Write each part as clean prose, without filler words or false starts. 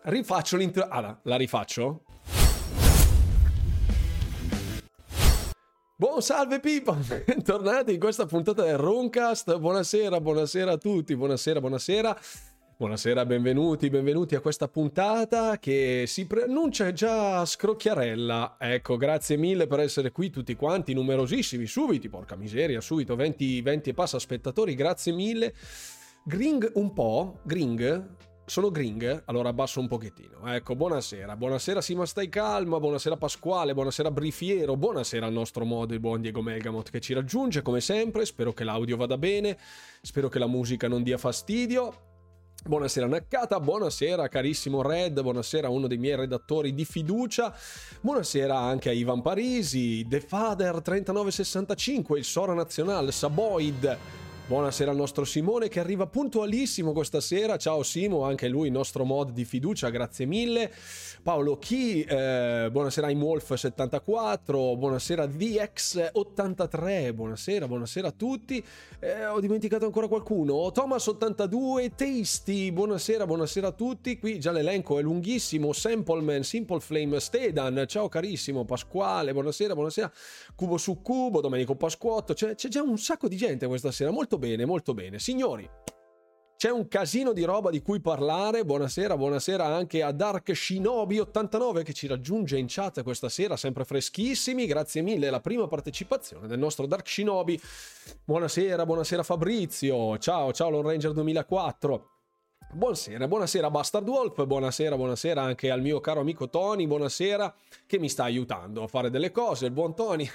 rifaccio l'intro. Ah, la rifaccio? Buon salve Pipa, bentornati in questa puntata del Roncast. Buonasera a tutti, buonasera, benvenuti a questa puntata che si preannuncia già scrocchiarella. Ecco, grazie mille per essere qui tutti quanti, numerosissimi, subito, porca miseria, subito 20 e passa spettatori, grazie mille. Gring un po', sono Gring, allora abbasso un pochettino. Ecco, buonasera Sima, stai calma, buonasera Pasquale, buonasera Brifiero, buonasera al nostro modo, il buon Diego Megamot che ci raggiunge come sempre. Spero che l'audio vada bene, spero che la musica non dia fastidio. Buonasera Naccata, buonasera carissimo Red, buonasera a uno dei miei redattori di fiducia, buonasera anche a Ivan Parisi, The Father 3965, il Sora Nazionale, Saboid. Buonasera al nostro Simone che arriva puntualissimo questa sera. Ciao Simo, anche lui il nostro mod di fiducia, grazie mille. Paolo Chi, buonasera Imwolf74, buonasera VX83, buonasera a tutti. Ho dimenticato ancora qualcuno. Thomas82, Tasty, buonasera a tutti. Qui già l'elenco è lunghissimo. Sampleman, Simple Flame, Stedan, ciao carissimo. Pasquale, buonasera. Cubo su Cubo, Domenico Pasquotto, c'è già un sacco di gente questa sera. Molto bene. Signori, c'è un casino di roba di cui parlare. Buonasera anche a Dark Shinobi 89 che ci raggiunge in chat questa sera, sempre freschissimi. Grazie mille, la prima partecipazione del nostro Dark Shinobi. Buonasera Fabrizio. Ciao Lone Ranger 2004. Buonasera Bastard Wolf, buonasera anche al mio caro amico Tony, buonasera, che mi sta aiutando a fare delle cose, il buon Tony,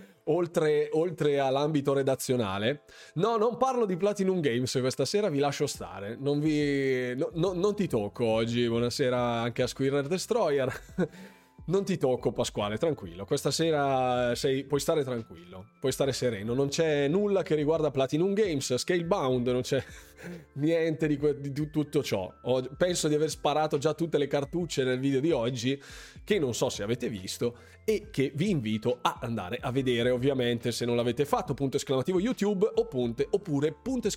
oltre all'ambito redazionale. No, non parlo di Platinum Games questa sera, vi lascio stare, non ti tocco oggi. Buonasera anche a Squirrel Destroyer. Non ti tocco Pasquale, tranquillo, questa sera puoi stare tranquillo, puoi stare sereno, non c'è nulla che riguarda Platinum Games, Scalebound, non c'è niente di tutto ciò. Penso di aver sparato già tutte le cartucce nel video di oggi, che non so se avete visto e che vi invito a andare a vedere, ovviamente, se non l'avete fatto, !YouTube oppure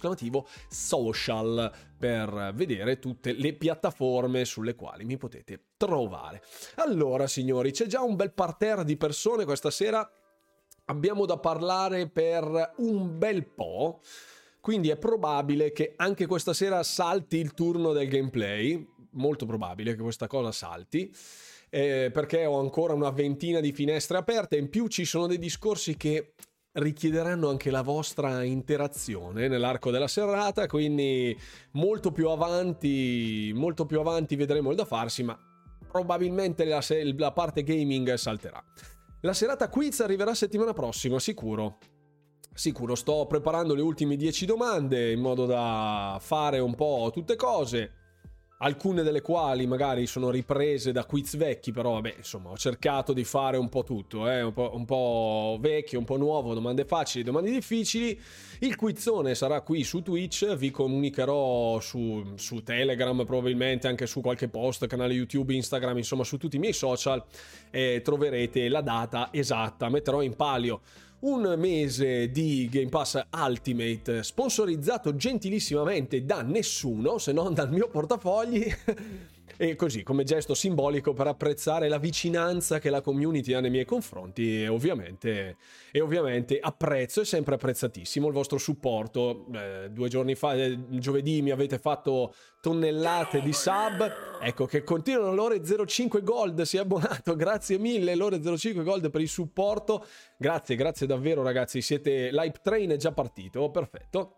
!social per vedere tutte le piattaforme sulle quali mi potete trovare. Allora signori, c'è già un bel parterre di persone questa sera, abbiamo da parlare per un bel po', quindi è probabile che anche questa sera salti il turno del gameplay, molto probabile che questa cosa salti, perché ho ancora una ventina di finestre aperte, in più ci sono dei discorsi che richiederanno anche la vostra interazione nell'arco della serata, quindi molto più avanti vedremo il da farsi, ma probabilmente la parte gaming salterà. La serata quiz arriverà settimana prossima, sicuro, sto preparando le ultime 10 domande in modo da fare un po' tutte cose, alcune delle quali magari sono riprese da quiz vecchi, però vabbè, insomma, ho cercato di fare un po' tutto, un po' vecchio, un po' nuovo, domande facili, domande difficili. Il quizzone sarà qui su Twitch, vi comunicherò su Telegram, probabilmente anche su qualche post, canale YouTube, Instagram, insomma su tutti i miei social, troverete la data esatta. Metterò in palio un mese di Game Pass Ultimate sponsorizzato gentilissimamente da nessuno se non dal mio portafogli e così come gesto simbolico per apprezzare la vicinanza che la community ha nei miei confronti e ovviamente apprezzo, è sempre apprezzatissimo il vostro supporto. 2 giorni fa, giovedì, mi avete fatto tonnellate di sub, ecco che continuano. L'Ore 05 Gold si è abbonato, grazie mille L'Ore 05 Gold per il supporto, grazie davvero ragazzi, l'hype train è già partito, perfetto.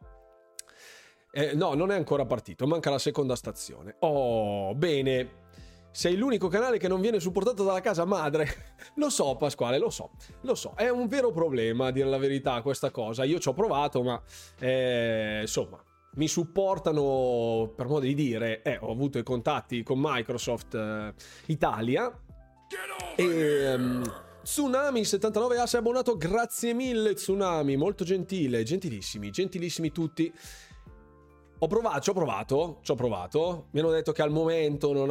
No, non è ancora partito, manca la seconda stazione. Oh, bene. Sei l'unico canale che non viene supportato dalla casa madre. Lo so, Pasquale, lo so. È un vero problema, a dire la verità, questa cosa. Io ci ho provato, ma insomma, mi supportano, per modo di dire. Ho avuto i contatti con Microsoft Italia. E Tsunami79A si è abbonato, grazie mille Tsunami, molto gentile, gentilissimi tutti. Ci ho provato. Mi hanno detto che al momento non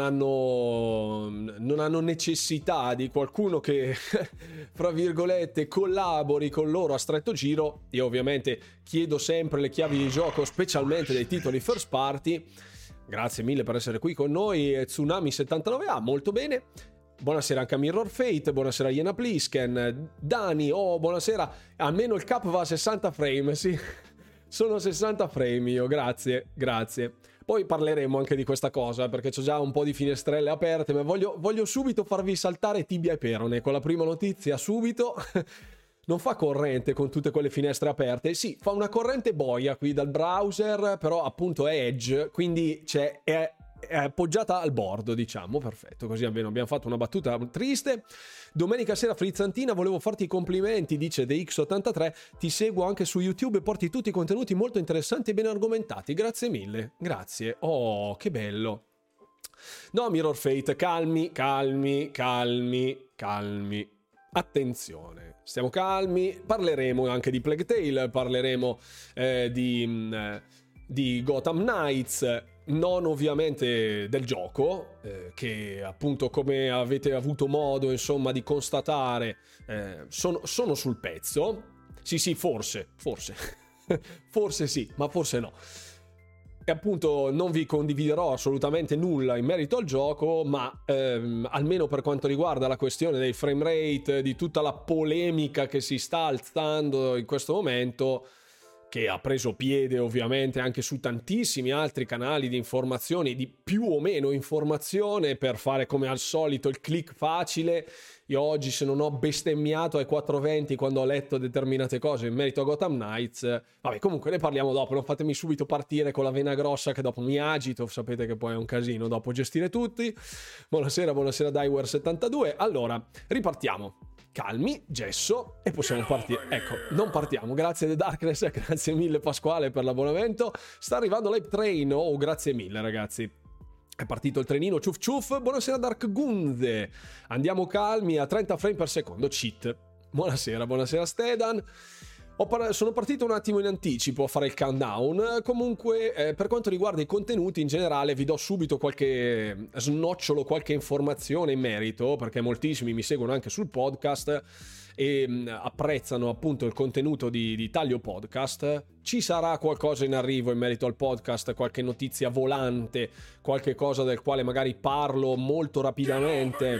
hanno necessità di qualcuno che, fra virgolette, collabori con loro a stretto giro. Io ovviamente chiedo sempre le chiavi di gioco, specialmente dei titoli first party. grazie mille per essere qui con noi. Tsunami79A, molto bene. Buonasera anche a Mirror Fate, buonasera a Iena Plisken, Dani, oh buonasera, almeno il cap va a 60 frame, sì, sono 60 frame io, grazie. Poi parleremo anche di questa cosa, perché c'ho già un po' di finestrelle aperte, ma voglio subito farvi saltare tibia e perone, con la prima notizia subito. Non fa corrente con tutte quelle finestre aperte, sì, fa una corrente boia qui dal browser, però appunto è Edge, quindi è appoggiata al bordo, diciamo, perfetto, così almeno abbiamo fatto una battuta triste. Domenica sera frizzantina, volevo farti i complimenti, dice DX83, ti seguo anche su YouTube e porti tutti i contenuti molto interessanti e ben argomentati, grazie mille, grazie, oh che bello. No Mirror Fate, calmi, attenzione, stiamo calmi, parleremo anche di Plague Tale, parleremo di Gotham Knights, non ovviamente del gioco, che appunto come avete avuto modo insomma di constatare sono sul pezzo, sì forse forse sì, ma forse no. E appunto non vi condividerò assolutamente nulla in merito al gioco, ma almeno per quanto riguarda la questione dei frame rate, di tutta la polemica che si sta alzando in questo momento, che ha preso piede ovviamente anche su tantissimi altri canali di informazioni, di più o meno informazione, per fare come al solito il click facile. Io oggi, se non ho bestemmiato ai 4:20 quando ho letto determinate cose in merito a Gotham Knights, vabbè, comunque ne parliamo dopo, non fatemi subito partire con la vena grossa che dopo mi agito, sapete che poi è un casino dopo gestire tutti. Buonasera Daiwer72. Allora, ripartiamo. Calmi, gesso, e possiamo partire. Ecco, non partiamo. Grazie The Darkness, grazie mille Pasquale per l'abbonamento. Sta arrivando l'Hype Train, oh grazie mille ragazzi. È partito il trenino, ciuf ciuf. Buonasera Dark Gunze. Andiamo calmi a 30 frame per secondo, cheat. Buonasera Stedan. Sono partito un attimo in anticipo a fare il countdown. Comunque per quanto riguarda i contenuti in generale vi do subito qualche snocciolo, qualche informazione in merito, perché moltissimi mi seguono anche sul podcast e apprezzano appunto il contenuto di Taglio Podcast. Ci sarà qualcosa in arrivo in merito al podcast, qualche notizia volante, qualche cosa del quale magari parlo molto rapidamente.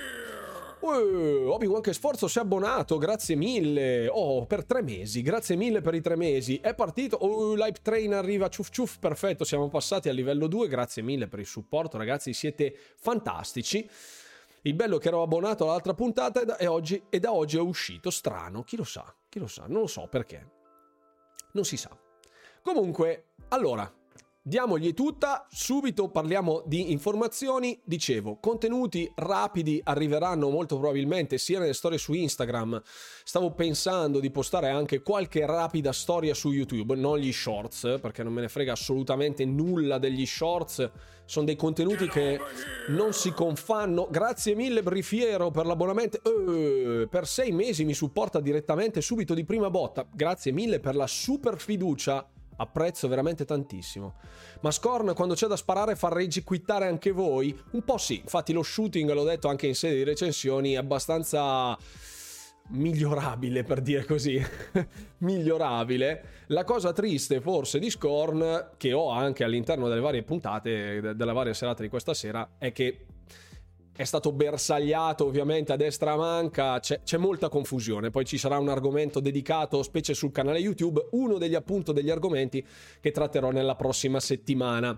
Obi-Wan che sforzo, si è abbonato, grazie mille. Oh, per 3 mesi, grazie mille per i 3 mesi. È partito, l'Hype Train arriva, ciuf ciuf, perfetto, siamo passati al livello 2, grazie mille per il supporto ragazzi, siete fantastici. Il bello è che ero abbonato all'altra puntata e da oggi è uscito, strano, chi lo sa, non lo so perché, non si sa. Comunque, allora, diamogli tutta, subito parliamo di informazioni. Dicevo, contenuti rapidi arriveranno molto probabilmente sia nelle storie su Instagram. Stavo pensando di postare anche qualche rapida storia su YouTube, non gli shorts, perché non me ne frega assolutamente nulla degli shorts. Sono dei contenuti che non si confanno. Grazie mille Brifiero per l'abbonamento, per 6 mesi mi supporta direttamente subito di prima botta. Grazie mille per la super fiducia, apprezzo veramente tantissimo. Ma Scorn, quando c'è da sparare fa rage quittare anche voi? Un po' sì, infatti lo shooting, l'ho detto anche in sede di recensioni, è abbastanza migliorabile, per dire così. Migliorabile. La cosa triste forse di Scorn, che ho anche all'interno delle varie puntate, della varia serata di questa sera, è che è stato bersagliato ovviamente a destra a manca, c'è molta confusione. Poi ci sarà un argomento dedicato, specie sul canale YouTube, uno degli argomenti che tratterò nella prossima settimana,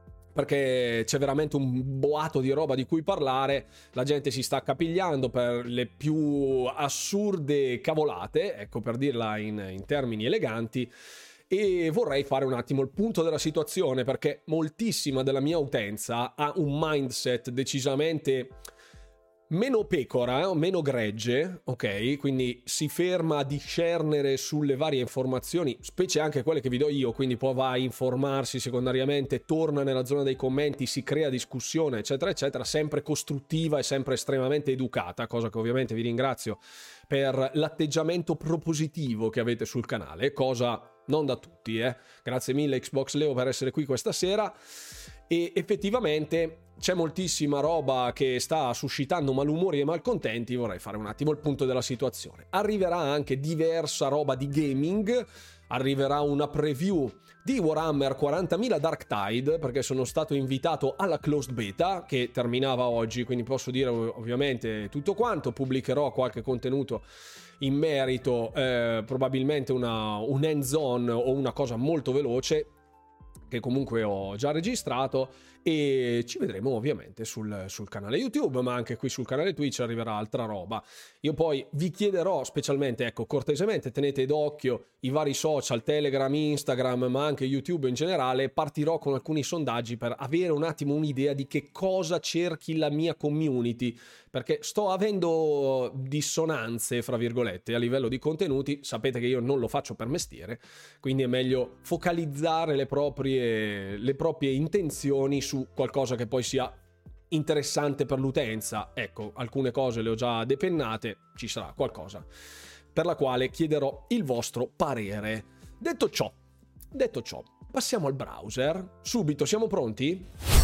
perché c'è veramente un boato di roba di cui parlare. La gente si sta accapigliando per le più assurde cavolate, ecco, per dirla in termini eleganti. E vorrei fare un attimo il punto della situazione, perché moltissima della mia utenza ha un mindset decisamente meno pecora, meno gregge, ok? Quindi si ferma a discernere sulle varie informazioni, specie anche quelle che vi do io, quindi poi va a informarsi secondariamente, torna nella zona dei commenti, si crea discussione, eccetera, eccetera, sempre costruttiva e sempre estremamente educata, cosa che ovviamente vi ringrazio per l'atteggiamento propositivo che avete sul canale, cosa non da tutti, Grazie mille Xbox Leo per essere qui questa sera. E effettivamente c'è moltissima roba che sta suscitando malumori e malcontenti. Vorrei fare un attimo il punto della situazione. Arriverà anche diversa roba di gaming, arriverà una preview di Warhammer 40.000 Dark Tide, perché sono stato invitato alla closed beta che terminava oggi, quindi posso dire ovviamente tutto quanto. Pubblicherò qualche contenuto in merito, probabilmente un hands-on o una cosa molto veloce che comunque ho già registrato, e ci vedremo ovviamente sul canale YouTube, ma anche qui sul canale Twitch arriverà altra roba. Io poi vi chiederò specialmente, ecco, cortesemente tenete d'occhio i vari social, Telegram, Instagram, ma anche YouTube in generale. Partirò con alcuni sondaggi per avere un attimo un'idea di che cosa cerchi la mia community, perché sto avendo dissonanze, fra virgolette, a livello di contenuti. Sapete che io non lo faccio per mestiere, quindi è meglio focalizzare le proprie intenzioni su qualcosa che poi sia interessante per l'utenza. Ecco, alcune cose le ho già depennate, ci sarà qualcosa per la quale chiederò il vostro parere. Detto ciò, passiamo al browser. Subito, siamo pronti?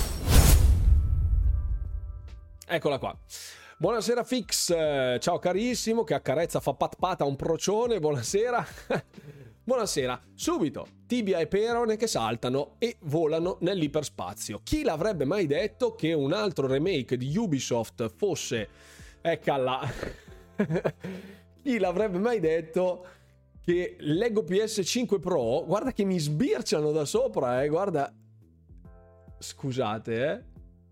Eccola qua. Buonasera Fix, ciao carissimo, che accarezza, fa pat pat a un procione, buonasera. Buonasera, subito, Tibia e Perone che saltano e volano nell'iperspazio. Chi l'avrebbe mai detto che un altro remake di Ubisoft fosse... Eccala. Chi l'avrebbe mai detto che Lego PS5 Pro... Guarda che mi sbirciano da sopra, guarda... Scusate,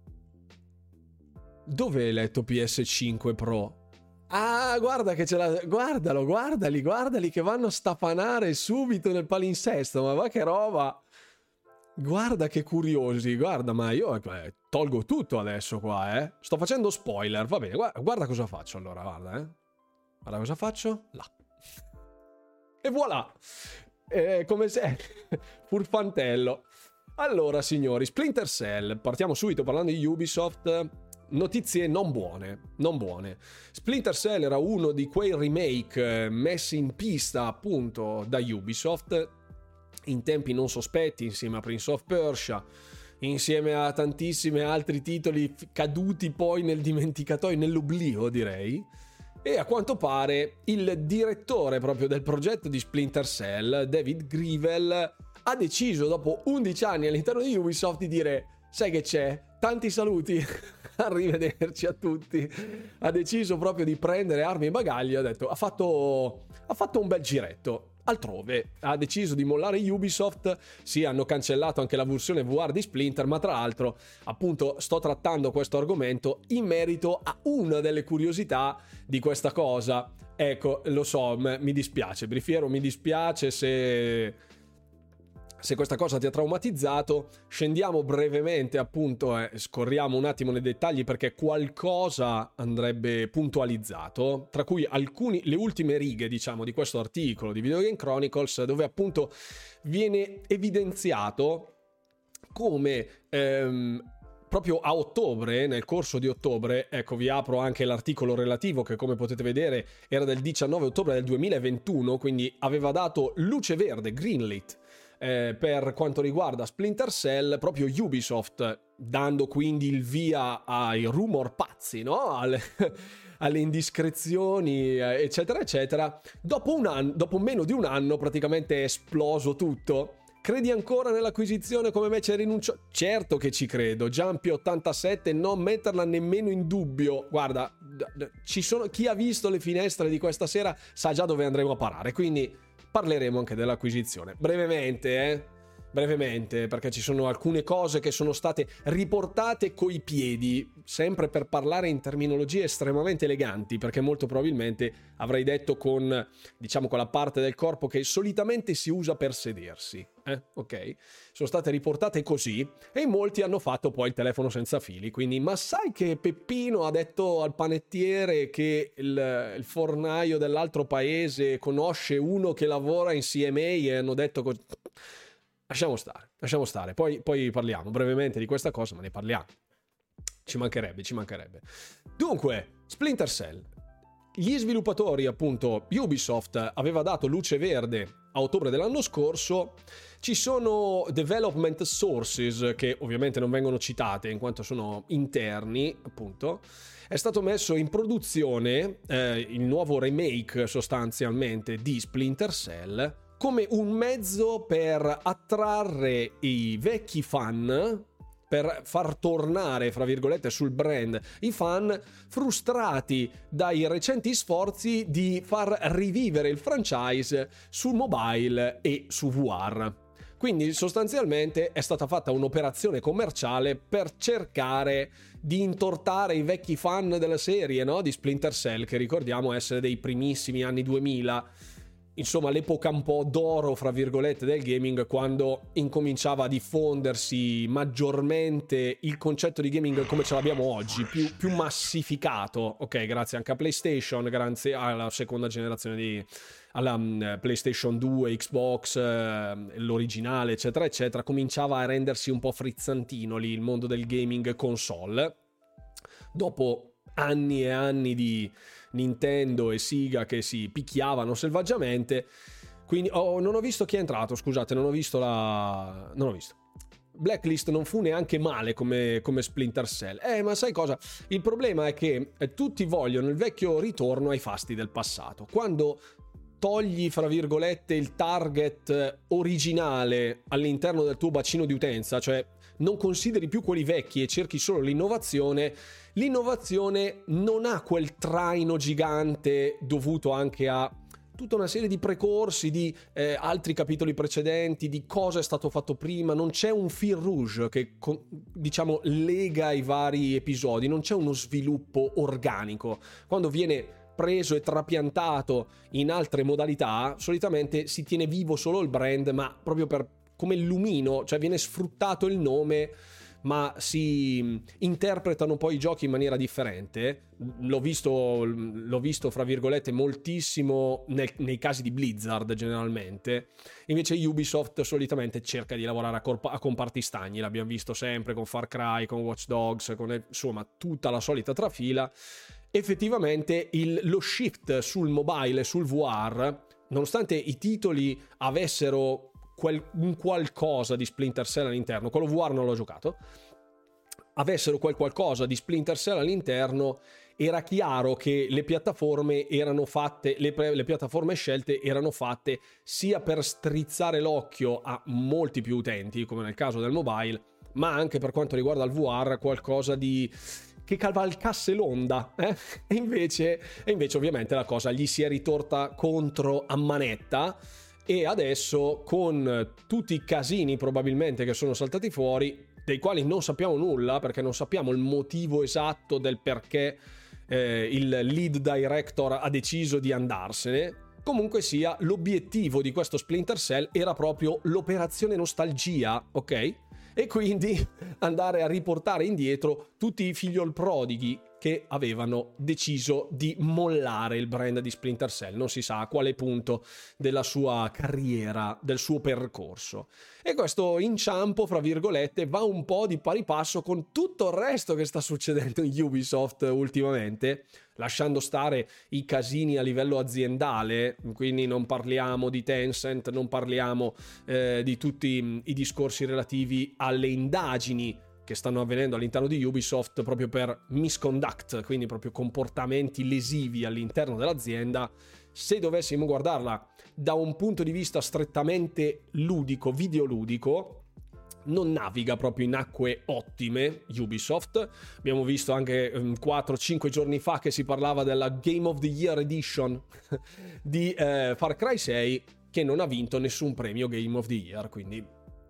Dove hai letto PS5 Pro? Ah, guarda che ce l'ha... Guardali che vanno a stapanare subito nel palinsesto, ma va che roba! Guarda che curiosi, guarda, ma io tolgo tutto adesso qua, Sto facendo spoiler, va bene, guarda cosa faccio allora, guarda, Guarda cosa faccio, là. E voilà! Come se... Furfantello. Allora, signori, Splinter Cell, partiamo subito parlando di Ubisoft... Notizie non buone. Splinter Cell era uno di quei remake messi in pista appunto da Ubisoft in tempi non sospetti, insieme a Prince of Persia, insieme a tantissimi altri titoli caduti poi nel dimenticatoio, nell'oblio direi. E a quanto pare il direttore proprio del progetto di Splinter Cell, David Grivel, ha deciso dopo 11 anni all'interno di Ubisoft di dire: sai che c'è? Tanti saluti, arrivederci a tutti. Ha deciso proprio di prendere armi e bagagli, ha detto, ha fatto un bel giretto altrove, ha deciso di mollare Ubisoft. Sì, hanno cancellato anche la versione VR di Splinter, ma tra l'altro appunto sto trattando questo argomento in merito a una delle curiosità di questa cosa. Ecco, lo so, mi dispiace, Brifiero, mi dispiace se questa cosa ti ha traumatizzato. Scendiamo brevemente appunto, scorriamo un attimo nei dettagli perché qualcosa andrebbe puntualizzato, tra cui le ultime righe diciamo di questo articolo di Video Game Chronicles, dove appunto viene evidenziato come proprio a ottobre, nel corso di ottobre, ecco vi apro anche l'articolo relativo che come potete vedere era del 19 ottobre del 2021, quindi aveva dato luce verde, greenlit, per quanto riguarda Splinter Cell, proprio Ubisoft, dando quindi il via ai rumor pazzi, no? alle indiscrezioni, eccetera eccetera. Dopo meno di un anno praticamente è esploso tutto. Credi ancora nell'acquisizione come me ci rinuncio? Certo che ci credo. Jumpy87, non metterla nemmeno in dubbio. Guarda, chi ha visto le finestre di questa sera sa già dove andremo a parare, quindi parleremo anche dell'acquisizione. Brevemente, perché ci sono alcune cose che sono state riportate coi piedi, sempre per parlare in terminologie estremamente eleganti, perché molto probabilmente avrei detto con la parte del corpo che solitamente si usa per sedersi. Ok? Sono state riportate così e in molti hanno fatto poi il telefono senza fili, quindi ma sai che Peppino ha detto al panettiere che il fornaio dell'altro paese conosce uno che lavora in CMA e hanno detto così. Lasciamo stare, poi parliamo brevemente di questa cosa, ma ne parliamo. Ci mancherebbe. Dunque, Splinter Cell. Gli sviluppatori, appunto, Ubisoft aveva dato luce verde a ottobre dell'anno scorso. Ci sono development sources che ovviamente non vengono citate in quanto sono interni, appunto. È stato messo in produzione il nuovo remake sostanzialmente di Splinter Cell, come un mezzo per attrarre i vecchi fan, per far tornare, fra virgolette, sul brand i fan frustrati dai recenti sforzi di far rivivere il franchise su mobile e su VR. Quindi sostanzialmente è stata fatta un'operazione commerciale per cercare di intortare i vecchi fan della serie, no? Di Splinter Cell, che ricordiamo essere dei primissimi anni 2000, insomma l'epoca un po' d'oro, fra virgolette, del gaming, quando incominciava a diffondersi maggiormente il concetto di gaming come ce l'abbiamo oggi, più massificato, ok, grazie anche a PlayStation, grazie alla seconda generazione alla PlayStation 2, Xbox, l'originale, eccetera eccetera. Cominciava a rendersi un po' frizzantino lì il mondo del gaming console, dopo anni e anni di Nintendo e Sega che si picchiavano selvaggiamente. Quindi non ho visto chi è entrato, scusate, non ho visto. Blacklist non fu neanche male come Splinter Cell. Ma sai cosa? Il problema è che tutti vogliono il vecchio ritorno ai fasti del passato. Quando togli, fra virgolette, il target originale all'interno del tuo bacino di utenza, cioè non consideri più quelli vecchi e cerchi solo l'innovazione non ha quel traino gigante dovuto anche a tutta una serie di precorsi, di altri capitoli precedenti, di cosa è stato fatto prima. Non c'è un fil rouge che, diciamo, lega i vari episodi, non c'è uno sviluppo organico. Quando viene preso e trapiantato in altre modalità, solitamente si tiene vivo solo il brand, ma proprio come il lumino, cioè viene sfruttato il nome, ma si interpretano poi i giochi in maniera differente. L'ho visto fra virgolette moltissimo nei casi di Blizzard generalmente. Invece Ubisoft solitamente cerca di lavorare a comparti stagni, l'abbiamo visto sempre con Far Cry, con Watch Dogs, con insomma tutta la solita trafila. Effettivamente lo shift sul mobile e sul VR, nonostante i titoli avessero un qualcosa di Splinter Cell all'interno, quello VR non l'ho giocato, avessero qualcosa di Splinter Cell all'interno, era chiaro che le piattaforme erano fatte, le piattaforme scelte erano fatte sia per strizzare l'occhio a molti più utenti, come nel caso del mobile, ma anche per quanto riguarda il VR qualcosa che cavalcasse l'onda, E invece ovviamente la cosa gli si è ritorta contro a manetta. E adesso, con tutti i casini probabilmente che sono saltati fuori, dei quali non sappiamo nulla, perché non sappiamo il motivo esatto del perché il lead director ha deciso di andarsene, comunque sia, l'obiettivo di questo Splinter Cell era proprio l'operazione nostalgia, ok? E quindi andare a riportare indietro tutti i figliol prodighi che avevano deciso di mollare il brand di Splinter Cell, non si sa a quale punto della sua carriera, del suo percorso. E questo inciampo, fra virgolette, va un po' di pari passo con tutto il resto che sta succedendo in Ubisoft ultimamente, lasciando stare i casini a livello aziendale, quindi non parliamo di Tencent, non parliamo di tutti i discorsi relativi alle indagini che stanno avvenendo all'interno di Ubisoft proprio per misconduct, quindi proprio comportamenti lesivi all'interno dell'azienda. Se dovessimo guardarla da un punto di vista strettamente ludico, videoludico, non naviga proprio in acque ottime Ubisoft. Abbiamo visto anche 4-5 giorni fa che si parlava della Game of the Year Edition di Far Cry 6, che non ha vinto nessun premio Game of the Year, quindi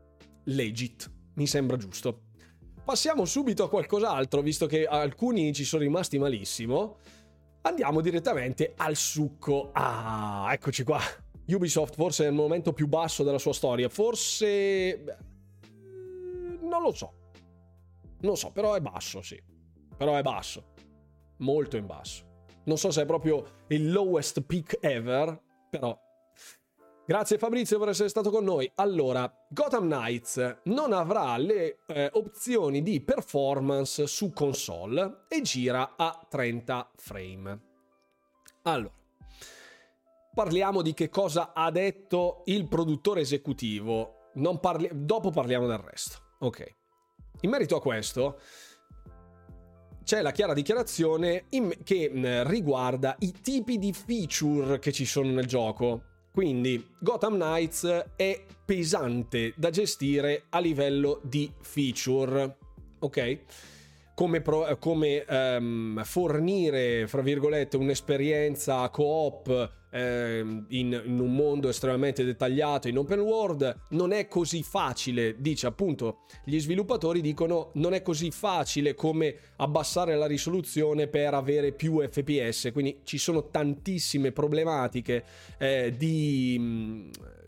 legit, mi sembra giusto. Passiamo subito a qualcos'altro, visto che alcuni ci sono rimasti malissimo. Andiamo direttamente al succo. Eccoci qua. Ubisoft forse è il momento più basso della sua storia. Forse... non lo so. Non so, però è basso, sì. Però è basso. Molto in basso. Non so se è proprio il lowest peak ever, però... Grazie Fabrizio per essere stato con noi. Allora, Gotham Knights non avrà le opzioni di performance su console e gira a 30 frame. Allora, parliamo di che cosa ha detto il produttore esecutivo. Dopo parliamo del resto. Ok. In merito a questo, c'è la chiara dichiarazione che riguarda i tipi di feature che ci sono nel gioco. Quindi Gotham Knights è pesante da gestire a livello di feature, ok? Come fornire, fra virgolette, un'esperienza co-op in un mondo estremamente dettagliato in open world non è così facile, dice appunto, gli sviluppatori dicono non è così facile come abbassare la risoluzione per avere più FPS, quindi ci sono tantissime problematiche di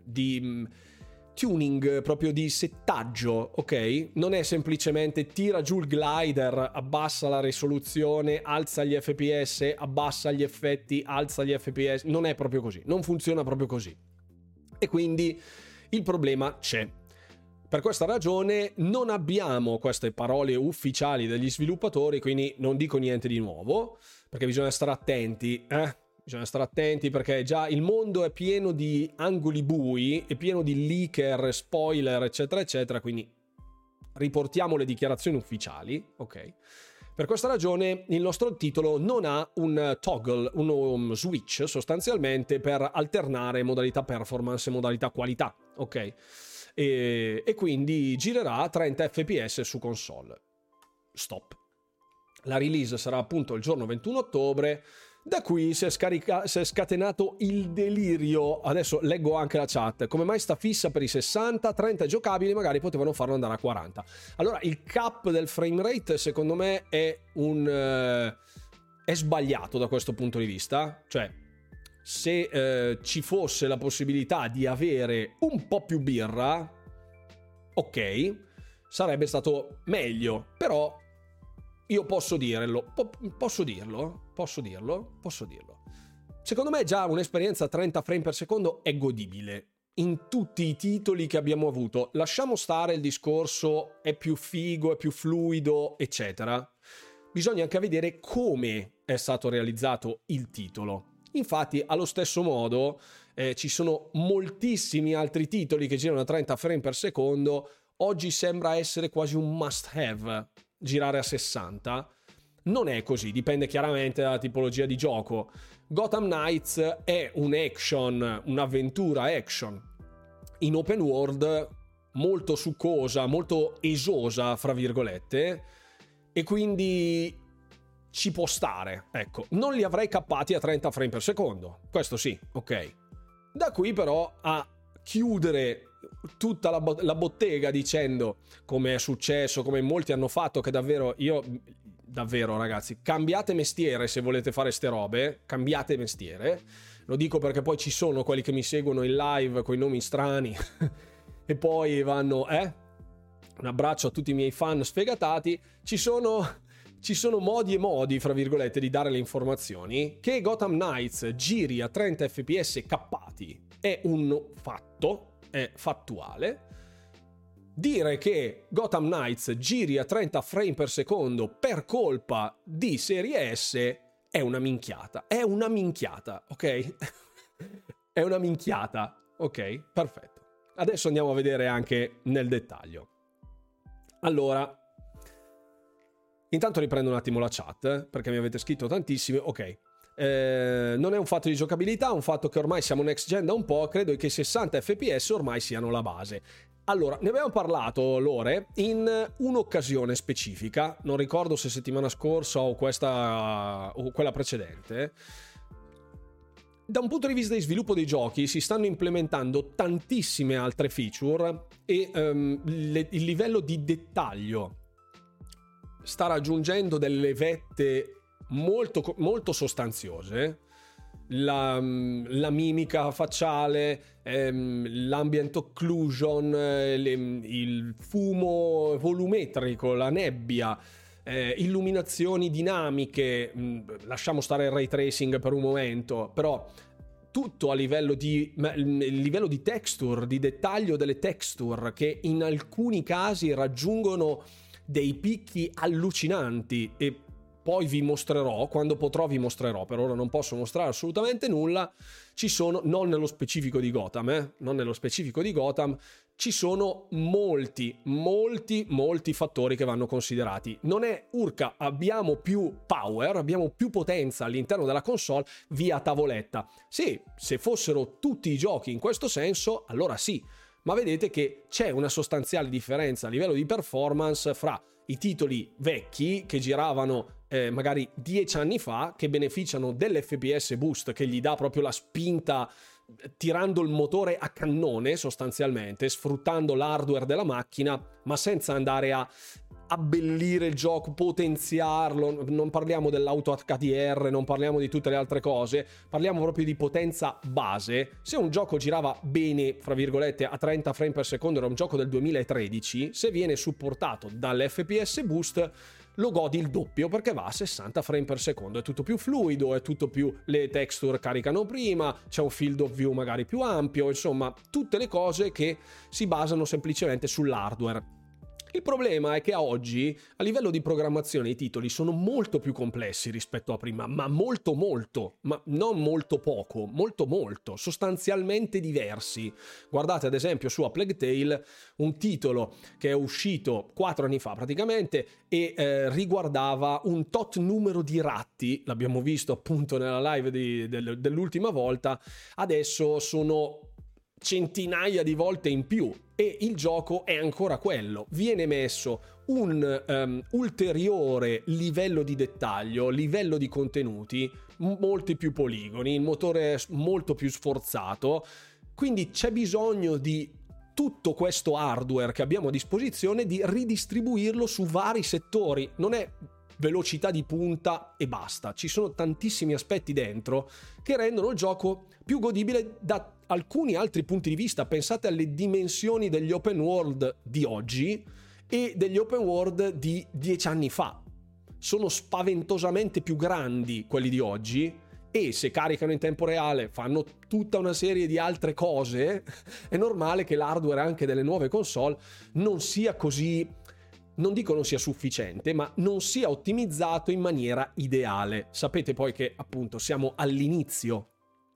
tuning, proprio di settaggio, ok? Non è semplicemente tira giù il glider, abbassa la risoluzione, alza gli FPS, abbassa gli effetti, alza gli FPS, non è proprio così, non funziona proprio così. E quindi il problema c'è. Per questa ragione non abbiamo queste parole ufficiali degli sviluppatori, quindi non dico niente di nuovo, perché bisogna stare attenti, Bisogna stare attenti perché già il mondo è pieno di angoli bui, è pieno di leaker, spoiler, eccetera, eccetera, quindi riportiamo le dichiarazioni ufficiali, ok? Per questa ragione il nostro titolo non ha un toggle, uno switch sostanzialmente per alternare modalità performance e modalità qualità, ok? E quindi girerà a 30 fps su console. Stop. La release sarà appunto il giorno 21 ottobre. Da qui si è scatenato il delirio. Adesso leggo anche la chat. Come mai sta fissa per i 60? 30 giocabili, magari potevano farlo andare a 40. Allora, il cap del frame rate secondo me è sbagliato da questo punto di vista. Cioè, se ci fosse la possibilità di avere un po' più birra, ok, sarebbe stato meglio. Però io posso dirlo. Secondo me già un'esperienza a 30 frame per secondo è godibile in tutti i titoli che abbiamo avuto. Lasciamo stare il discorso è più figo, è più fluido, eccetera. Bisogna anche vedere come è stato realizzato il titolo. Infatti, allo stesso modo, ci sono moltissimi altri titoli che girano a 30 frame per secondo. Oggi sembra essere quasi un must have girare a 60. Non è così, dipende chiaramente dalla tipologia di gioco. Gotham Knights è un action, un'avventura action in open world molto succosa, molto esosa, fra virgolette, e quindi ci può stare, ecco. Non li avrei cappati a 30 frame per secondo, questo sì, ok. Da qui però a chiudere tutta la bottega dicendo, come è successo, come molti hanno fatto, che davvero ragazzi, cambiate mestiere se volete fare ste robe, cambiate mestiere. Lo dico perché poi ci sono quelli che mi seguono in live con i nomi strani e poi vanno un abbraccio a tutti i miei fan sfegatati. Ci sono modi e modi, fra virgolette, di dare le informazioni. Che Gotham Knights giri a 30 fps cappati è un fatto, è fattuale. Dire che Gotham Knights giri a 30 frame per secondo per colpa di Serie S è una minchiata, ok? È una minchiata, ok? Perfetto. Adesso andiamo a vedere anche nel dettaglio. Allora, intanto riprendo un attimo la chat, perché mi avete scritto tantissimi, ok. Non è un fatto di giocabilità, è un fatto che ormai siamo next gen da un po', credo che i 60 fps ormai siano la base. Allora, ne abbiamo parlato, Lore, in un'occasione specifica, non ricordo se settimana scorsa o quella precedente. Da un punto di vista di sviluppo dei giochi si stanno implementando tantissime altre feature e il livello di dettaglio sta raggiungendo delle vette molto, molto sostanziose. La mimica facciale, l'ambient occlusion, il fumo volumetrico, la nebbia, illuminazioni dinamiche, lasciamo stare il ray tracing per un momento, però tutto a livello di texture, di dettaglio delle texture, che in alcuni casi raggiungono dei picchi allucinanti. E poi vi mostrerò, quando potrò vi mostrerò, per ora non posso mostrare assolutamente nulla, ci sono, non nello specifico di Gotham, non nello specifico di Gotham, ci sono molti fattori che vanno considerati. Non è urca, abbiamo più power, abbiamo più potenza all'interno della console via tavoletta. Sì, se fossero tutti i giochi in questo senso, allora sì, ma vedete che c'è una sostanziale differenza a livello di performance fra i titoli vecchi che giravano magari 10 anni fa, che beneficiano dell'FPS boost che gli dà proprio la spinta tirando il motore a cannone sostanzialmente, sfruttando l'hardware della macchina, ma senza andare a abbellire il gioco, potenziarlo. Non parliamo dell'auto HDR, non parliamo di tutte le altre cose, parliamo proprio di potenza base. Se un gioco girava bene, fra virgolette, a 30 frame per secondo, era un gioco del 2013, se viene supportato dall'FPS boost lo godi il doppio, perché va a 60 frame per secondo, è tutto più fluido, è tutto più, le texture caricano prima, c'è un field of view magari più ampio, insomma tutte le cose che si basano semplicemente sull'hardware. Il problema è che a oggi, a livello di programmazione, i titoli sono molto più complessi rispetto a prima, ma molto, ma non molto poco, molto, sostanzialmente diversi. Guardate ad esempio su A Plague Tale, un titolo che è uscito 4 anni fa praticamente e riguardava un tot numero di ratti, l'abbiamo visto appunto nella live dell'ultima volta, adesso sono centinaia di volte in più e il gioco è ancora quello. Viene messo un ulteriore livello di dettaglio, livello di contenuti, molti più poligoni, il motore è molto più sforzato, quindi c'è bisogno di tutto questo hardware che abbiamo a disposizione di ridistribuirlo su vari settori. Non è velocità di punta e basta, ci sono tantissimi aspetti dentro che rendono il gioco più godibile da alcuni altri punti di vista. Pensate alle dimensioni degli open world di oggi e degli open world di 10 anni fa. Sono spaventosamente più grandi quelli di oggi e se caricano in tempo reale, fanno tutta una serie di altre cose, è normale che l'hardware anche delle nuove console non sia così, non dico non sia sufficiente, ma non sia ottimizzato in maniera ideale. Sapete poi che appunto siamo all'inizio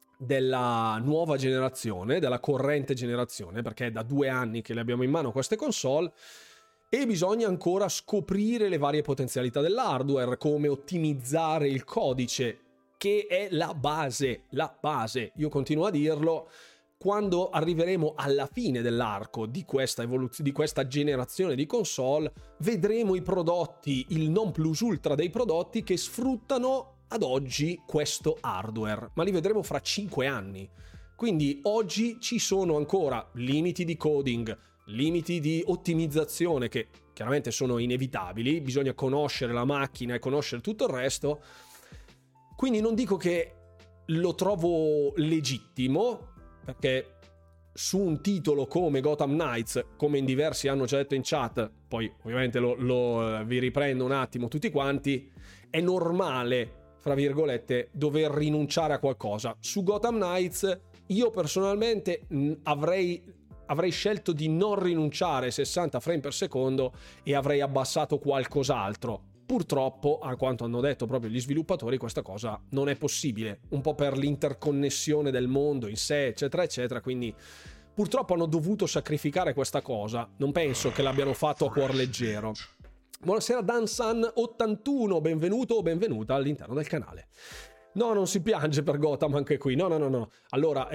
della nuova generazione, della corrente generazione, perché è da 2 anni che le abbiamo in mano queste console e bisogna ancora scoprire le varie potenzialità dell'hardware, come ottimizzare il codice, che è la base. Io continuo a dirlo, quando arriveremo alla fine dell'arco di questa di questa generazione di console, vedremo i prodotti, il non plus ultra dei prodotti che sfruttano ad oggi questo hardware, ma li vedremo fra 5 anni. Quindi oggi ci sono ancora limiti di coding, limiti di ottimizzazione che chiaramente sono inevitabili, bisogna conoscere la macchina e conoscere tutto il resto. Quindi non dico che lo trovo legittimo, perché su un titolo come Gotham Knights, come in diversi hanno già detto in chat, poi ovviamente vi riprendo un attimo tutti quanti, è normale, fra virgolette, dover rinunciare a qualcosa. Su Gotham Knights io personalmente avrei scelto di non rinunciare ai 60 frame per secondo e avrei abbassato qualcos'altro. Purtroppo, a quanto hanno detto proprio gli sviluppatori, questa cosa non è possibile, un po' per l'interconnessione del mondo in sé, eccetera eccetera, quindi purtroppo hanno dovuto sacrificare questa cosa. Non penso che l'abbiano fatto a cuor leggero. Buonasera Dansan81, benvenuto o benvenuta all'interno del canale. No, non si piange per Gotham anche qui, no. Allora,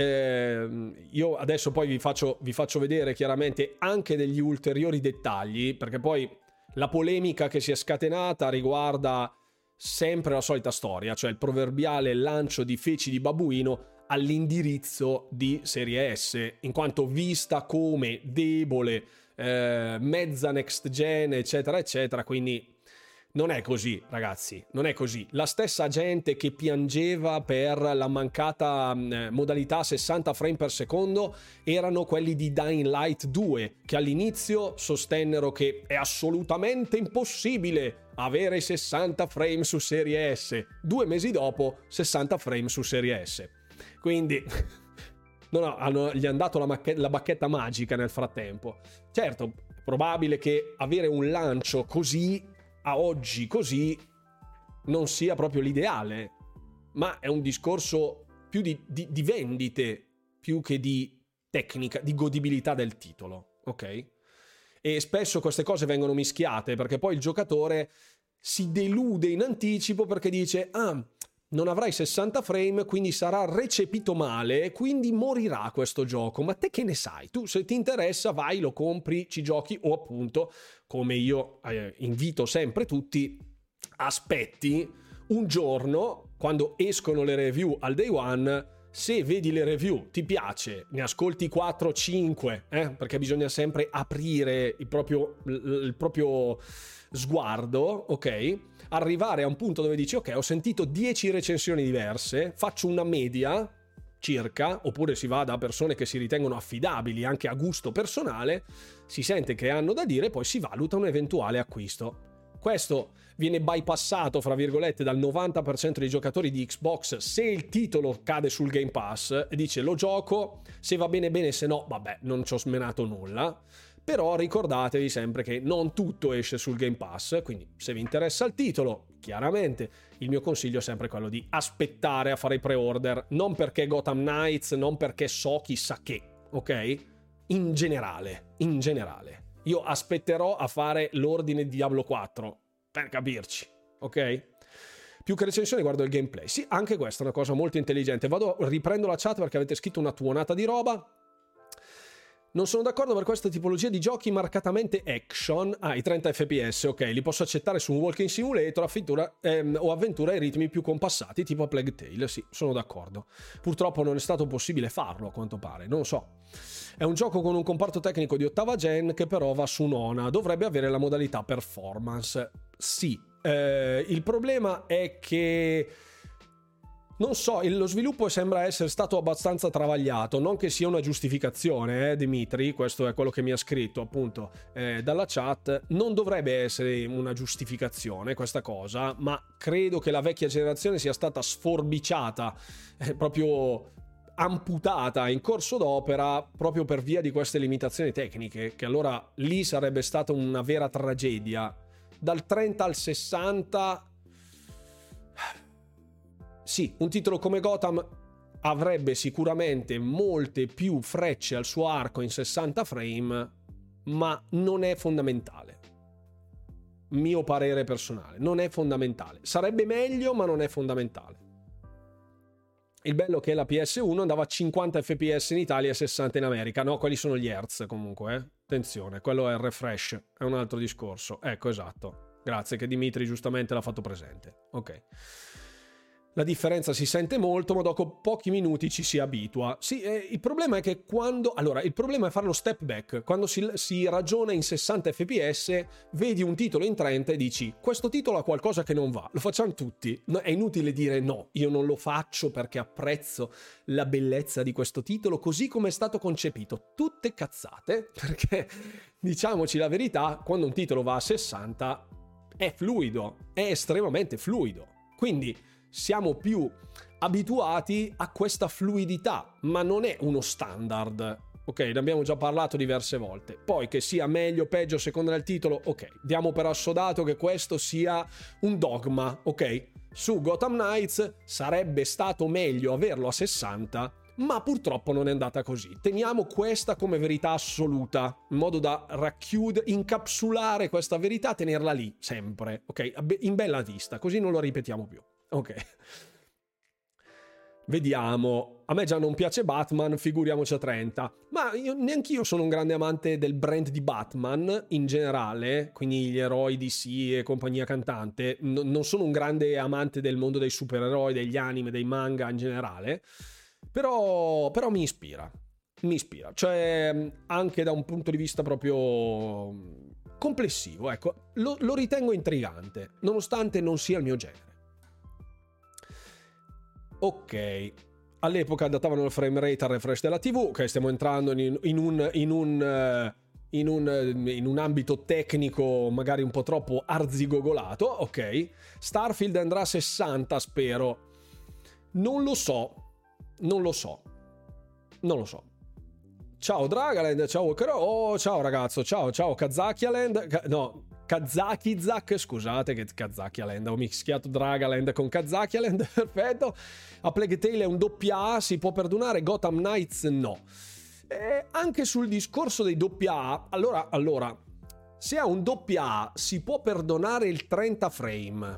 io adesso poi vi faccio vedere chiaramente anche degli ulteriori dettagli, perché poi la polemica che si è scatenata riguarda sempre la solita storia, cioè il proverbiale lancio di feci di babbuino all'indirizzo di Serie S, in quanto vista come debole, mezza next gen, eccetera eccetera. Quindi non è così, ragazzi, non è così. La stessa gente che piangeva per la mancata modalità 60 frame per secondo erano quelli di Dying Light 2, che all'inizio sostennero che è assolutamente impossibile avere 60 frame su Serie S. 2 mesi dopo 60 frame su Serie S. Quindi gli hanno dato la bacchetta magica nel frattempo. Certo, è probabile che avere un lancio così a oggi così non sia proprio l'ideale, ma è un discorso più di vendite, più che di tecnica, di godibilità del titolo, ok? E spesso queste cose vengono mischiate, perché poi il giocatore si delude in anticipo perché dice non avrai 60 frame, quindi sarà recepito male, quindi morirà questo gioco. Ma te che ne sai? Tu, se ti interessa, vai, lo compri, ci giochi, o appunto, come io invito sempre tutti, aspetti un giorno, quando escono le review al day one. Se vedi le review, ti piace, ne ascolti 4-5, perché bisogna sempre aprire il proprio sguardo, ok? Arrivare a un punto dove dici, ok, ho sentito 10 recensioni diverse, faccio una media circa, oppure si va da persone che si ritengono affidabili anche a gusto personale, si sente che hanno da dire, poi si valuta un eventuale acquisto. Questo viene bypassato, fra virgolette, dal 90% dei giocatori di Xbox se il titolo cade sul Game Pass e dice lo gioco, se va bene bene, se no vabbè, non ci ho smenato nulla. Però ricordatevi sempre che non tutto esce sul Game Pass, quindi se vi interessa il titolo, chiaramente il mio consiglio è sempre quello di aspettare a fare i pre-order, non perché Gotham Knights, non perché so chissà che, ok? In generale. Io aspetterò a fare l'ordine di Diablo 4, per capirci, ok? Più che recensioni guardo il gameplay. Sì, anche questa è una cosa molto intelligente. Riprendo la chat perché avete scritto una tuonata di roba. Non sono d'accordo per questa tipologia di giochi marcatamente action. I 30 fps, ok, li posso accettare su un walking simulator o avventura ai ritmi più compassati, tipo a Plague Tale. Sì, sono d'accordo. Purtroppo non è stato possibile farlo, a quanto pare, non lo so. È un gioco con un comparto tecnico di 8ª gen che però va su nona. Dovrebbe avere la modalità performance. Sì. Il problema è che non so, lo sviluppo sembra essere stato abbastanza travagliato, non che sia una giustificazione, Dimitri, questo è quello che mi ha scritto appunto dalla chat, non dovrebbe essere una giustificazione questa cosa, ma credo che la vecchia generazione sia stata sforbiciata, proprio amputata in corso d'opera proprio per via di queste limitazioni tecniche, che allora lì sarebbe stata una vera tragedia. Dal 30 al 60... Sì, un titolo come Gotham avrebbe sicuramente molte più frecce al suo arco in 60 frame, ma non è fondamentale. Mio parere personale, non è fondamentale. Sarebbe meglio, ma non è fondamentale. Il bello è che la PS1 andava a 50 fps in Italia e 60 in America. No, quelli sono gli hertz comunque, Attenzione, quello è il refresh, è un altro discorso. Ecco, esatto. Grazie che Dimitri giustamente l'ha fatto presente. Ok. La differenza si sente molto, ma dopo pochi minuti ci si abitua. Sì, il problema è che il problema è fare lo step back. Quando si ragiona in 60 fps, vedi un titolo in 30 e dici questo titolo ha qualcosa che non va. Lo facciamo tutti. No, è inutile dire no, io non lo faccio perché apprezzo la bellezza di questo titolo così come è stato concepito. Tutte cazzate, perché diciamoci la verità, quando un titolo va a 60 è fluido, è estremamente fluido. Quindi siamo più abituati a questa fluidità, ma non è uno standard, ok? Ne abbiamo già parlato diverse volte. Poi che sia meglio o peggio a seconda del titolo, ok, diamo per assodato che questo sia un dogma, ok? Su Gotham Knights sarebbe stato meglio averlo a 60, ma purtroppo non è andata così. Teniamo questa come verità assoluta, in modo da incapsulare questa verità, tenerla lì sempre, ok? In bella vista, così non lo ripetiamo più. Ok, vediamo. A me già non piace Batman, figuriamoci a 30. Ma neanch'io sono un grande amante del brand di Batman in generale, quindi gli eroi DC e compagnia cantante. Non sono un grande amante del mondo dei supereroi, degli anime, dei manga in generale. Però mi ispira. Cioè, anche da un punto di vista proprio complessivo, ecco, lo ritengo intrigante, nonostante non sia il mio genere. Ok, all'epoca adattavano il frame rate al refresh della TV, che stiamo entrando in un ambito tecnico magari un po' troppo arzigogolato, ok. Starfield andrà a 60, spero. Non lo so. Ciao Dragaland, ciao Walker, oh ciao ragazzo, ciao Kazakialand, no, Kazakizak, scusate che Kazakialand, ho mischiato Dragaland con Kazakialand, perfetto. A Plague Tale è un AA, si può perdonare, Gotham Knights no. Anche sul discorso dei AA, allora, se ha un AA si può perdonare il 30 frame.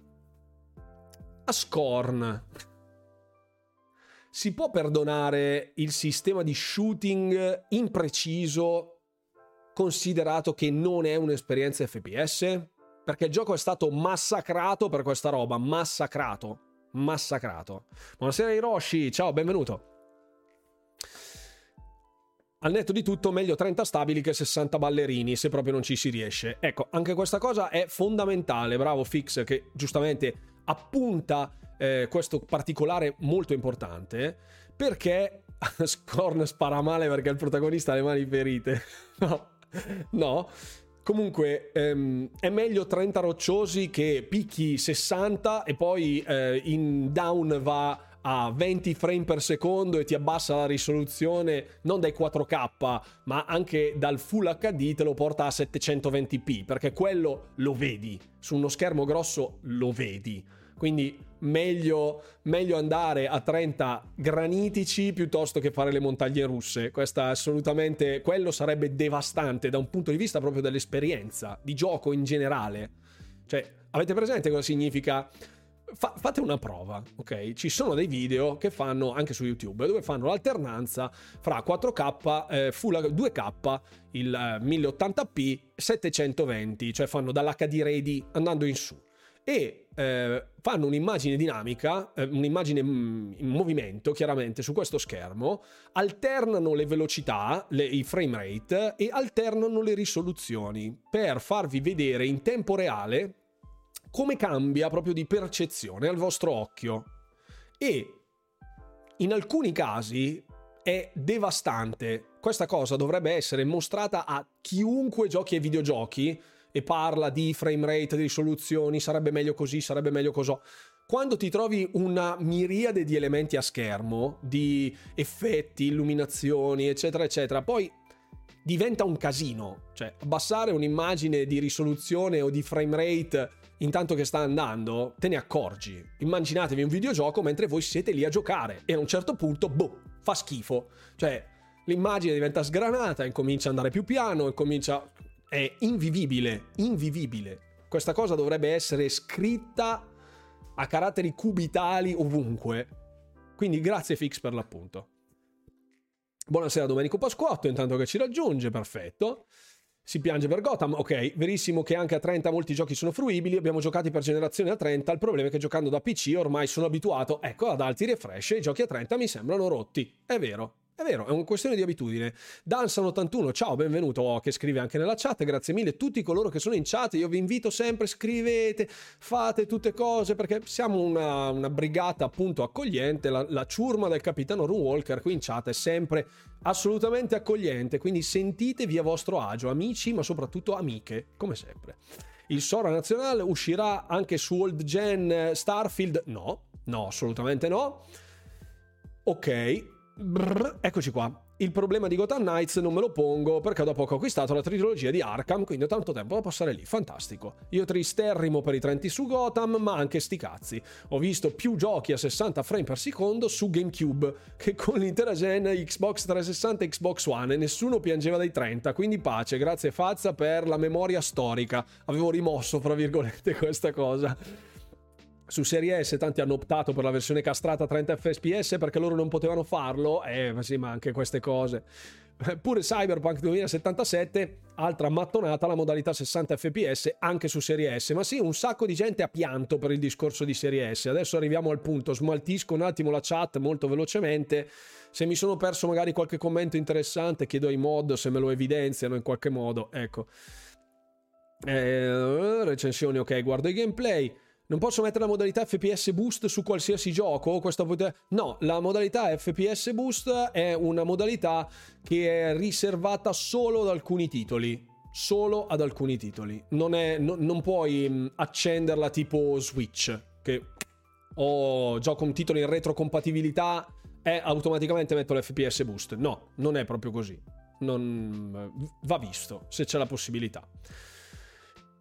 A Scorn si può perdonare il sistema di shooting impreciso, considerato che non è un'esperienza FPS? Perché il gioco è stato massacrato per questa roba, massacrato. Buonasera Hiroshi, ciao, benvenuto. Al netto di tutto, meglio 30 stabili che 60 ballerini, se proprio non ci si riesce. Ecco, anche questa cosa è fondamentale, bravo Fix, che giustamente appunta questo particolare molto importante, perché Scorn spara male perché il protagonista ha le mani ferite. No. Comunque è meglio 30 rocciosi che picchi 60 e poi in down va a 20 frame per secondo e ti abbassa la risoluzione non dai 4K ma anche dal Full HD, te lo porta a 720p, perché quello lo vedi su uno schermo grosso, lo vedi. Quindi meglio andare a 30 granitici piuttosto che fare le montagne russe. Questa assolutamente, quello sarebbe devastante da un punto di vista proprio dell'esperienza di gioco in generale. Cioè, avete presente cosa significa? Fate una prova, ok? Ci sono dei video che fanno anche su YouTube dove fanno l'alternanza fra 4K, Full 2K, il 1080p, 720, cioè fanno dall'HD ready andando in su e fanno un'immagine dinamica, un'immagine in movimento chiaramente su questo schermo, alternano le velocità, i frame rate e alternano le risoluzioni per farvi vedere in tempo reale come cambia proprio di percezione al vostro occhio. E in alcuni casi è devastante. Questa cosa dovrebbe essere mostrata a chiunque giochi ai videogiochi e parla di frame rate, di risoluzioni, sarebbe meglio così, sarebbe meglio così. Quando ti trovi una miriade di elementi a schermo, di effetti, illuminazioni, eccetera, eccetera, poi diventa un casino. Cioè, abbassare un'immagine di risoluzione o di frame rate intanto che sta andando, te ne accorgi. Immaginatevi un videogioco mentre voi siete lì a giocare e a un certo punto, fa schifo. Cioè, l'immagine diventa sgranata, incomincia ad andare più piano, è invivibile. Questa cosa dovrebbe essere scritta a caratteri cubitali ovunque. Quindi grazie Fix per l'appunto. Buonasera Domenico Pasquotto, intanto che ci raggiunge, perfetto. Si piange per Gotham, ok, verissimo che anche a 30 molti giochi sono fruibili, abbiamo giocati per generazione a 30, il problema è che giocando da PC ormai sono abituato, ecco, ad alti refresh e i giochi a 30 mi sembrano rotti. È vero, è una questione di abitudine. Dansan81, ciao, benvenuto, che scrive anche nella chat, grazie mille a tutti coloro che sono in chat, io vi invito sempre, scrivete, fate tutte cose, perché siamo una brigata appunto accogliente, la ciurma del capitano Runewalker qui in chat è sempre assolutamente accogliente, quindi sentitevi a vostro agio, amici, ma soprattutto amiche, come sempre. Il Sora Nazionale uscirà anche su Old Gen Starfield? No, assolutamente no. Ok. Eccoci qua. Il problema di Gotham Knights non me lo pongo perché dopo che ho acquistato la trilogia di Arkham, quindi ho tanto tempo da passare lì, fantastico. Io tristerrimo per i 30 su Gotham, ma anche sti cazzi. Ho visto più giochi a 60 frame per secondo su GameCube che con l'intera gen Xbox 360 e Xbox One e nessuno piangeva dai 30, quindi pace, grazie Fazza per la memoria storica. Avevo rimosso, fra virgolette, questa cosa. Su Serie S tanti hanno optato per la versione castrata 30 fps perché loro non potevano farlo, ma sì, ma anche queste cose. Pure Cyberpunk 2077, altra mattonata, la modalità 60 fps anche su Serie S, ma sì, un sacco di gente ha pianto per il discorso di Serie S. Adesso arriviamo al punto, smaltisco un attimo la chat molto velocemente, se mi sono perso magari qualche commento interessante chiedo ai mod se me lo evidenziano in qualche modo, ecco. Recensioni, ok, guardo i gameplay. Non posso mettere la modalità FPS Boost su qualsiasi gioco? No, la modalità FPS Boost è una modalità che è riservata solo ad alcuni titoli. Solo ad alcuni titoli. Non puoi accenderla tipo Switch, che gioco un titolo in retrocompatibilità e automaticamente metto l'FPS Boost. No, non è proprio così. Va visto, se c'è la possibilità.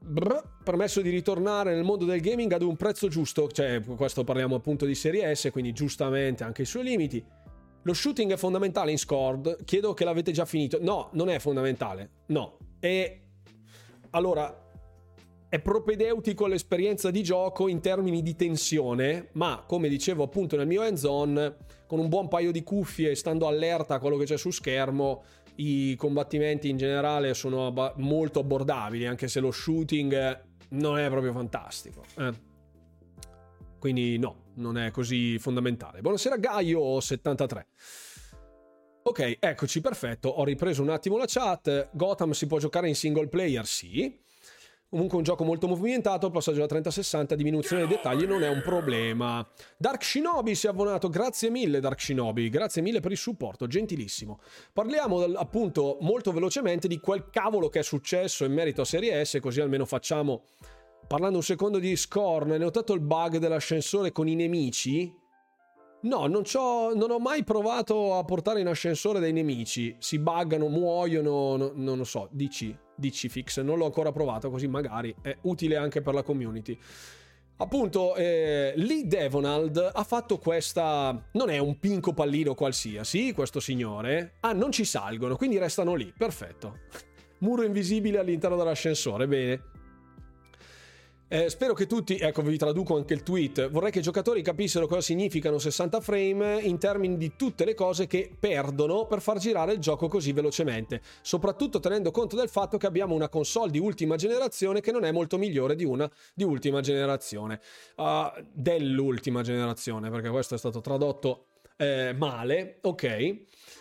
permesso di ritornare nel mondo del gaming ad un prezzo giusto, cioè questo parliamo appunto di serie S, quindi giustamente anche i suoi limiti. Lo shooting è fondamentale in Scored, chiedo che l'avete già finito. No, non è fondamentale, no. E allora è propedeutico all'esperienza di gioco in termini di tensione, ma come dicevo appunto nel mio hands-on, con un buon paio di cuffie e stando allerta a quello che c'è su schermo, i combattimenti in generale sono molto abbordabili, anche se lo shooting non è proprio fantastico. Quindi no, non è così fondamentale. Buonasera Gaio73. Ok, eccoci, perfetto. Ho ripreso un attimo la chat. Gotham si può giocare in single player? Sì. Comunque un gioco molto movimentato, il passaggio da 30-60, diminuzione dei dettagli non è un problema. Dark Shinobi si è abbonato, grazie mille Dark Shinobi, grazie mille per il supporto, gentilissimo. Parliamo appunto molto velocemente di quel cavolo che è successo in merito a Serie S, così almeno facciamo, parlando un secondo di Scorn. Hai notato il bug dell'ascensore con i nemici? No, non ho mai provato a portare in ascensore dei nemici, si buggano, muoiono, non lo so, dici Fix, non l'ho ancora provato, così magari è utile anche per la community. Appunto, Lee Devonald ha fatto questa, non è un pinco pallino qualsiasi, questo signore. Ah, non ci salgono, quindi restano lì, perfetto. Muro invisibile all'interno dell'ascensore, bene. Spero che tutti, ecco vi traduco anche il tweet, vorrei che i giocatori capissero cosa significano 60 frame in termini di tutte le cose che perdono per far girare il gioco così velocemente, soprattutto tenendo conto del fatto che abbiamo una console di ultima generazione che non è molto migliore di una di ultima generazione, dell'ultima generazione, perché questo è stato tradotto male, ok?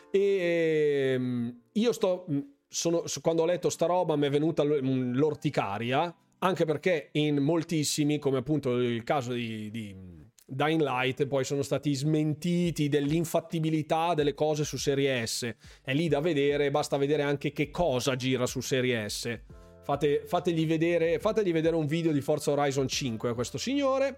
E io quando ho letto sta roba mi è venuta l'orticaria, anche perché in moltissimi, come appunto il caso di Dying Light, poi sono stati smentiti dell'infattibilità delle cose su Serie S. È lì da vedere, basta vedere anche che cosa gira su Serie S. Fategli vedere un video di Forza Horizon 5 a questo signore.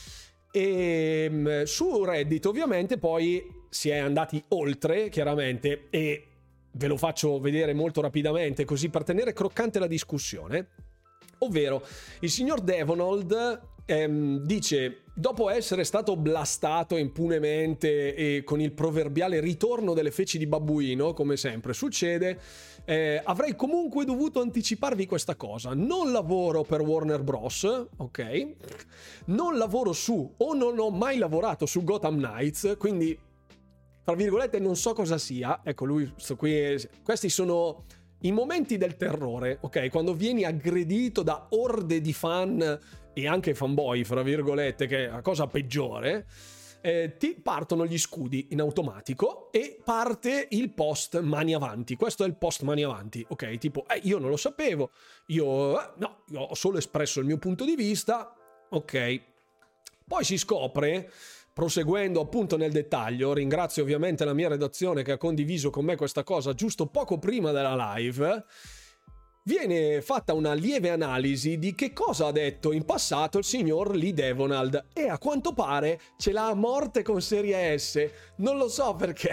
E su Reddit ovviamente poi si è andati oltre, chiaramente, e ve lo faccio vedere molto rapidamente, così per tenere croccante la discussione. Ovvero, il signor Devonald dice, dopo essere stato blastato impunemente e con il proverbiale ritorno delle feci di babbuino, come sempre succede, avrei comunque dovuto anticiparvi questa cosa. Non lavoro per Warner Bros, ok? Non lavoro o non ho mai lavorato su Gotham Knights, quindi, tra virgolette, non so cosa sia. Ecco, questi sono i momenti del terrore, ok? Quando vieni aggredito da orde di fan e anche fanboy, fra virgolette, che è la cosa peggiore, ti partono gli scudi in automatico e parte il post mani avanti. Questo è il post mani avanti, ok? Tipo, io non lo sapevo, io ho solo espresso il mio punto di vista, ok? Poi si scopre, proseguendo appunto nel dettaglio, ringrazio ovviamente la mia redazione che ha condiviso con me questa cosa giusto poco prima della live, viene fatta una lieve analisi di che cosa ha detto in passato il signor Lee Devonald e a quanto pare ce l'ha a morte con Serie S. Non lo so perché,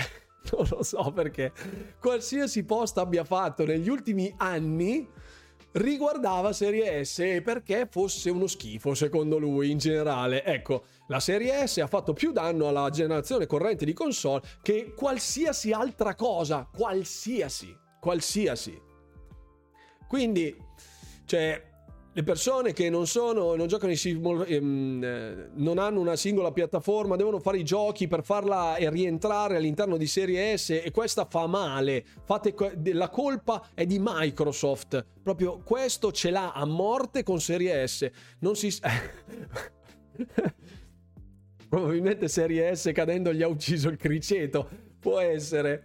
qualsiasi post abbia fatto negli ultimi anni riguardava Serie S e perché fosse uno schifo secondo lui in generale. Ecco, la Serie S ha fatto più danno alla generazione corrente di console che qualsiasi altra cosa, qualsiasi. Quindi, cioè, le persone che non giocano non hanno una singola piattaforma, devono fare i giochi per farla e rientrare all'interno di Serie S, e questa fa male. La colpa è di Microsoft. Proprio questo ce l'ha a morte con Serie S. Non si probabilmente Serie S cadendo gli ha ucciso il criceto. Può essere.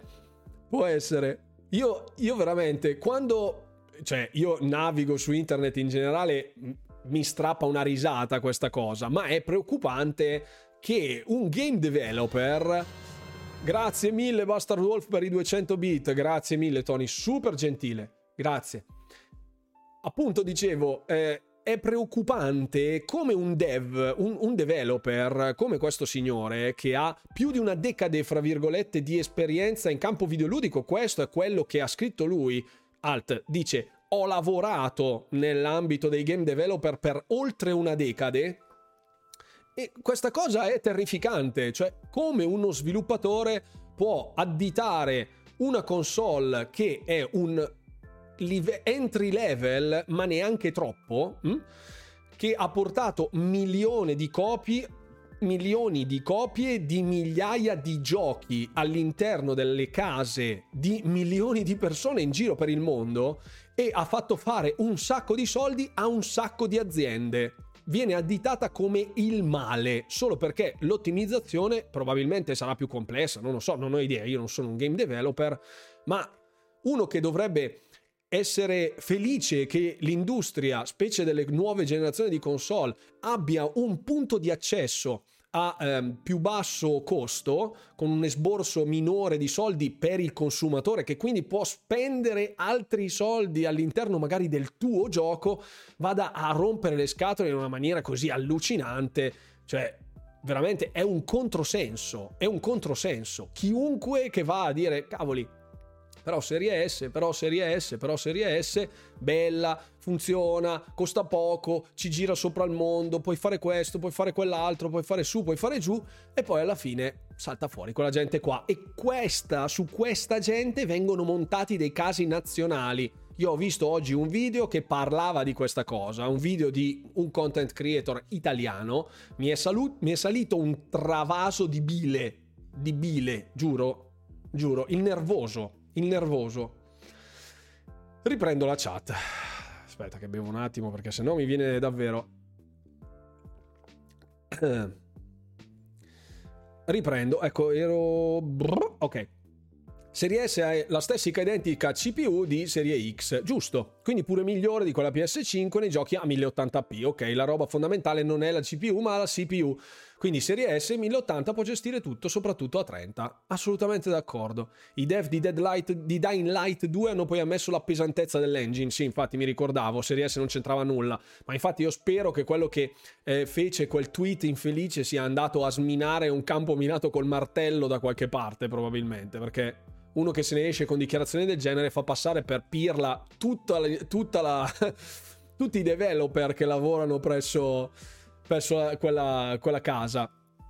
Io veramente, io navigo su internet in generale, mi strappa una risata questa cosa, ma è preoccupante che un game developer, grazie mille Bastard Wolf per i 200 bit, grazie mille Tony, super gentile, grazie. Appunto dicevo, è preoccupante come un developer come questo signore, che ha più di una decade, fra virgolette, di esperienza in campo videoludico, questo è quello che ha scritto lui, dice ho lavorato nell'ambito dei game developer per oltre una decade e questa cosa è terrificante, cioè come uno sviluppatore può additare una console che è un entry level, ma neanche troppo, che ha portato milioni di copie di migliaia di giochi all'interno delle case di milioni di persone in giro per il mondo e ha fatto fare un sacco di soldi a un sacco di aziende. Viene additata come il male solo perché l'ottimizzazione probabilmente sarà più complessa, non lo so, non ho idea, io non sono un game developer, ma uno che dovrebbe essere felice che l'industria, specie delle nuove generazioni di console, abbia un punto di accesso a più basso costo, con un esborso minore di soldi per il consumatore, che quindi può spendere altri soldi all'interno magari del tuo gioco, vada a rompere le scatole in una maniera così allucinante, cioè veramente è un controsenso, chiunque che va a dire cavoli, però Serie S, bella, funziona, costa poco, ci gira sopra il mondo, puoi fare questo, puoi fare quell'altro, puoi fare su, puoi fare giù, e poi alla fine salta fuori quella gente qua. E su questa gente vengono montati dei casi nazionali. Io ho visto oggi un video che parlava di questa cosa, un video di un content creator italiano, mi è salito un travaso di bile, giuro, il nervoso. Riprendo la chat. Aspetta che bevo un attimo perché sennò mi viene davvero. Riprendo, ecco, ok. Serie S ha la stessa identica CPU di Serie X, giusto? Quindi pure migliore di quella PS5 nei giochi a 1080p. Ok, la roba fondamentale non è la CPU ma la CPU. Quindi Serie S 1080 può gestire tutto, soprattutto a 30. Assolutamente d'accordo. I dev di Dying Light 2 hanno poi ammesso la pesantezza dell'engine. Sì, infatti mi ricordavo, Serie S non c'entrava nulla. Ma infatti io spero che quello che fece quel tweet infelice sia andato a sminare un campo minato col martello da qualche parte, probabilmente, perché uno che se ne esce con dichiarazioni del genere fa passare per pirla tutti i developer che lavorano presso quella casa.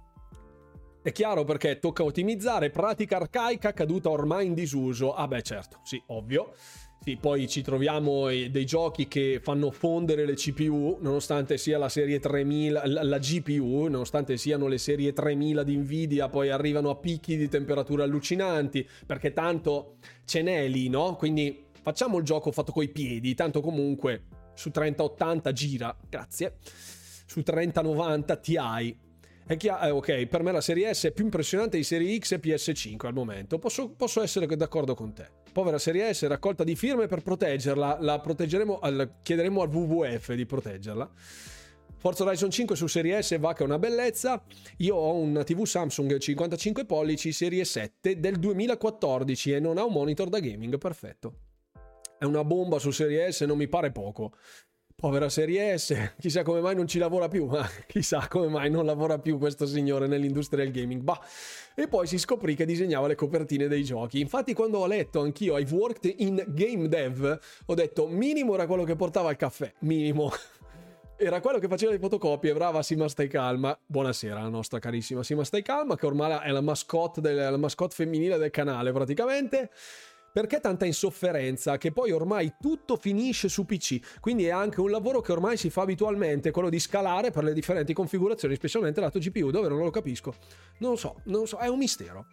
È chiaro perché tocca ottimizzare, pratica arcaica caduta ormai in disuso. Ah beh, certo, sì, ovvio. Sì, poi ci troviamo dei giochi che fanno fondere le CPU, nonostante sia la serie 3000, la GPU, nonostante siano le serie 3000 di Nvidia, poi arrivano a picchi di temperature allucinanti, perché tanto ce n'è lì, no? Quindi facciamo il gioco fatto coi piedi, tanto comunque su 3080 gira, grazie, su 3090 Ti. È chiaro, ok, per me la serie S è più impressionante di serie X e PS5 al momento. Posso essere d'accordo con te. Povera serie S, raccolta di firme per proteggerla. La proteggeremo, chiederemo al WWF di proteggerla. Forza Horizon 5 su serie S va che è una bellezza. Io ho una TV Samsung 55 pollici serie 7 del 2014 e non ha un monitor da gaming, perfetto. È una bomba su serie S, non mi pare poco. Povera serie S, chissà come mai non ci lavora più, ma chissà come mai non lavora più questo signore nell'industria del gaming. Bah. E poi si scoprì che disegnava le copertine dei giochi. Infatti quando ho letto anch'io I've worked in game dev, ho detto minimo era quello che portava il caffè, minimo. Era quello che faceva le fotocopie, brava Sima Stai Calma. Buonasera la nostra carissima Sima Stai Calma, che ormai è la mascotte femminile del canale praticamente. Perché tanta insofferenza? Che poi ormai tutto finisce su PC, quindi è anche un lavoro che ormai si fa abitualmente, quello di scalare per le differenti configurazioni, specialmente lato GPU, dove non lo capisco. Non lo so, è un mistero.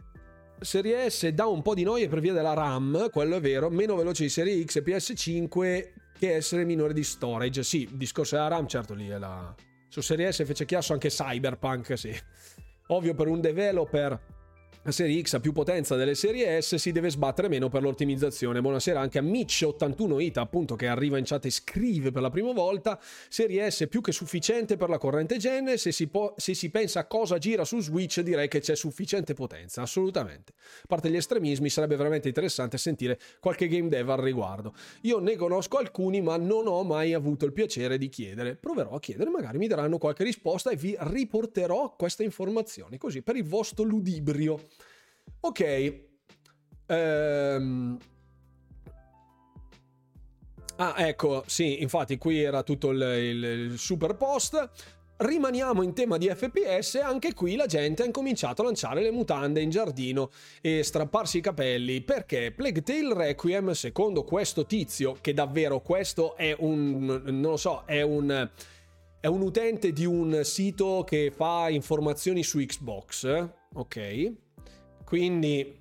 Serie S dà un po' di noia per via della RAM, quello è vero, meno veloce di Serie X e PS5 che essere minore di storage. Sì, il discorso della RAM, certo lì è la... Su Serie S fece chiasso anche Cyberpunk, sì. Ovvio per un developer... La serie X ha più potenza delle serie S, si deve sbattere meno per l'ottimizzazione. Buonasera anche a Mitch81Ita, appunto, che arriva in chat e scrive per la prima volta. Serie S più che sufficiente per la corrente gen. Se si pensa a cosa gira su Switch, direi che c'è sufficiente potenza, assolutamente. A parte gli estremismi, sarebbe veramente interessante sentire qualche game dev al riguardo. Io ne conosco alcuni, ma non ho mai avuto il piacere di chiedere. Proverò a chiedere, magari mi daranno qualche risposta e vi riporterò queste informazioni, così per il vostro ludibrio. Ok, Ah, ecco, sì, infatti qui era tutto il super post. Rimaniamo in tema di FPS, anche qui la gente ha incominciato a lanciare le mutande in giardino e strapparsi i capelli, perché Plague Tale Requiem, secondo questo tizio, che davvero questo è non lo so, è un utente di un sito che fa informazioni su Xbox, ok? Quindi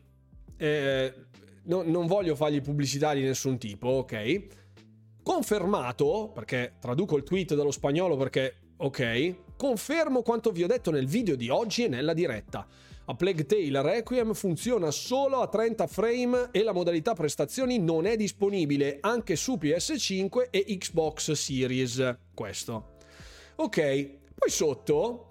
non voglio fargli pubblicità di nessun tipo, ok? Confermato, perché traduco il tweet dallo spagnolo perché, ok, confermo quanto vi ho detto nel video di oggi e nella diretta. A Plague Tale Requiem funziona solo a 30 frame e la modalità prestazioni non è disponibile anche su PS5 e Xbox Series. Questo. Ok, poi sotto,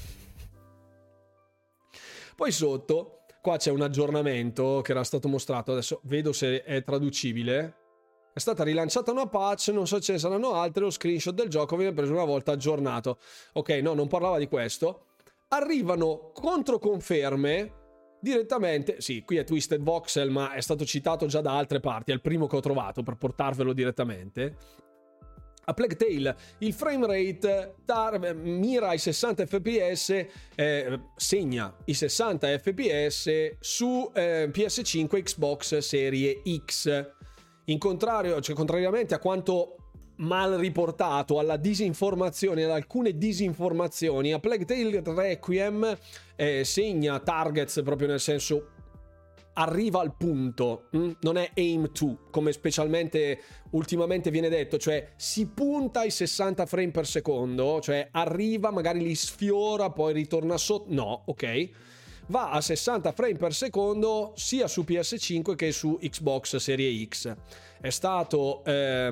qua c'è un aggiornamento che era stato mostrato, adesso vedo se è traducibile. È stata rilanciata una patch, non so se ce ne saranno altre, lo screenshot del gioco viene preso una volta aggiornato. Ok, no, non parlava di questo. Arrivano controconferme direttamente, sì, qui è Twisted Voxel, ma è stato citato già da altre parti, è il primo che ho trovato per portarvelo direttamente. A Plague Tale il frame rate mira ai 60 fps, segna i 60 fps su PS5 Xbox Serie X. Contrariamente a quanto mal riportato, alla disinformazione, ad alcune disinformazioni, a Plague Tale Requiem segna targets proprio nel senso arriva al punto, non è aim to, come specialmente ultimamente viene detto, cioè si punta ai 60 frame per secondo, cioè arriva, magari li sfiora, poi ritorna sotto, no, ok? Va a 60 frame per secondo sia su PS5 che su Xbox Serie X. È stato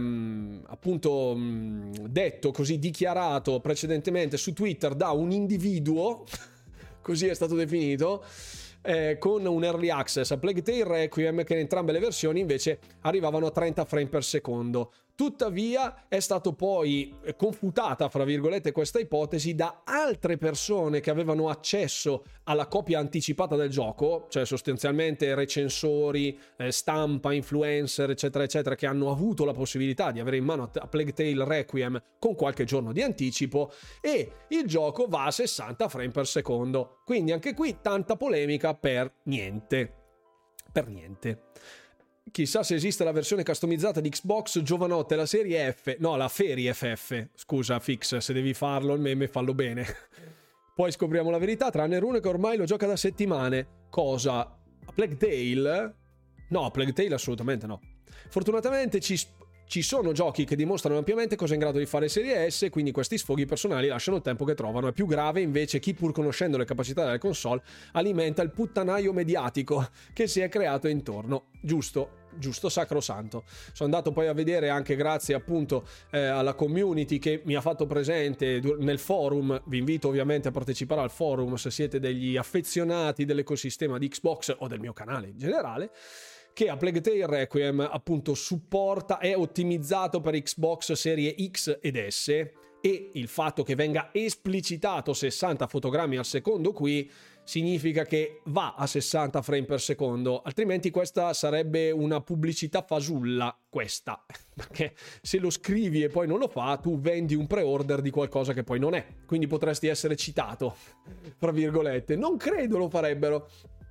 appunto detto, così dichiarato precedentemente su Twitter da un individuo, così è stato definito, con un early access a Plague Tale Requiem, che in entrambe le versioni invece arrivavano a 30 frame per secondo. Tuttavia è stato poi confutata, fra virgolette, questa ipotesi da altre persone che avevano accesso alla copia anticipata del gioco, cioè sostanzialmente recensori, stampa, influencer, eccetera, eccetera, che hanno avuto la possibilità di avere in mano a Plague Tale Requiem con qualche giorno di anticipo, e il gioco va a 60 frame per secondo. Quindi anche qui tanta polemica per niente. Per niente. Chissà se esiste la versione customizzata di Xbox giovanotte, la serie F, no, la Ferie FF, scusa Fix, se devi farlo il meme fallo bene. Poi scopriamo la verità, tranne Rune che ormai lo gioca da settimane. Cosa? A Plague Tale? No, a Plague Tale assolutamente no. Fortunatamente ci sono giochi che dimostrano ampiamente cosa è in grado di fare Serie S, quindi questi sfoghi personali lasciano il tempo che trovano. È più grave invece chi, pur conoscendo le capacità delle console, alimenta il puttanaio mediatico che si è creato intorno. Giusto, sacrosanto. Sono andato poi a vedere, anche grazie appunto alla community che mi ha fatto presente nel forum. Vi invito ovviamente a partecipare al forum se siete degli affezionati dell'ecosistema di Xbox o del mio canale in generale, che a Plague Tale Requiem appunto è ottimizzato per Xbox Serie X ed S, e il fatto che venga esplicitato 60 fotogrammi al secondo qui significa che va a 60 frame per secondo, altrimenti questa sarebbe una pubblicità fasulla, questa, perché se lo scrivi e poi non lo fa, tu vendi un pre-order di qualcosa che poi non è, quindi potresti essere citato, fra virgolette. Non credo lo farebbero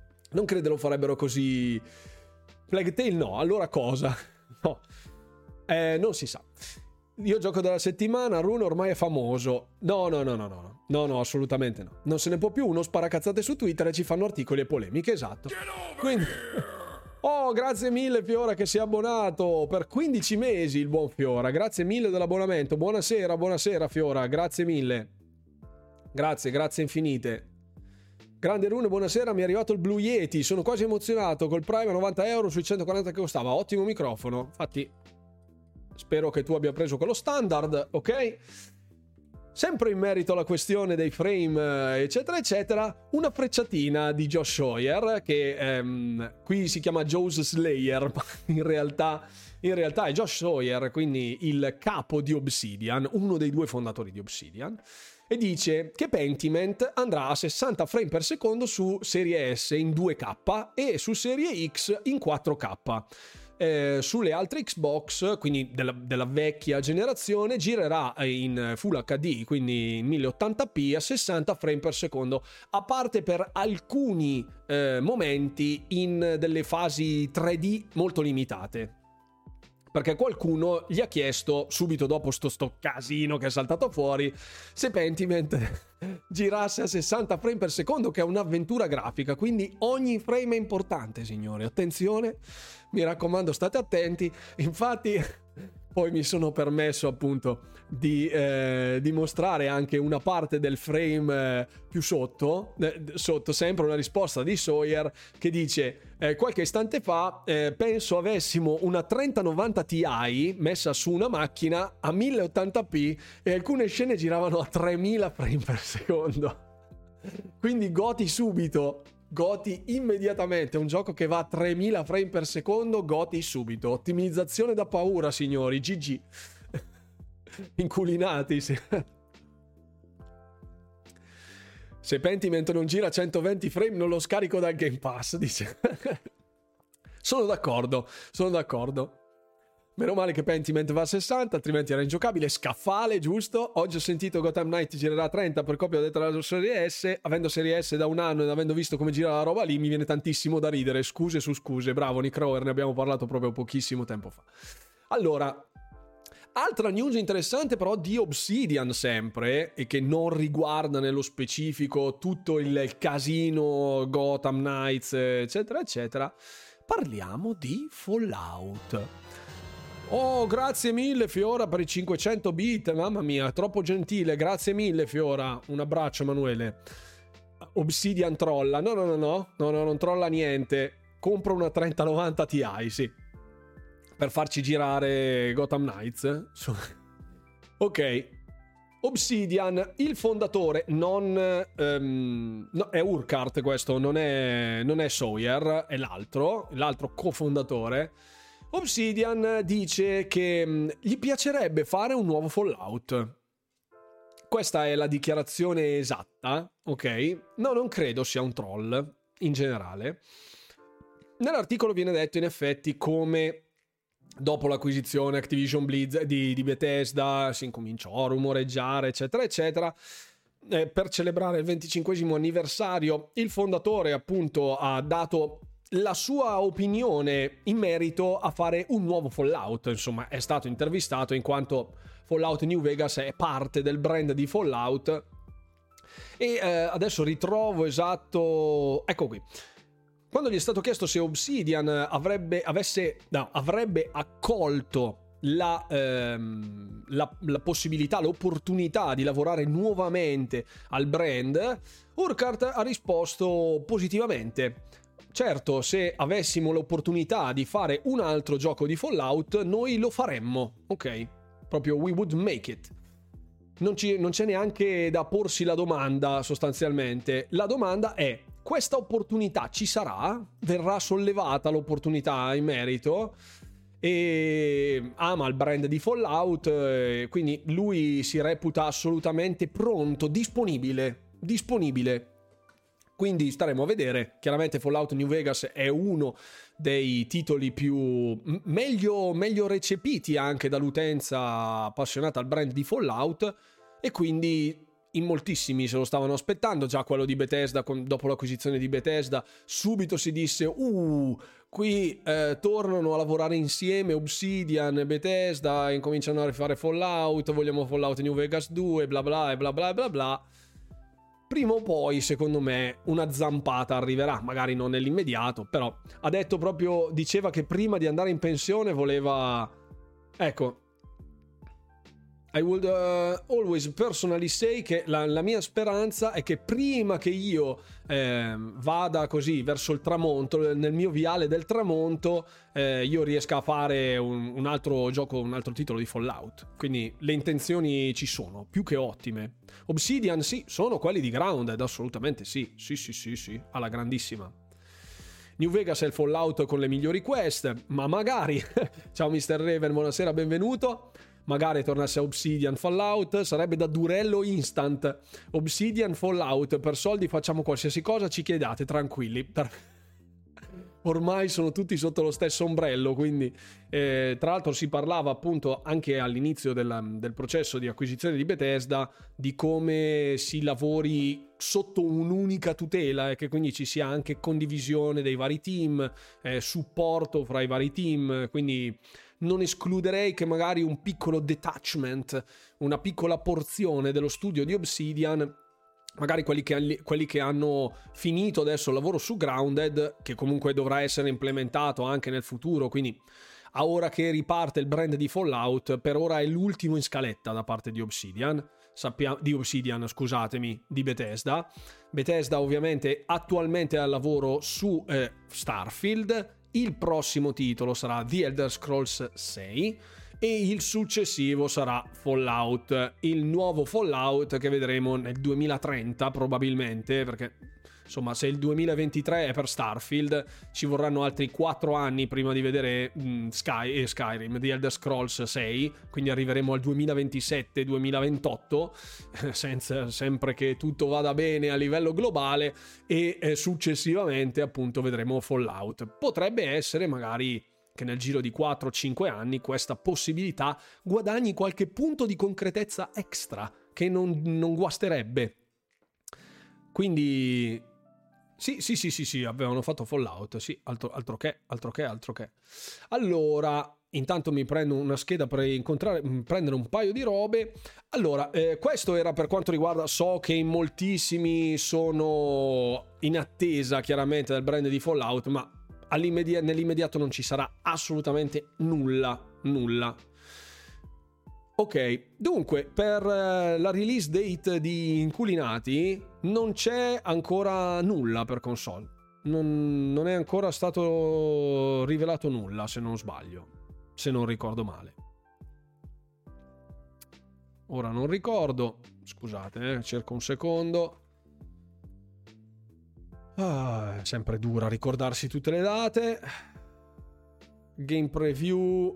così. Plague Tale no, allora cosa? No, non si sa. Io gioco della settimana, Rune ormai è famoso. No, assolutamente no. Non se ne può più, uno sparacazzate su Twitter e ci fanno articoli e polemiche, esatto. Quindi, oh, grazie mille Fiora che si è abbonato per 15 mesi, il buon Fiora. Grazie mille dell'abbonamento. Buonasera Fiora, grazie mille. Grazie infinite. Grande Rune, buonasera, mi è arrivato il Blue Yeti, sono quasi emozionato, col Prime a 90 euro sui 140 che costava, ottimo microfono, infatti spero che tu abbia preso quello standard, ok? Sempre in merito alla questione dei frame eccetera eccetera, una frecciatina di Josh Sawyer che qui si chiama Joe's Slayer, ma in realtà è Josh Sawyer, quindi il capo di Obsidian, uno dei due fondatori di Obsidian, e dice che Pentiment andrà a 60 frame per secondo su Serie S in 2K e su Serie X in 4K. sulle altre Xbox, quindi della vecchia generazione, girerà in Full HD, quindi in 1080p a 60 frame per secondo, a parte per alcuni momenti in delle fasi 3D molto limitate. Perché qualcuno gli ha chiesto, subito dopo sto casino che è saltato fuori, se Pentiment girasse a 60 frame per secondo, che è un'avventura grafica, quindi ogni frame è importante, signori, attenzione, mi raccomando, state attenti. Infatti poi mi sono permesso appunto di mostrare anche una parte del frame più sotto, sempre una risposta di Sawyer che dice qualche istante fa penso avessimo una 3090 Ti messa su una macchina a 1080p e alcune scene giravano a 3000 frame per secondo, quindi goti subito, goti immediatamente, un gioco che va a 3000 frame per secondo, goti subito, ottimizzazione da paura, signori, GG. Inculinati. Se Pentiment non gira a 120 frame non lo scarico dal Game Pass, dice. Sono d'accordo. Meno male che Pentiment va a 60, altrimenti era ingiocabile. Scaffale, giusto? Oggi ho sentito Gotham Knight girerà a 30 per copia della Serie S. Avendo Serie S da un anno ed avendo visto come gira la roba lì, mi viene tantissimo da ridere. Scuse su scuse. Bravo Nick Rower, ne abbiamo parlato proprio pochissimo tempo fa. Allora, altra news interessante però di Obsidian sempre, e che non riguarda nello specifico tutto il casino Gotham Knights eccetera eccetera. Parliamo di Fallout. Oh, grazie mille Fiora per i 500 bit, mamma mia, troppo gentile, grazie mille Fiora, un abbraccio Emanuele. Obsidian trolla, no, non trolla niente, compro una 3090 Ti, sì, per farci girare Gotham Knights. Ok, Obsidian, il fondatore no, è Urquhart questo, non è Sawyer, è l'altro cofondatore. Obsidian dice che gli piacerebbe fare un nuovo Fallout. Questa è la dichiarazione esatta, ok? No, non credo sia un troll, in generale. Nell'articolo viene detto in effetti come dopo l'acquisizione Activision Blizzard di Bethesda si incominciò a rumoreggiare, eccetera, eccetera. Per celebrare il 25° anniversario, il fondatore appunto ha dato la sua opinione in merito a fare un nuovo Fallout. Insomma, è stato intervistato in quanto Fallout New Vegas è parte del brand di Fallout. E adesso ritrovo esatto, ecco qui. Quando gli è stato chiesto se Obsidian avrebbe accolto la possibilità, l'opportunità di lavorare nuovamente al brand, Urquhart ha risposto positivamente. Certo, se avessimo l'opportunità di fare un altro gioco di Fallout, noi lo faremmo, ok? Proprio we would make it. Non c'è neanche da porsi la domanda, sostanzialmente. La domanda è: questa opportunità ci sarà? Verrà sollevata l'opportunità in merito? E ama il brand di Fallout, quindi lui si reputa assolutamente pronto, disponibile. Quindi staremo a vedere. Chiaramente Fallout New Vegas è uno dei titoli più meglio recepiti anche dall'utenza appassionata al brand di Fallout, e quindi in moltissimi se lo stavano aspettando. Già quello di Bethesda, dopo l'acquisizione di Bethesda, subito si disse qui tornano a lavorare insieme Obsidian e Bethesda, incominciano a rifare Fallout, vogliamo Fallout New Vegas 2, bla bla e bla bla bla bla. Prima o poi, secondo me, una zampata arriverà, magari non nell'immediato, però ha detto proprio, diceva che prima di andare in pensione voleva, ecco, I would always personally say che la mia speranza è che prima che io vada così verso il tramonto, nel mio viale del tramonto, io riesca a fare un altro gioco, un altro titolo di Fallout. Quindi le intenzioni ci sono, più che ottime. Obsidian sì, sono quelli di Grounded, assolutamente sì, alla grandissima. New Vegas è il Fallout con le migliori quest, ma magari, ciao Mr. Raven, buonasera, benvenuto. Magari tornasse a Obsidian Fallout, sarebbe da durello instant. Obsidian Fallout, per soldi facciamo qualsiasi cosa, ci chiedate, tranquilli. ormai sono tutti sotto lo stesso ombrello, quindi tra l'altro si parlava appunto anche all'inizio del processo di acquisizione di Bethesda di come si lavori sotto un'unica tutela e che quindi ci sia anche condivisione dei vari team, supporto fra i vari team, quindi non escluderei che magari un piccolo detachment, una piccola porzione dello studio di Obsidian, magari quelli che hanno finito adesso il lavoro su Grounded, che comunque dovrà essere implementato anche nel futuro, quindi a ora che riparte il brand di Fallout, per ora è l'ultimo in scaletta da parte di Obsidian, di Bethesda. Bethesda ovviamente attualmente è al lavoro su Starfield, il prossimo titolo sarà The Elder Scrolls 6 e il successivo sarà Fallout, il nuovo Fallout che vedremo nel 2030 probabilmente, perché insomma se il 2023 è per Starfield ci vorranno altri 4 anni prima di vedere Skyrim, The Elder Scrolls 6, quindi arriveremo al 2027-2028 sempre che tutto vada bene a livello globale e successivamente appunto vedremo Fallout. Potrebbe essere magari che nel giro di 4-5 anni questa possibilità guadagni qualche punto di concretezza extra che non guasterebbe. Quindi sì, avevano fatto Fallout, sì, altro che. Allora, intanto mi prendo una scheda per prendere un paio di robe. Allora, questo era per quanto riguarda, so che in moltissimi sono in attesa chiaramente del brand di Fallout, ma nell'immediato non ci sarà assolutamente nulla. Ok, dunque per la release date di Inculinati non c'è ancora nulla per console, non è ancora stato rivelato nulla, se non sbaglio, se non ricordo male. Ora non ricordo, scusate, cerco un secondo. È sempre dura ricordarsi tutte le date. Game preview.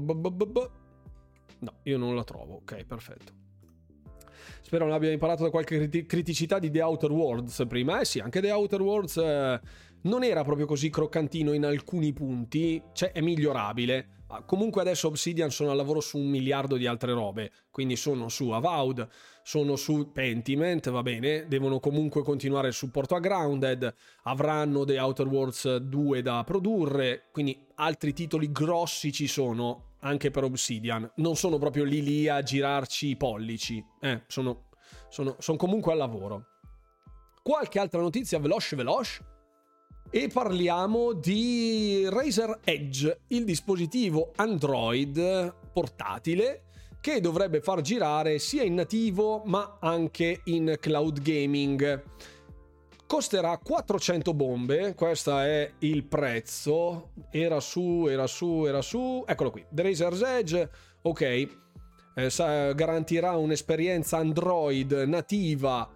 No, io non la trovo. Ok, perfetto. Spero non abbia imparato da qualche criticità di The Outer Worlds prima. Sì, anche The Outer Worlds non era proprio così croccantino in alcuni punti. Cioè, è migliorabile. Comunque adesso Obsidian sono al lavoro su 1 miliardo di altre robe. Quindi sono su Avowed, sono su Pentiment, va bene. Devono comunque continuare il supporto a Grounded. Avranno The Outer Worlds 2 da produrre. Quindi altri titoli grossi ci sono anche per Obsidian. Non sono proprio lì a girarci i pollici. Sono comunque al lavoro. Qualche altra notizia veloce. E parliamo di Razer Edge, il dispositivo Android portatile che dovrebbe far girare sia in nativo ma anche in cloud gaming. Costerà 400 bombe, questo è il prezzo. Era su, eccolo qui, The Razer Edge, ok, garantirà un'esperienza Android nativa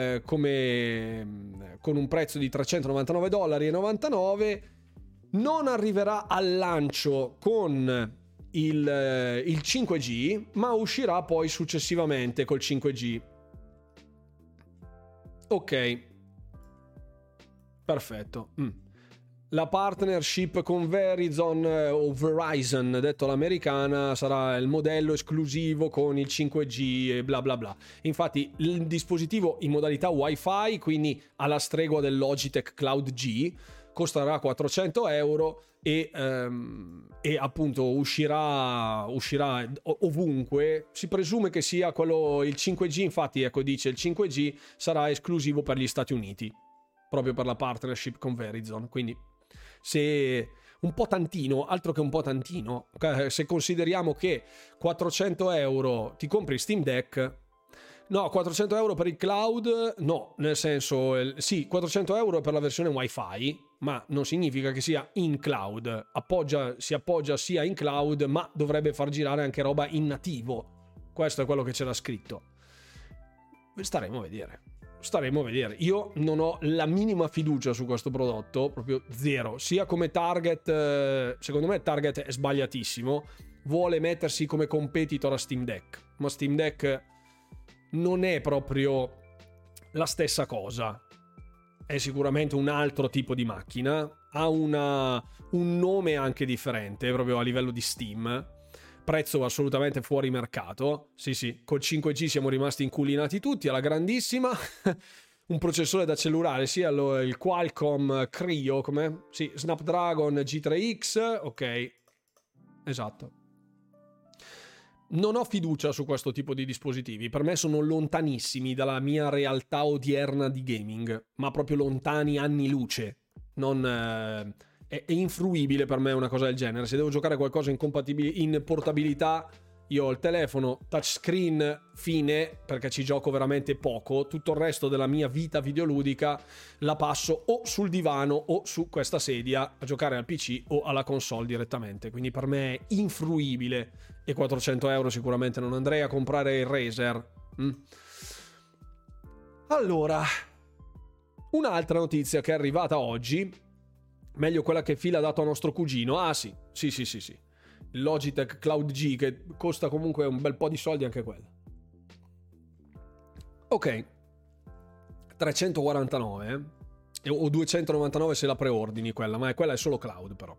come con un prezzo di $399,99. Non arriverà al lancio con il 5G, ma uscirà poi successivamente col 5G. Ok, perfetto. La partnership con Verizon o Verizon, detto all'americana, sarà il modello esclusivo con il 5G e bla bla bla. Infatti il dispositivo in modalità Wi-Fi, quindi alla stregua del Logitech Cloud G, costerà €400 e appunto uscirà ovunque. Si presume che sia quello, il 5G, infatti ecco dice il 5G sarà esclusivo per gli Stati Uniti, proprio per la partnership con Verizon. Quindi se un po' tantino, altro che un po' tantino, se consideriamo che €400 ti compri Steam Deck, no, €400 per il cloud, no, nel senso, sì, €400 per la versione Wi-Fi, ma non significa che sia in cloud, si appoggia sia in cloud, ma dovrebbe far girare anche roba in nativo. Questo è quello che c'era scritto. Staremo a vedere. Io non ho la minima fiducia su questo prodotto, proprio zero. Sia come target, secondo me target è sbagliatissimo. Vuole mettersi come competitor a Steam Deck, ma Steam Deck non è proprio la stessa cosa. è sicuramente un altro tipo di macchina, ha un nome anche differente proprio a livello di Steam, prezzo assolutamente fuori mercato, sì, col 5G siamo rimasti inculinati tutti alla grandissima. Un processore da cellulare, sia il Qualcomm Creo, com'è? Sì, Snapdragon G3X, ok, esatto. Non ho fiducia su questo tipo di dispositivi, per me sono lontanissimi dalla mia realtà odierna di gaming, ma proprio lontani anni luce. È infruibile per me una cosa del genere. Se devo giocare qualcosa in portabilità, io ho il telefono touchscreen, fine, perché ci gioco veramente poco. Tutto il resto della mia vita videoludica la passo o sul divano o su questa sedia a giocare al PC o alla console direttamente. Quindi per me è infruibile, e 400 euro sicuramente non andrei a comprare il Razer. Allora, un'altra notizia che è arrivata oggi, meglio quella che Phil ha dato a nostro cugino. Ah sì. Il Logitech Cloud G, che costa comunque un bel po' di soldi anche quello. Ok, 349 o 299 se la preordini quella, ma quella è solo cloud però.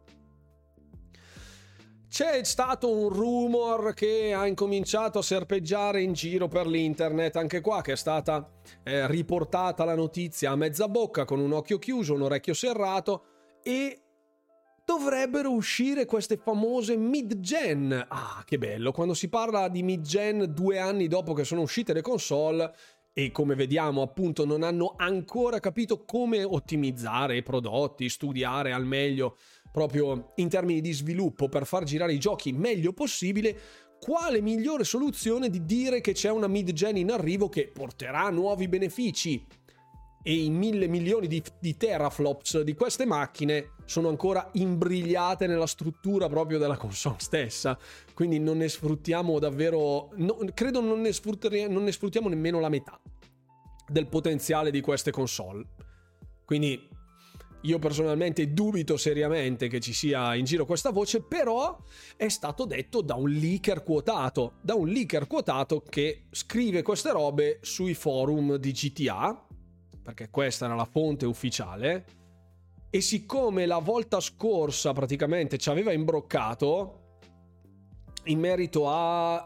C'è stato un rumor che ha incominciato a serpeggiare in giro per l'internet, anche qua, che è stata riportata la notizia a mezza bocca, con un occhio chiuso, un orecchio serrato, e dovrebbero uscire queste famose mid-gen. Ah, che bello, quando si parla di mid-gen 2 anni dopo che sono uscite le console, e come vediamo appunto non hanno ancora capito come ottimizzare i prodotti, studiare al meglio proprio in termini di sviluppo per far girare i giochi meglio possibile, quale migliore soluzione di dire che c'è una mid-gen in arrivo che porterà nuovi benefici? E i 1.000 milioni di teraflops di queste macchine sono ancora imbrigliate nella struttura proprio della console stessa, quindi non ne sfruttiamo davvero, credo non ne sfruttiamo nemmeno la metà del potenziale di queste console. Quindi io personalmente dubito seriamente che ci sia in giro questa voce, però è stato detto da un leaker quotato che scrive queste robe sui forum di GTA, perché questa era la fonte ufficiale, e siccome la volta scorsa praticamente ci aveva imbroccato in merito a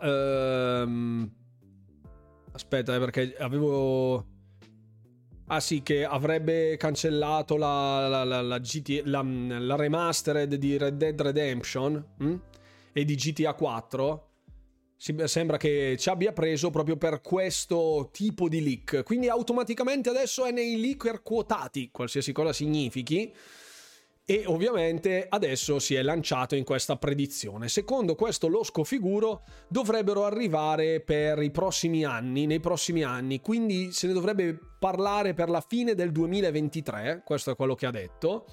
perché avevo che avrebbe cancellato la remastered di Red Dead Redemption e di GTA 4. Sembra che ci abbia preso proprio per questo tipo di leak, quindi automaticamente adesso è nei leaker quotati, qualsiasi cosa significhi, e ovviamente adesso si è lanciato in questa predizione. Secondo questo losco figuro dovrebbero arrivare per i prossimi anni, nei prossimi anni, quindi se ne dovrebbe parlare per la fine del 2023, questo è quello che ha detto,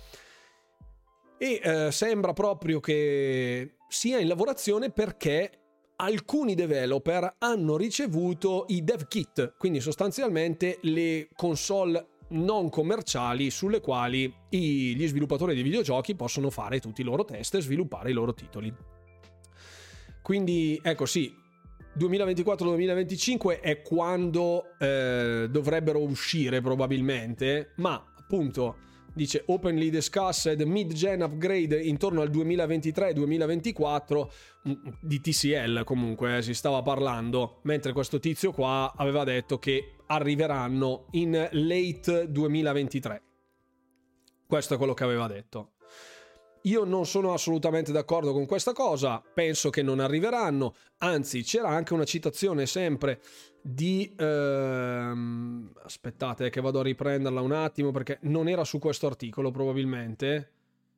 e sembra proprio che sia in lavorazione perché alcuni developer hanno ricevuto i dev kit, quindi sostanzialmente le console non commerciali sulle quali gli sviluppatori di videogiochi possono fare tutti i loro test e sviluppare i loro titoli. Quindi ecco, sì, 2024-2025 è quando dovrebbero uscire probabilmente, ma appunto dice openly discussed mid-gen upgrade intorno al 2023-2024 di TCL, comunque si stava parlando, mentre questo tizio qua aveva detto che arriveranno in late 2023. Questo è quello che aveva detto. Io non sono assolutamente d'accordo con questa cosa, penso che non arriveranno, anzi c'era anche una citazione sempre di aspettate che vado a riprenderla un attimo perché non era su questo articolo probabilmente,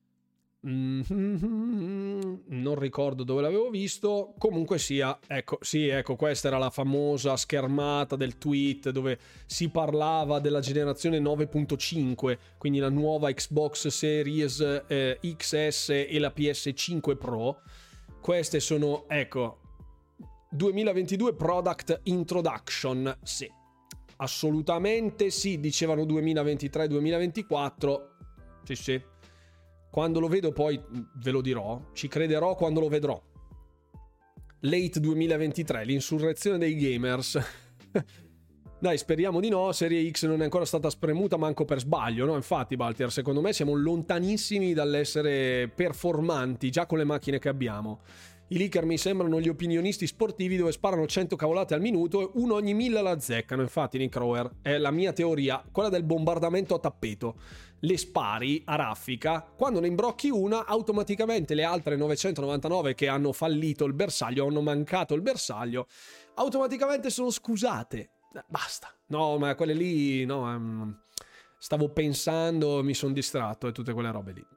non ricordo dove l'avevo visto, comunque sia, ecco questa era la famosa schermata del tweet dove si parlava della generazione 9.5, quindi la nuova Xbox Series XS e la PS5 Pro. Queste sono, ecco, 2022 Product Introduction, sì, assolutamente sì, dicevano 2023-2024, sì. Quando lo vedo poi ve lo dirò, ci crederò quando lo vedrò. Late 2023, l'insurrezione dei gamers. Dai, speriamo di no. Serie X non è ancora stata spremuta manco per sbaglio, no? Infatti, Baltier, secondo me siamo lontanissimi dall'essere performanti già con le macchine che abbiamo. I leaker mi sembrano gli opinionisti sportivi dove sparano 100 cavolate al minuto e uno ogni 1000 la azzeccano. Infatti, Nick Rower, è la mia teoria, quella del bombardamento a tappeto. Le spari a raffica, quando ne imbrocchi una, automaticamente le altre 999 che hanno fallito il bersaglio, hanno mancato il bersaglio, automaticamente sono scusate. Basta. No, ma quelle lì, no, stavo pensando, mi sono distratto e tutte quelle robe lì.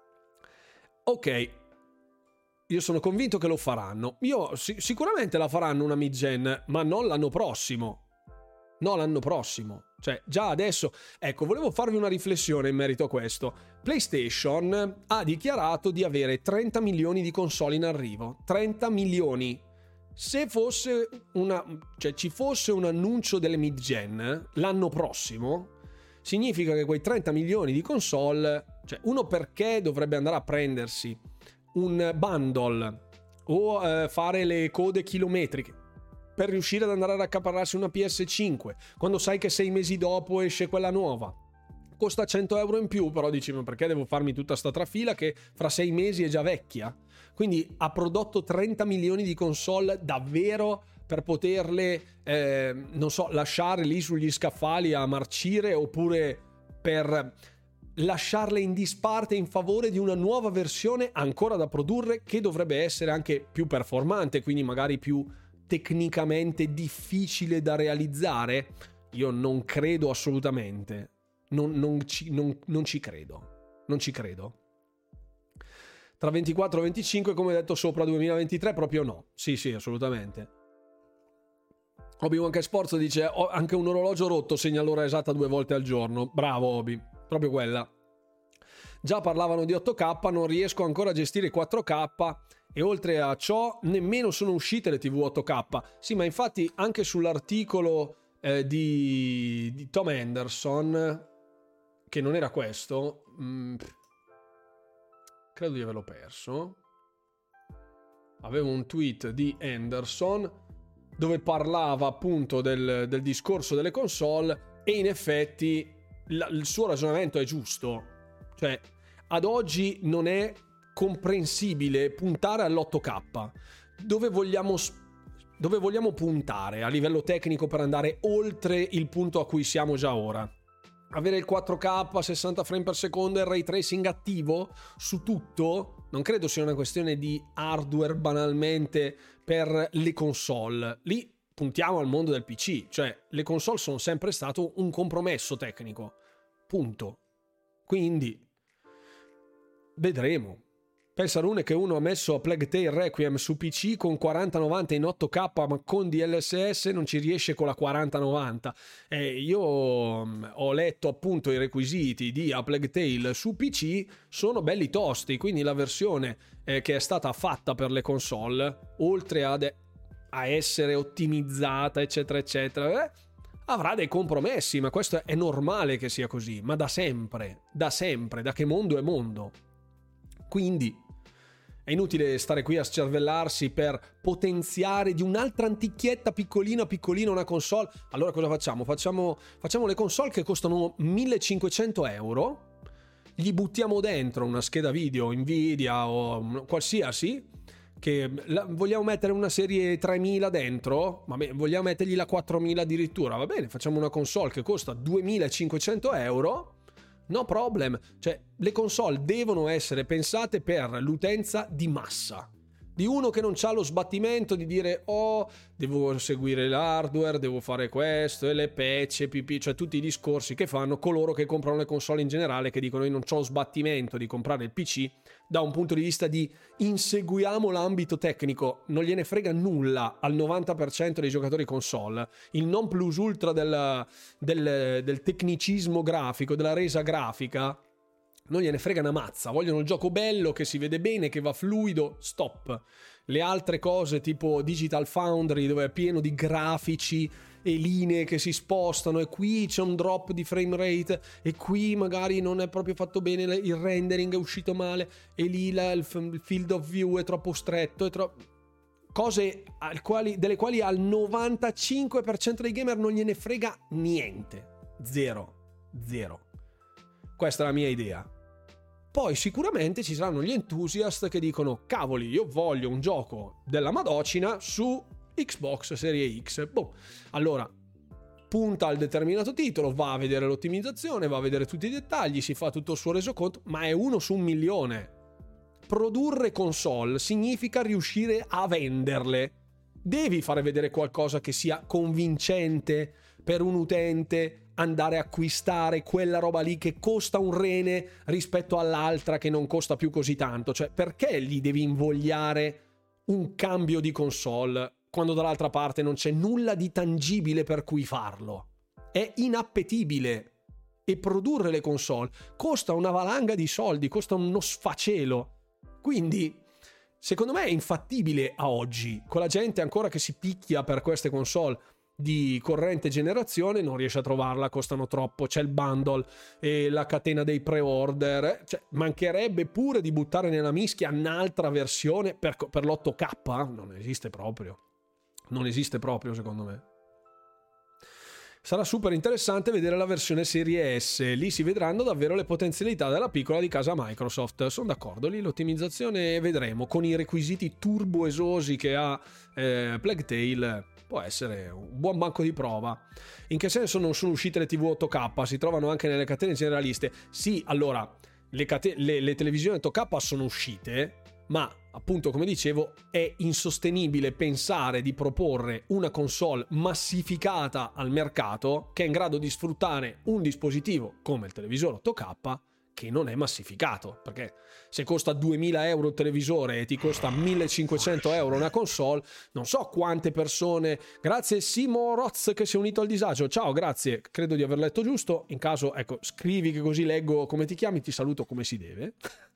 Ok. Io sono convinto che lo faranno. Sicuramente la faranno una mid-gen, ma non l'anno prossimo. No, l'anno prossimo. Cioè, già adesso... Ecco, volevo farvi una riflessione in merito a questo. PlayStation ha dichiarato di avere 30 milioni di console in arrivo. 30 milioni. Se fosse ci fosse un annuncio delle mid-gen l'anno prossimo, significa che quei 30 milioni di console... Cioè, uno perché dovrebbe andare a prendersi un bundle o fare le code chilometriche per riuscire ad andare ad accaparrarsi una PS5 quando sai che 6 mesi dopo esce quella nuova, costa 100 euro in più, però dici ma perché devo farmi tutta sta trafila che fra 6 mesi è già vecchia? Quindi ha prodotto 30 milioni di console davvero per poterle non so, lasciare lì sugli scaffali a marcire, oppure per lasciarle in disparte in favore di una nuova versione ancora da produrre che dovrebbe essere anche più performante, quindi magari più tecnicamente difficile da realizzare? Io non credo assolutamente. Non ci credo. Non ci credo. Tra 24 e 25, come detto sopra, 2023 proprio no. Sì, assolutamente. Obi-Wan che Sports dice anche un orologio rotto segna l'ora esatta 2 volte al giorno. Bravo Obi. Proprio quella. Già parlavano di 8K, non riesco ancora a gestire 4K e oltre a ciò nemmeno sono uscite le TV 8K. Sì, ma infatti anche sull'articolo di Tom Henderson, che non era questo, credo di averlo perso. Avevo un tweet di Henderson dove parlava appunto del discorso delle console e in effetti il suo ragionamento è giusto. Cioè, ad oggi non è comprensibile puntare all'8K. Dove vogliamo puntare a livello tecnico per andare oltre il punto a cui siamo già ora? Avere il 4K, 60 frame per secondo e il ray tracing attivo su tutto? Non credo sia una questione di hardware banalmente per le console. Lì puntiamo al mondo del PC, cioè le console sono sempre stato un compromesso tecnico, punto. Quindi vedremo. Pensa Rune che uno ha messo a Plague Tale Requiem su PC con 4090 in 8K ma con DLSS non ci riesce con la 4090. Io ho letto appunto i requisiti di A Plague Tale su PC, sono belli tosti, quindi la versione che è stata fatta per le console, oltre a essere ottimizzata eccetera eccetera, avrà dei compromessi, ma questo è normale che sia così, ma da sempre, da che mondo è mondo. Quindi è inutile stare qui a scervellarsi per potenziare di un'altra antichietta piccolina una console. Allora cosa facciamo? Facciamo le console che costano 1500 euro, gli buttiamo dentro una scheda video Nvidia o qualsiasi, che vogliamo mettere una serie 3000 dentro, vabbè, vogliamo mettergli la 4000 addirittura, va bene, facciamo una console che costa 2500 euro, no problem. Cioè, le console devono essere pensate per l'utenza di massa, di uno che non c'ha lo sbattimento di dire devo seguire l'hardware, devo fare questo e le patch, cioè tutti i discorsi che fanno coloro che comprano le console in generale, che dicono io non c'ho lo sbattimento di comprare il PC da un punto di vista di inseguiamo l'ambito tecnico. Non gliene frega nulla al 90% dei giocatori console il non plus ultra del tecnicismo grafico, della resa grafica. Non gliene frega una mazza, vogliono il gioco bello, che si vede bene, che va fluido, stop. Le altre cose tipo Digital Foundry, dove è pieno di grafici e linee che si spostano, e qui c'è un drop di frame rate, e qui magari non è proprio fatto bene, il rendering è uscito male, e lì il field of view è troppo stretto, cose delle quali al 95% dei gamer non gliene frega niente. Zero. Questa è la mia idea. Poi sicuramente ci saranno gli enthusiast che dicono: cavoli, io voglio un gioco della Madocina su Xbox Serie X. Boh. Allora, punta al determinato titolo, va a vedere l'ottimizzazione, va a vedere tutti i dettagli, si fa tutto il suo resoconto, ma è 1 su 1.000.000. Produrre console significa riuscire a venderle. Devi fare vedere qualcosa che sia convincente per un utente andare a acquistare quella roba lì che costa un rene rispetto all'altra che non costa più così tanto. Cioè, perché gli devi invogliare un cambio di console quando dall'altra parte non c'è nulla di tangibile per cui farlo? È inappetibile. E produrre le console costa una valanga di soldi, costa uno sfacelo. Quindi, secondo me è infattibile a oggi, con la gente ancora che si picchia per queste console di corrente generazione, non riesce a trovarla, costano troppo, c'è il bundle e la catena dei pre-order, cioè, mancherebbe pure di buttare nella mischia un'altra versione per l'8K, non esiste proprio secondo me. Sarà super interessante vedere la versione Serie S, lì si vedranno davvero le potenzialità della piccola di casa Microsoft. Sono d'accordo, lì l'ottimizzazione vedremo, con i requisiti turbo esosi che ha Plague Tale può essere un buon banco di prova. In che senso non sono uscite le TV 8K? Si trovano anche nelle catene generaliste? Sì, allora, le televisioni 8K sono uscite, ma appunto, come dicevo, è insostenibile pensare di proporre una console massificata al mercato che è in grado di sfruttare un dispositivo come il televisore 8K che non è massificato, perché se costa 2.000 euro il televisore e ti costa 1.500 euro una console, non so quante persone. Grazie Simo Roz che si è unito al disagio, ciao, grazie, credo di aver letto giusto, in caso, ecco, scrivi che così leggo come ti chiami, ti saluto come si deve.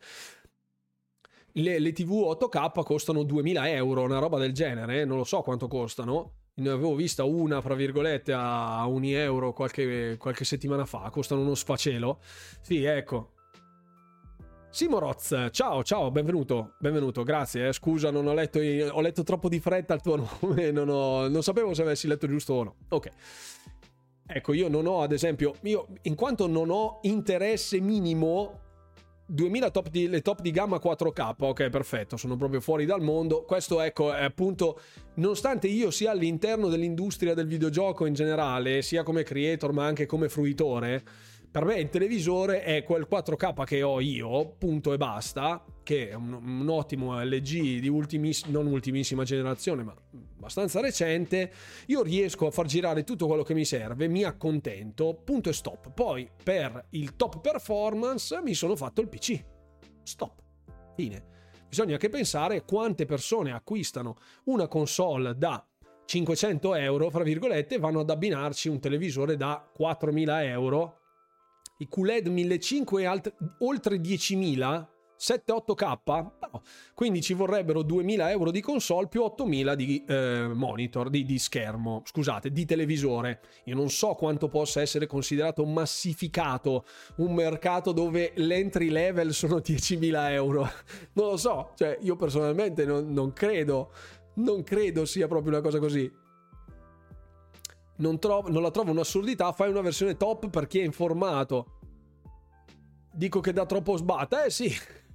Le TV 8K costano 2.000 euro, una roba del genere, non lo so quanto costano. Ne avevo vista una, fra virgolette, a €1 qualche settimana fa, costano uno sfacelo. Sì, ecco. Simo Roz, ciao, benvenuto, grazie, scusa, non ho letto troppo di fretta il tuo nome, non sapevo se avessi letto giusto o no. Ok. Ecco, io non ho, ad esempio, in quanto non ho interesse minimo 2000 le top di gamma 4K, ok, perfetto, sono proprio fuori dal mondo. Questo, ecco, è appunto, nonostante io sia all'interno dell'industria del videogioco in generale, sia come creator ma anche come fruitore, per me il televisore è quel 4K che ho io, punto e basta, che è un ottimo LG di non ultimissima generazione, ma abbastanza recente. Io riesco a far girare tutto quello che mi serve, mi accontento, punto e stop. Poi per il top performance mi sono fatto il PC. Stop. Fine. Bisogna anche pensare quante persone acquistano una console da 500 euro, fra virgolette, e vanno ad abbinarci un televisore da 4.000 euro. I QLED 1.500 e oltre 10.000, 7-8K, no. Quindi ci vorrebbero 2.000 euro di console più 8.000 di monitor, di schermo, scusate, di televisore. Io non so quanto possa essere considerato massificato un mercato dove l'entry level sono 10.000 euro. Non lo so, cioè io personalmente non credo sia proprio una cosa così. Non la trovo un'assurdità. Fai una versione top per chi è informato. Dico che dà troppo sbatta. Sì.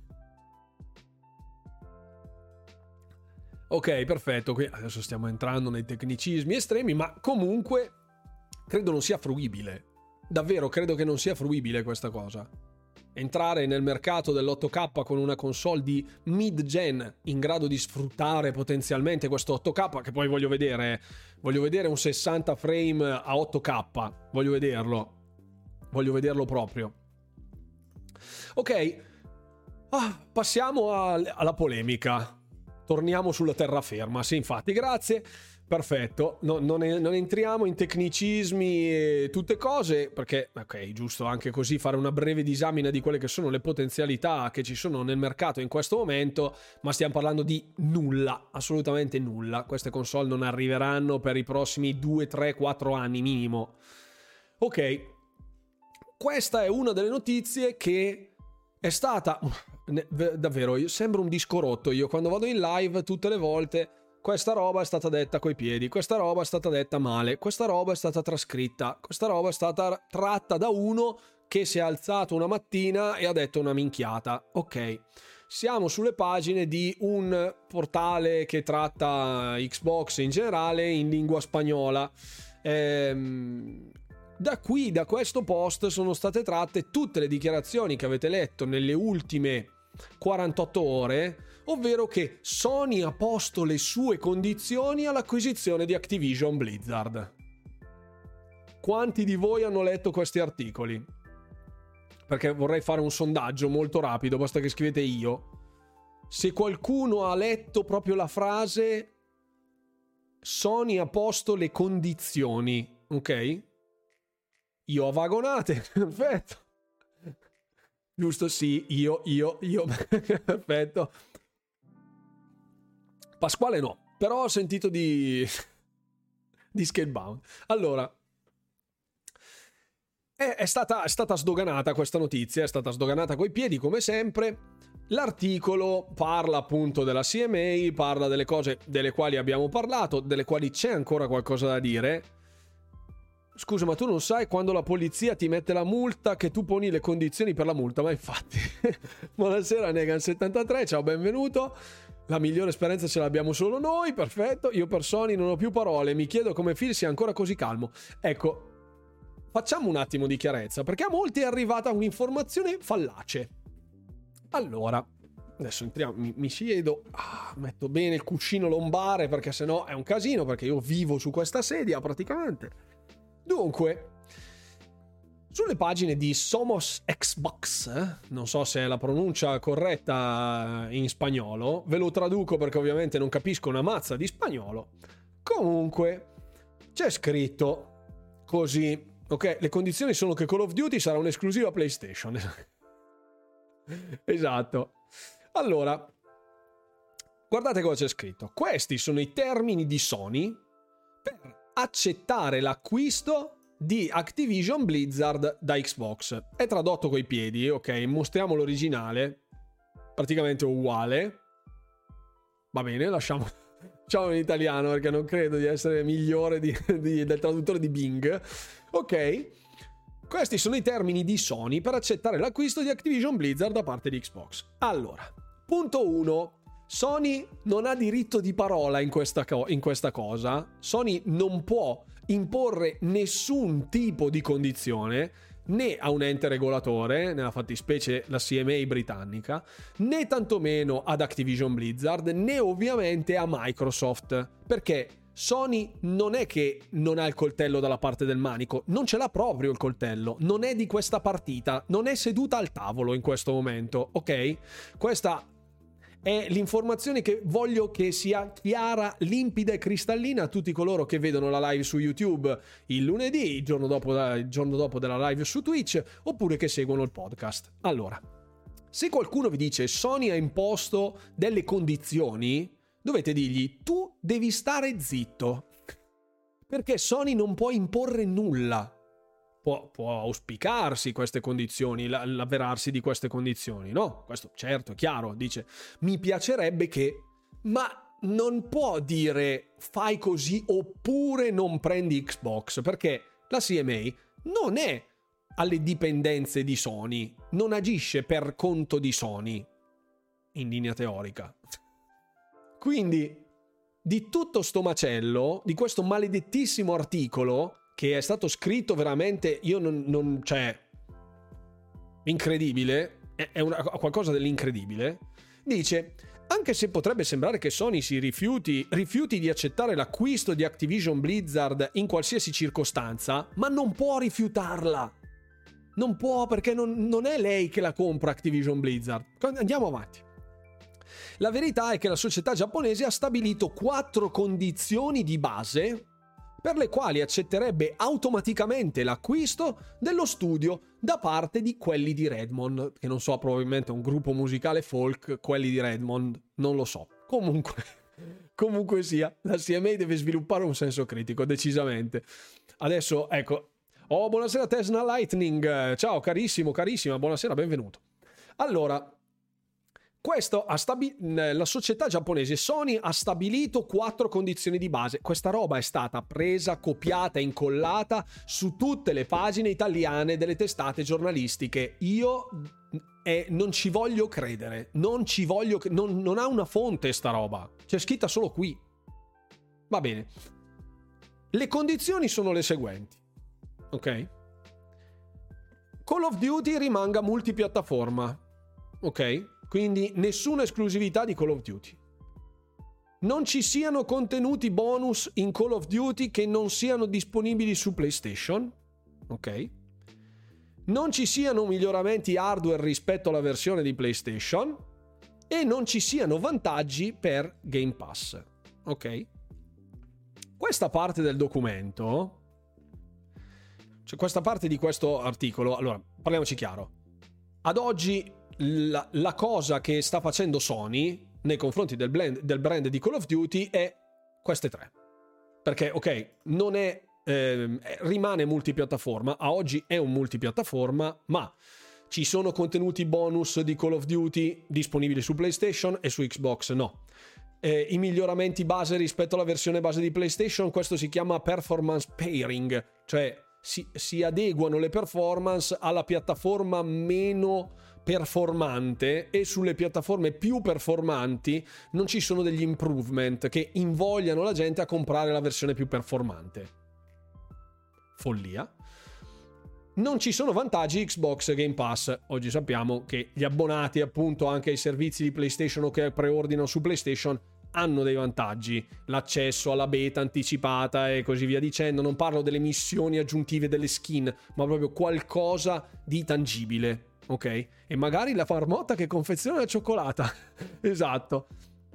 Ok, perfetto. Qui adesso stiamo entrando nei tecnicismi estremi, ma comunque credo non sia fruibile. Davvero credo che non sia fruibile questa cosa. Entrare nel mercato dell'8K con una console di mid-gen in grado di sfruttare potenzialmente questo 8K, che poi voglio vedere un 60 frame a 8K, voglio vederlo proprio. Ok, passiamo alla polemica, torniamo sulla terraferma. Sì, infatti, grazie. Perfetto, non entriamo in tecnicismi e tutte cose, perché ok, è giusto anche così fare una breve disamina di quelle che sono le potenzialità che ci sono nel mercato in questo momento, ma stiamo parlando di nulla, assolutamente nulla. Queste console non arriveranno per i prossimi 2, 3, 4 anni minimo. Ok, questa è una delle notizie che è stata davvero, sembro un disco rotto io quando vado in live tutte le volte. questa roba è stata detta coi piedi, questa roba è stata detta male, questa roba è stata trascritta, questa roba è stata tratta da uno che si è alzato una mattina e ha detto una minchiata. Ok, siamo sulle pagine di un portale che tratta Xbox in generale in lingua spagnola. Da qui, da questo post, sono state tratte tutte le dichiarazioni che avete letto nelle ultime 48 ore, ovvero che Sony ha posto le sue condizioni all'acquisizione di Activision Blizzard. Quanti di voi hanno letto questi articoli? Perché vorrei fare un sondaggio molto rapido, basta che scrivete io. Se qualcuno ha letto proprio la frase Sony ha posto le condizioni, ok? Io a vagonate, perfetto. Giusto, sì, io, perfetto. Pasquale no, però ho sentito di Scalebound. Allora, è stata sdoganata questa notizia, è stata sdoganata coi piedi come sempre. L'articolo parla appunto della CMA, parla delle cose delle quali abbiamo parlato, delle quali c'è ancora qualcosa da dire. Scusa, ma tu non sai quando la polizia ti mette la multa che tu poni le condizioni per la multa? Ma infatti. Buonasera Negan73, ciao, benvenuto. La migliore esperienza ce l'abbiamo solo noi, perfetto. Io per Sony non ho più parole, mi chiedo come Phil sia ancora così calmo. Ecco, facciamo un attimo di chiarezza, perché a molti è arrivata un'informazione fallace. Allora, adesso entriamo, mi siedo, metto bene il cuscino lombare perché sennò è un casino, perché io vivo su questa sedia praticamente. Dunque, sulle pagine di Somos Xbox, non so se è la pronuncia corretta in spagnolo, ve lo traduco perché ovviamente non capisco una mazza di spagnolo. Comunque, c'è scritto così, ok? Le condizioni sono che Call of Duty sarà un'esclusiva PlayStation. Esatto. Allora, guardate cosa c'è scritto. Questi sono i termini di Sony per accettare l'acquisto di Activision Blizzard da Xbox. È tradotto coi piedi, ok? Mostriamo l'originale, praticamente uguale. Va bene, lasciamo in italiano perché non credo di essere migliore del traduttore di Bing. Ok, questi sono i termini di Sony per accettare l'acquisto di Activision Blizzard da parte di Xbox. Allora, punto 1. Sony non ha diritto di parola in questa cosa. Sony non può imporre nessun tipo di condizione né a un ente regolatore, nella fattispecie la CMA britannica, né tantomeno ad Activision Blizzard, né ovviamente a Microsoft, perché Sony non è che non ha il coltello dalla parte del manico, non ce l'ha proprio il coltello, non è di questa partita, non è seduta al tavolo in questo momento, ok? Questa è l'informazione che voglio che sia chiara, limpida e cristallina a tutti coloro che vedono la live su YouTube il lunedì, il giorno dopo della live su Twitch, oppure che seguono il podcast. Allora, se qualcuno vi dice Sony ha imposto delle condizioni, dovete dirgli tu devi stare zitto, perché Sony non può imporre nulla. Può auspicarsi queste condizioni, l'avverarsi di queste condizioni, no? Questo certo, è chiaro, dice mi piacerebbe che, ma non può dire fai così oppure non prendi Xbox, perché la CMA non è alle dipendenze di Sony, non agisce per conto di Sony, in linea teorica. Quindi, di tutto sto macello, di questo maledettissimo articolo, che è stato scritto veramente, io non cioè, incredibile, è qualcosa dell'incredibile, dice, anche se potrebbe sembrare che Sony si rifiuti di accettare l'acquisto di Activision Blizzard in qualsiasi circostanza, ma non può rifiutarla. Non può, perché non è lei che la compra Activision Blizzard. Andiamo avanti. La verità è che la società giapponese ha stabilito 4 condizioni di base per le quali accetterebbe automaticamente l'acquisto dello studio da parte di quelli di Redmond, che non so, probabilmente un gruppo musicale folk, quelli di Redmond, non lo so. Comunque sia, la CMA deve sviluppare un senso critico, decisamente. Adesso, ecco, buonasera Tesla Lightning, ciao carissima, buonasera, benvenuto. Allora, la società giapponese Sony ha stabilito 4 condizioni di base. Questa roba è stata presa, copiata e incollata su tutte le pagine italiane delle testate giornalistiche. Io non ci voglio credere, non ha una fonte sta roba, c'è scritta solo qui. Va bene. Le condizioni sono le seguenti, ok? Call of Duty rimanga multipiattaforma, ok? Quindi nessuna esclusività di Call of Duty. Non ci siano contenuti bonus in Call of Duty che non siano disponibili su PlayStation, ok? Non ci siano miglioramenti hardware rispetto alla versione di PlayStation e non ci siano vantaggi per Game Pass, ok? Questa parte del documento, cioè questa parte di questo articolo, allora parliamoci chiaro, ad oggi la cosa che sta facendo Sony nei confronti del brand di Call of Duty è queste 3, perché ok, non è rimane multipiattaforma, a oggi è un multipiattaforma, ma ci sono contenuti bonus di Call of Duty disponibili su PlayStation e su Xbox no. I miglioramenti base rispetto alla versione base di PlayStation, questo si chiama performance pairing, cioè si adeguano le performance alla piattaforma meno performante e sulle piattaforme più performanti non ci sono degli improvement che invogliano la gente a comprare la versione più performante. Follia. Non ci sono vantaggi Xbox Game Pass. Oggi sappiamo che gli abbonati appunto anche ai servizi di PlayStation o che preordinano su PlayStation hanno dei vantaggi, l'accesso alla beta anticipata e così via dicendo. Non parlo delle missioni aggiuntive delle skin, ma proprio qualcosa di tangibile, ok? E magari la marmotta che confeziona la cioccolata. Esatto.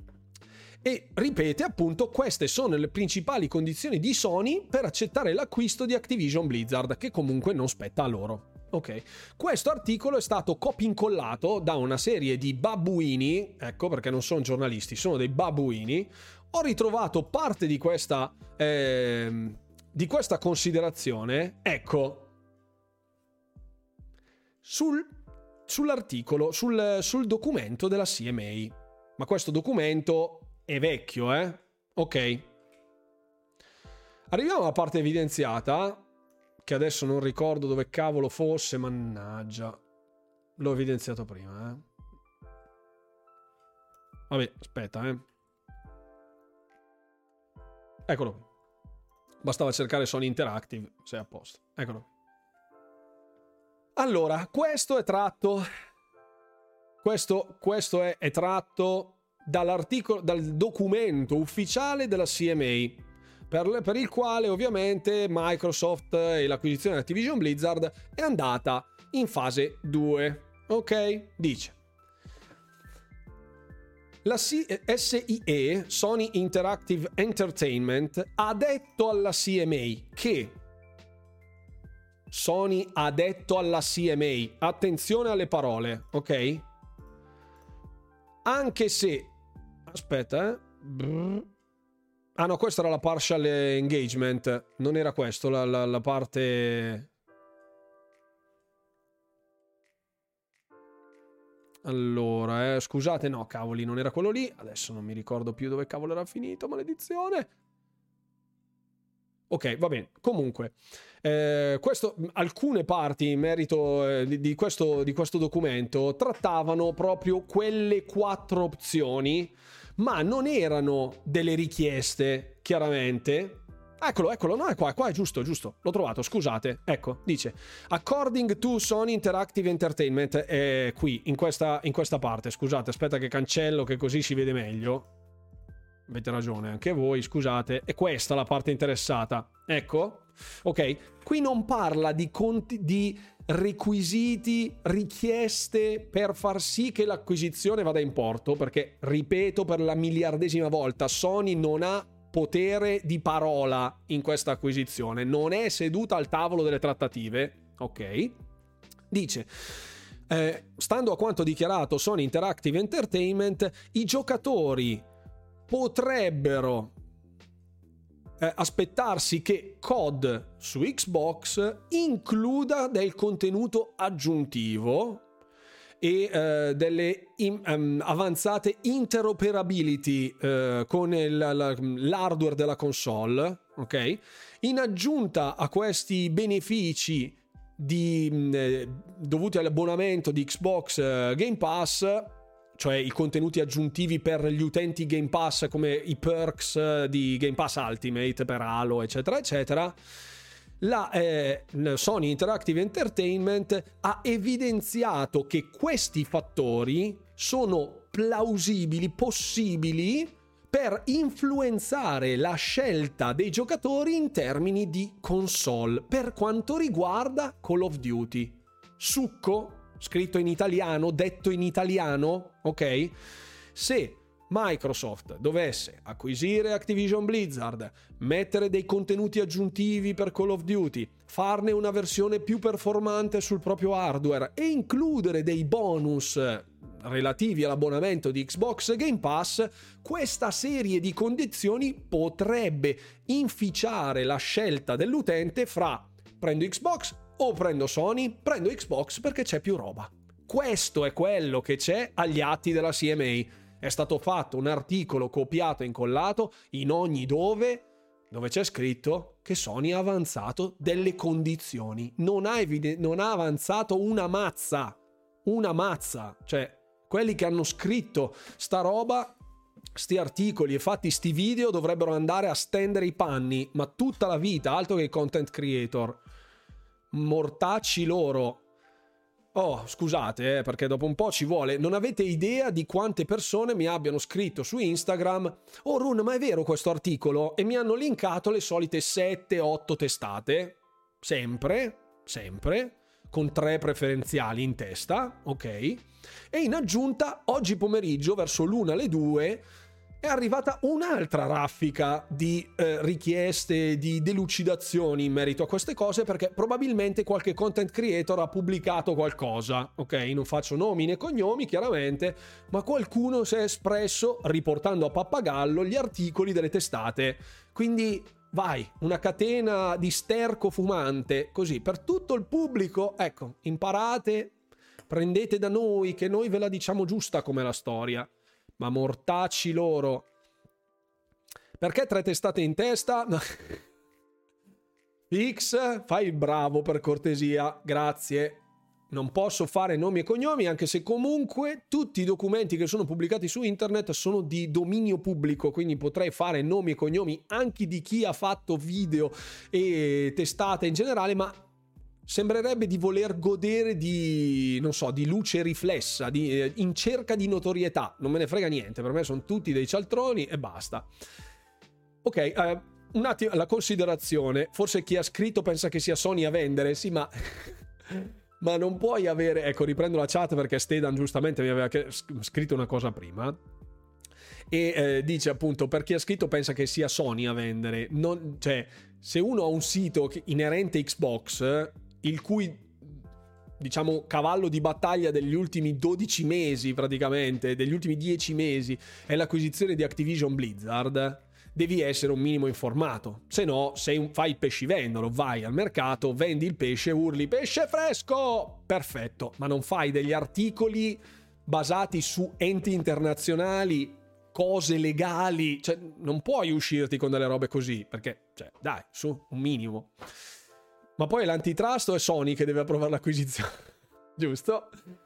E ripete appunto, queste sono le principali condizioni di Sony per accettare l'acquisto di Activision Blizzard, che comunque non spetta a loro. Ok, questo articolo è stato copia-incollato da una serie di babbuini, ecco perché non sono giornalisti, sono dei babbuini. Ho ritrovato parte di questa considerazione, ecco, sull'articolo, sul documento della CMA. Ma questo documento è vecchio, ok. Arriviamo alla parte evidenziata, che adesso non ricordo dove cavolo fosse, mannaggia. L'ho evidenziato prima, Vabbè, aspetta, Eccolo qui. Bastava cercare Sony Interactive, sei a posto. Eccolo. Allora, questo è tratto dall'articolo, dal documento ufficiale della CMA, per il quale ovviamente Microsoft e l'acquisizione di Activision Blizzard è andata in fase 2. Ok? Dice: la SIE, Sony Interactive Entertainment, ha detto alla CMA che Sony ha detto alla CMA, attenzione alle parole, ok? Anche se aspetta, ah no, questa era la partial engagement, non era questo la parte. Allora, scusate, no, cavoli, non era quello lì. Adesso non mi ricordo più dove cavolo era finito, maledizione. Ok, va bene. Comunque, alcune parti in merito di questo documento trattavano proprio quelle 4 opzioni, ma non erano delle richieste, chiaramente. Eccolo, no, è qua è giusto, l'ho trovato, scusate. Ecco, dice: according to Sony Interactive Entertainment, è qui, in questa parte, scusate, aspetta che cancello, che così si vede meglio. Avete ragione anche voi, scusate. È questa la parte interessata. Ecco. Ok. Qui non parla di requisiti, richieste per far sì che l'acquisizione vada in porto, perché, ripeto per la miliardesima volta, Sony non ha potere di parola in questa acquisizione. Non è seduta al tavolo delle trattative. Ok. Dice: stando a quanto dichiarato Sony Interactive Entertainment, i giocatori potrebbero aspettarsi che COD su Xbox includa del contenuto aggiuntivo e delle avanzate interoperability con l'hardware della console, ok? In aggiunta a questi benefici dovuti all'abbonamento di Xbox Game Pass, cioè i contenuti aggiuntivi per gli utenti Game Pass come i perks di Game Pass Ultimate per Halo eccetera eccetera, la Sony Interactive Entertainment ha evidenziato che questi fattori sono plausibili, possibili per influenzare la scelta dei giocatori in termini di console per quanto riguarda Call of Duty. Succo, scritto in italiano, detto in italiano, ok? Se Microsoft dovesse acquisire Activision Blizzard, mettere dei contenuti aggiuntivi per Call of Duty, farne una versione più performante sul proprio hardware e includere dei bonus relativi all'abbonamento di Xbox Game Pass, questa serie di condizioni potrebbe inficiare la scelta dell'utente fra prendo Xbox o prendo Sony. Prendo Xbox perché c'è più roba. Questo è quello che c'è agli atti della CMA. È stato fatto un articolo copiato e incollato in ogni dove c'è scritto che Sony ha avanzato delle condizioni. Non ha avanzato una mazza, cioè quelli che hanno scritto sta roba, sti articoli e fatti sti video dovrebbero andare a stendere i panni, ma tutta la vita, altro che content creator. Mortacci loro. Oh, scusate, perché dopo un po' ci vuole. Non avete idea di quante persone mi abbiano scritto su Instagram: oh Run, ma è vero questo articolo? E mi hanno linkato le solite 7-8 testate, sempre, con 3 preferenziali in testa, ok? E in aggiunta, oggi pomeriggio, verso l'1 alle 2, è arrivata un'altra raffica di richieste, di delucidazioni in merito a queste cose, perché probabilmente qualche content creator ha pubblicato qualcosa, ok? Non faccio nomi né cognomi, chiaramente, ma qualcuno si è espresso riportando a pappagallo gli articoli delle testate. Quindi vai, una catena di sterco fumante, così, per tutto il pubblico. Ecco, imparate, prendete da noi, che noi ve la diciamo giusta come la storia. Ma mortacci loro. Perché 3 testate in testa? X, fai il bravo per cortesia, grazie. Non posso fare nomi e cognomi, anche se comunque tutti i documenti che sono pubblicati su internet sono di dominio pubblico, quindi potrei fare nomi e cognomi anche di chi ha fatto video e testate in generale, ma sembrerebbe di voler godere di, non so, di luce riflessa, in cerca di notorietà. Non me ne frega niente, per me sono tutti dei cialtroni e basta. Ok, un attimo, la considerazione. Forse chi ha scritto pensa che sia Sony a vendere, sì, ma non puoi avere... Ecco, riprendo la chat perché Stedan giustamente mi aveva scritto una cosa prima. E dice appunto, per chi ha scritto pensa che sia Sony a vendere. Cioè, se uno ha un sito inerente Xbox, il cui, diciamo, cavallo di battaglia degli ultimi 12 mesi praticamente, degli ultimi 10 mesi, è l'acquisizione di Activision Blizzard, devi essere un minimo informato. Se no, fai il pescivendolo, vai al mercato, vendi il pesce, urli pesce fresco, perfetto, ma non fai degli articoli basati su enti internazionali, cose legali, cioè non puoi uscirti con delle robe così, perché, cioè, dai, su, un minimo. Ma poi l'antitrust o è Sony che deve approvare l'acquisizione? Giusto?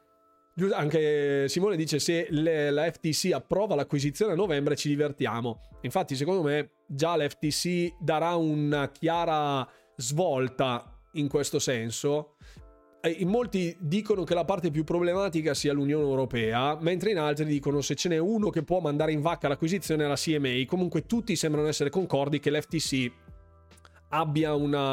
Anche Simone dice: se la FTC approva l'acquisizione a novembre ci divertiamo. Infatti secondo me già l'FTC darà una chiara svolta in questo senso. In molti dicono che la parte più problematica sia l'Unione Europea, mentre in altri dicono se ce n'è uno che può mandare in vacca l'acquisizione è la CMA. Comunque tutti sembrano essere concordi che l'FTC abbia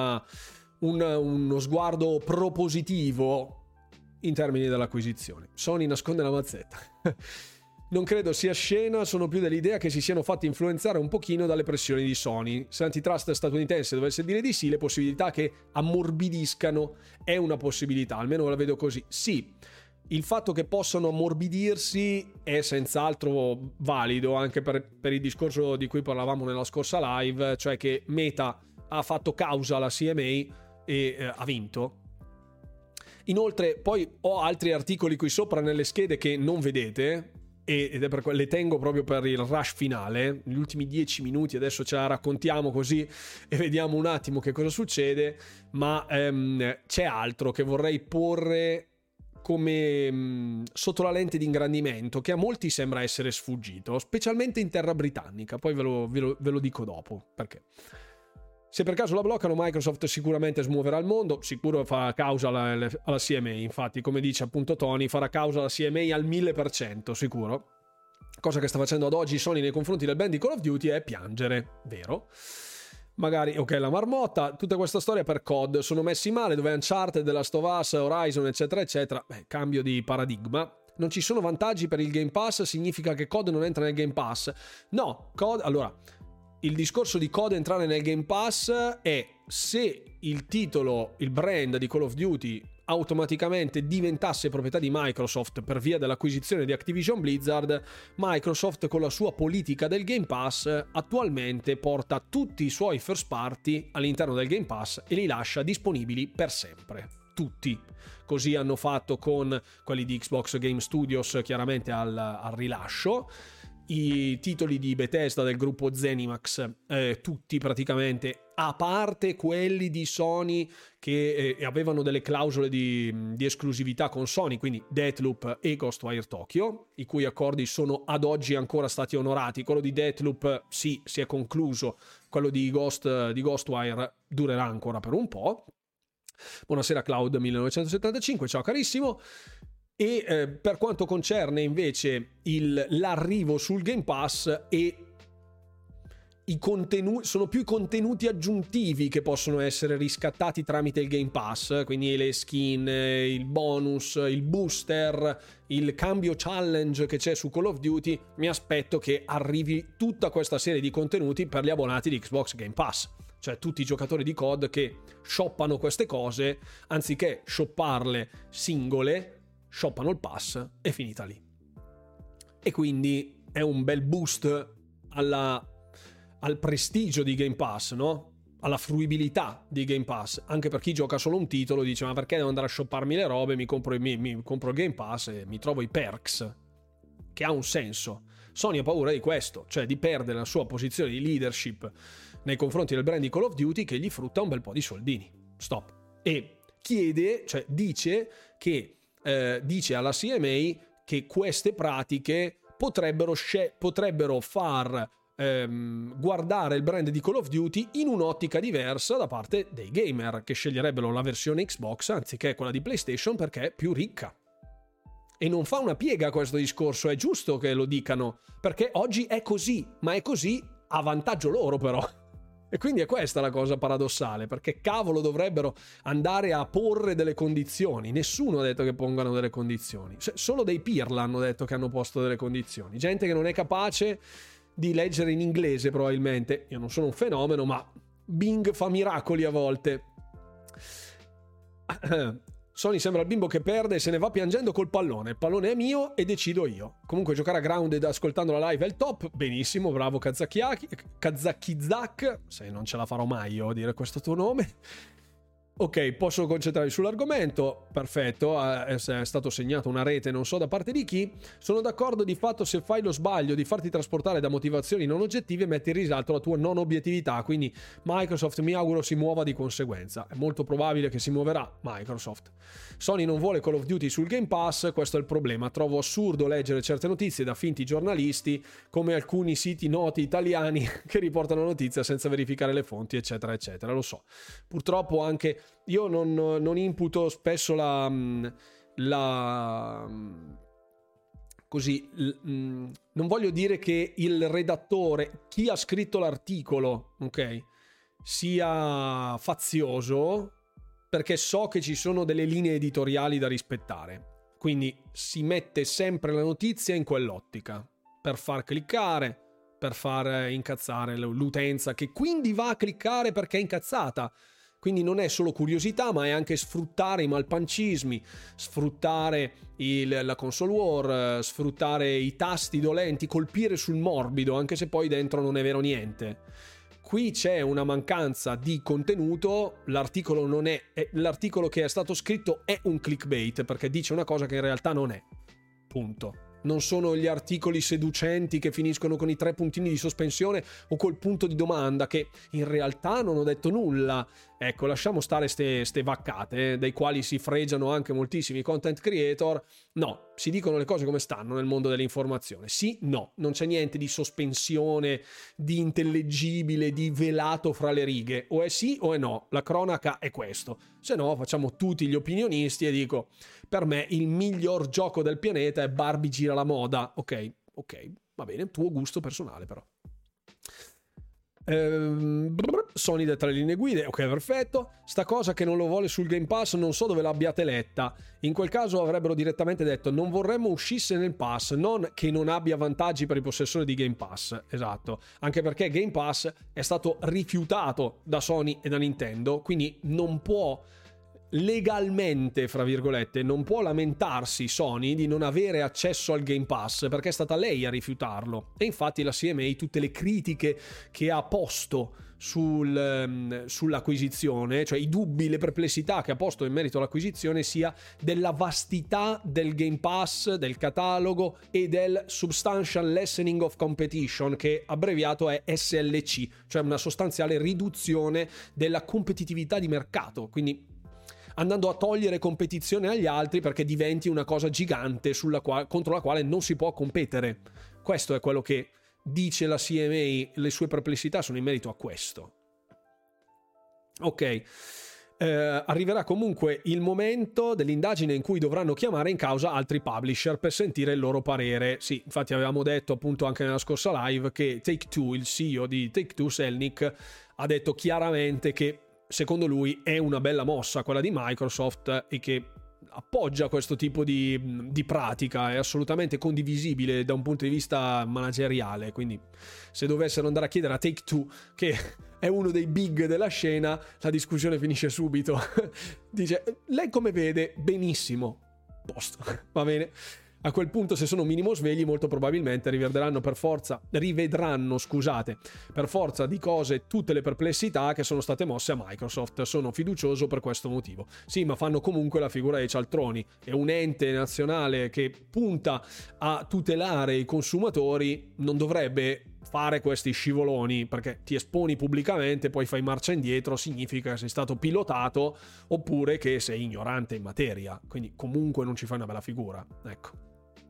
uno sguardo propositivo in termini dell'acquisizione. Sony nasconde la mazzetta. Non credo sia scena, sono più dell'idea che si siano fatti influenzare un pochino dalle pressioni di Sony. Se l'antitrust statunitense dovesse dire di sì, le possibilità che ammorbidiscano è una possibilità, almeno la vedo così. Sì, il fatto che possano ammorbidirsi è senz'altro valido, anche per il discorso di cui parlavamo nella scorsa live, cioè che Meta ha fatto causa alla CMA e ha vinto. Inoltre poi ho altri articoli qui sopra nelle schede che non vedete, ed è per le tengo proprio per il rush finale, gli ultimi 10 minuti adesso ce la raccontiamo così e vediamo un attimo che cosa succede, ma c'è altro che vorrei porre come sotto la lente di ingrandimento, che a molti sembra essere sfuggito, specialmente in terra britannica. Poi ve lo dico dopo perché. Se per caso la bloccano, Microsoft sicuramente smuoverà il mondo, sicuro farà causa alla CMA, infatti come dice appunto Tony, farà causa alla CMA al 1000%, sicuro. Cosa che sta facendo ad oggi Sony nei confronti del band di Call of Duty è piangere, vero? Magari, ok, la marmotta, tutta questa storia per COD, sono messi male, dove Uncharted, The Last of Us, Horizon, eccetera, eccetera. Cambio di paradigma. Non ci sono vantaggi per il Game Pass, significa che COD non entra nel Game Pass. No, COD, allora, il discorso di COD entrare nel Game Pass è se il titolo, il brand di Call of Duty automaticamente diventasse proprietà di Microsoft per via dell'acquisizione di Activision Blizzard. Microsoft con la sua politica del Game Pass attualmente porta tutti i suoi first party all'interno del Game Pass e li lascia disponibili per sempre, tutti. Così hanno fatto con quelli di Xbox Game Studios, chiaramente al rilascio. I titoli di Bethesda del gruppo Zenimax, tutti praticamente, a parte quelli di Sony che avevano delle clausole di esclusività con Sony, quindi Deathloop e Ghostwire Tokyo, i cui accordi sono ad oggi ancora stati onorati. Quello di Deathloop sì, si è concluso, quello di Ghostwire durerà ancora per un po'. Buonasera Cloud 1975, ciao carissimo. E per quanto concerne invece l'arrivo sul Game Pass, e i contenuti sono più i contenuti aggiuntivi che possono essere riscattati tramite il Game Pass, quindi le skin, il bonus, il booster, il cambio challenge che c'è su Call of Duty. Mi aspetto che arrivi tutta questa serie di contenuti per gli abbonati di Xbox Game Pass, cioè tutti i giocatori di COD che shoppano queste cose, anziché shopparle singole, shoppano il pass, è finita lì. E quindi è un bel boost al prestigio di Game Pass, no? Alla fruibilità di Game Pass. Anche per chi gioca solo un titolo dice: ma perché devo andare a shopparmi le robe? Mi compro il Game Pass e mi trovo i perks, che ha un senso. Sony ha paura di questo, cioè di perdere la sua posizione di leadership nei confronti del brand di Call of Duty, che gli frutta un bel po' di soldini. Stop. E chiede, cioè dice alla CMA che queste pratiche potrebbero far guardare il brand di Call of Duty in un'ottica diversa da parte dei gamer, che sceglierebbero la versione Xbox anziché quella di PlayStation perché è più ricca. E non fa una piega questo discorso, è giusto che lo dicano, perché oggi è così, ma è così a vantaggio loro però. E quindi è questa la cosa paradossale, perché cavolo dovrebbero andare a porre delle condizioni? Nessuno ha detto che pongano delle condizioni, solo dei peer l'hanno detto che hanno posto delle condizioni, gente che non è capace di leggere in inglese probabilmente. Io non sono un fenomeno, ma Bing fa miracoli a volte. Sony sembra il bimbo che perde e se ne va piangendo col pallone. Il pallone è mio e decido io. Comunque giocare a Grounded ascoltando la live è il top. Benissimo, bravo Kazakizak. Se non ce la farò mai io a dire questo tuo nome. Ok, posso concentrarmi sull'argomento. Perfetto, è stato segnato una rete, non so da parte di chi. Sono d'accordo di fatto se fai lo sbaglio di farti trasportare da motivazioni non oggettive, metti in risalto la tua non obiettività, quindi Microsoft mi auguro si muova di conseguenza. È molto probabile che si muoverà Microsoft. Sony non vuole Call of Duty sul Game Pass, questo è il problema. Trovo assurdo leggere certe notizie da finti giornalisti, come alcuni siti noti italiani che riportano notizia senza verificare le fonti, eccetera eccetera. Lo so, purtroppo anche io non imputo spesso non voglio dire che il redattore, chi ha scritto l'articolo, ok, sia fazioso, perché so che ci sono delle linee editoriali da rispettare, quindi si mette sempre la notizia in quell'ottica per far cliccare, per far incazzare l'utenza, che quindi va a cliccare perché è incazzata. Quindi non è solo curiosità, ma è anche sfruttare i malpancismi, sfruttare la console war, sfruttare i tasti dolenti, colpire sul morbido, anche se poi dentro non è vero niente. qui c'è una mancanza di contenuto, l'articolo che è stato scritto è un clickbait, perché dice una cosa che in realtà non è, punto. Non sono gli articoli seducenti che finiscono con i 3 puntini di sospensione o col punto di domanda, che in realtà non ho detto nulla. Ecco, lasciamo stare ste vaccate, dai quali si fregiano anche moltissimi content creator. No, si dicono le cose come stanno nel mondo dell'informazione. Sì, no, non c'è niente di sospensione, di intellegibile, di velato fra le righe. O è sì o è no, la cronaca è questo. Se no, facciamo tutti gli opinionisti e dico, per me il miglior gioco del pianeta è Barbie gira la moda. Ok, va bene, tuo gusto personale però. Sony detta le linee guide, ok, perfetto. Sta cosa che non lo vuole sul Game Pass non so dove l'abbiate letta. In quel caso avrebbero direttamente detto non vorremmo uscisse nel pass, non che non abbia vantaggi per i possessori di Game Pass. Esatto, anche perché Game Pass è stato rifiutato da Sony e da Nintendo, quindi non può legalmente, fra virgolette, non può lamentarsi Sony di non avere accesso al Game Pass, perché è stata lei a rifiutarlo. E infatti la CMA, tutte le critiche che ha posto sull'acquisizione, cioè i dubbi, le perplessità che ha posto in merito all'acquisizione, sia della vastità del Game Pass, del catalogo e del Substantial Lessening of Competition, che abbreviato è SLC, cioè una sostanziale riduzione della competitività di mercato, quindi andando a togliere competizione agli altri perché diventi una cosa gigante contro la quale non si può competere. Questo è quello che dice la CMA, le sue perplessità sono in merito a questo. Ok, arriverà comunque il momento dell'indagine in cui dovranno chiamare in causa altri publisher per sentire il loro parere. Sì, infatti avevamo detto appunto anche nella scorsa live che Take-Two, il CEO di Take-Two, Selnick, ha detto chiaramente che secondo lui è una bella mossa quella di Microsoft e che appoggia questo tipo di pratica, è assolutamente condivisibile da un punto di vista manageriale. Quindi se dovessero andare a chiedere a Take-Two, che è uno dei big della scena, la discussione finisce subito. Dice, lei come vede? Benissimo, posto, va bene. A quel punto, se sono minimo svegli, molto probabilmente rivedranno per forza di cose tutte le perplessità che sono state mosse a Microsoft. Sono fiducioso per questo motivo. Sì, ma fanno comunque la figura dei cialtroni. È un ente nazionale che punta a tutelare i consumatori, non dovrebbe fare questi scivoloni, perché ti esponi pubblicamente, poi fai marcia indietro, significa che sei stato pilotato oppure che sei ignorante in materia, quindi comunque non ci fai una bella figura, ecco.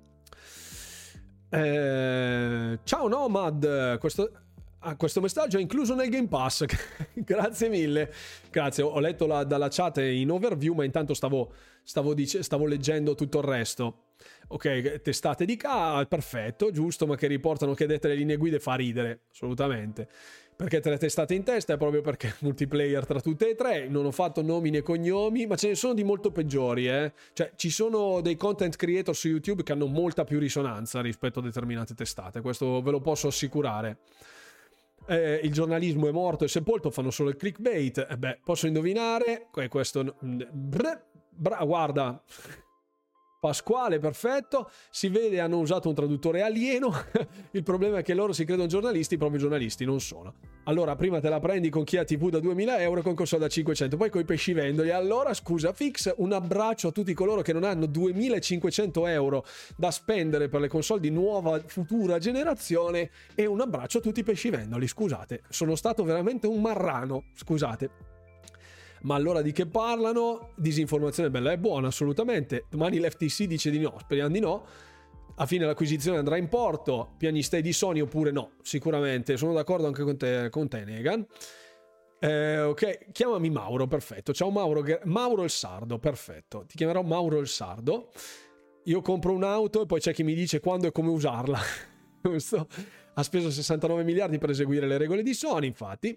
Ciao Nomad, questo messaggio è incluso nel Game Pass. Grazie mille, grazie. Ho letto dalla chat in overview, ma intanto stavo leggendo tutto il resto. Ok, testate di perfetto, giusto, ma che riportano che dette le linee guide fa ridere, assolutamente. Perché te le testate in testa è proprio perché multiplayer tra tutte e tre. Non ho fatto nomi né cognomi, ma ce ne sono di molto peggiori, Cioè, ci sono dei content creator su YouTube che hanno molta più risonanza rispetto a determinate testate, questo ve lo posso assicurare. Il giornalismo è morto e sepolto, fanno solo il clickbait. Posso indovinare? Questo... guarda... Pasquale, perfetto, si vede hanno usato un traduttore alieno. Il problema è che loro si credono giornalisti, proprio giornalisti non sono. Allora prima te la prendi con chi ha TV da 2.000 euro, con console da 500, poi coi pescivendoli. Allora scusa Fix, un abbraccio a tutti coloro che non hanno 2.500 euro da spendere per le console di nuova futura generazione, e un abbraccio a tutti i pescivendoli. Scusate, sono stato veramente un marrano, scusate. Ma allora di che parlano? Disinformazione bella e buona, assolutamente. Domani l'FTC dice di no, speriamo di no. A fine l'acquisizione andrà in porto. Piagnistei di Sony oppure no? Sicuramente, sono d'accordo anche con te Negan. Ok, chiamami Mauro, perfetto. Ciao Mauro il Sardo, perfetto. Ti chiamerò Mauro il Sardo. Io compro un'auto e poi c'è chi mi dice quando e come usarla. Ha speso 69 miliardi per eseguire le regole di Sony, infatti.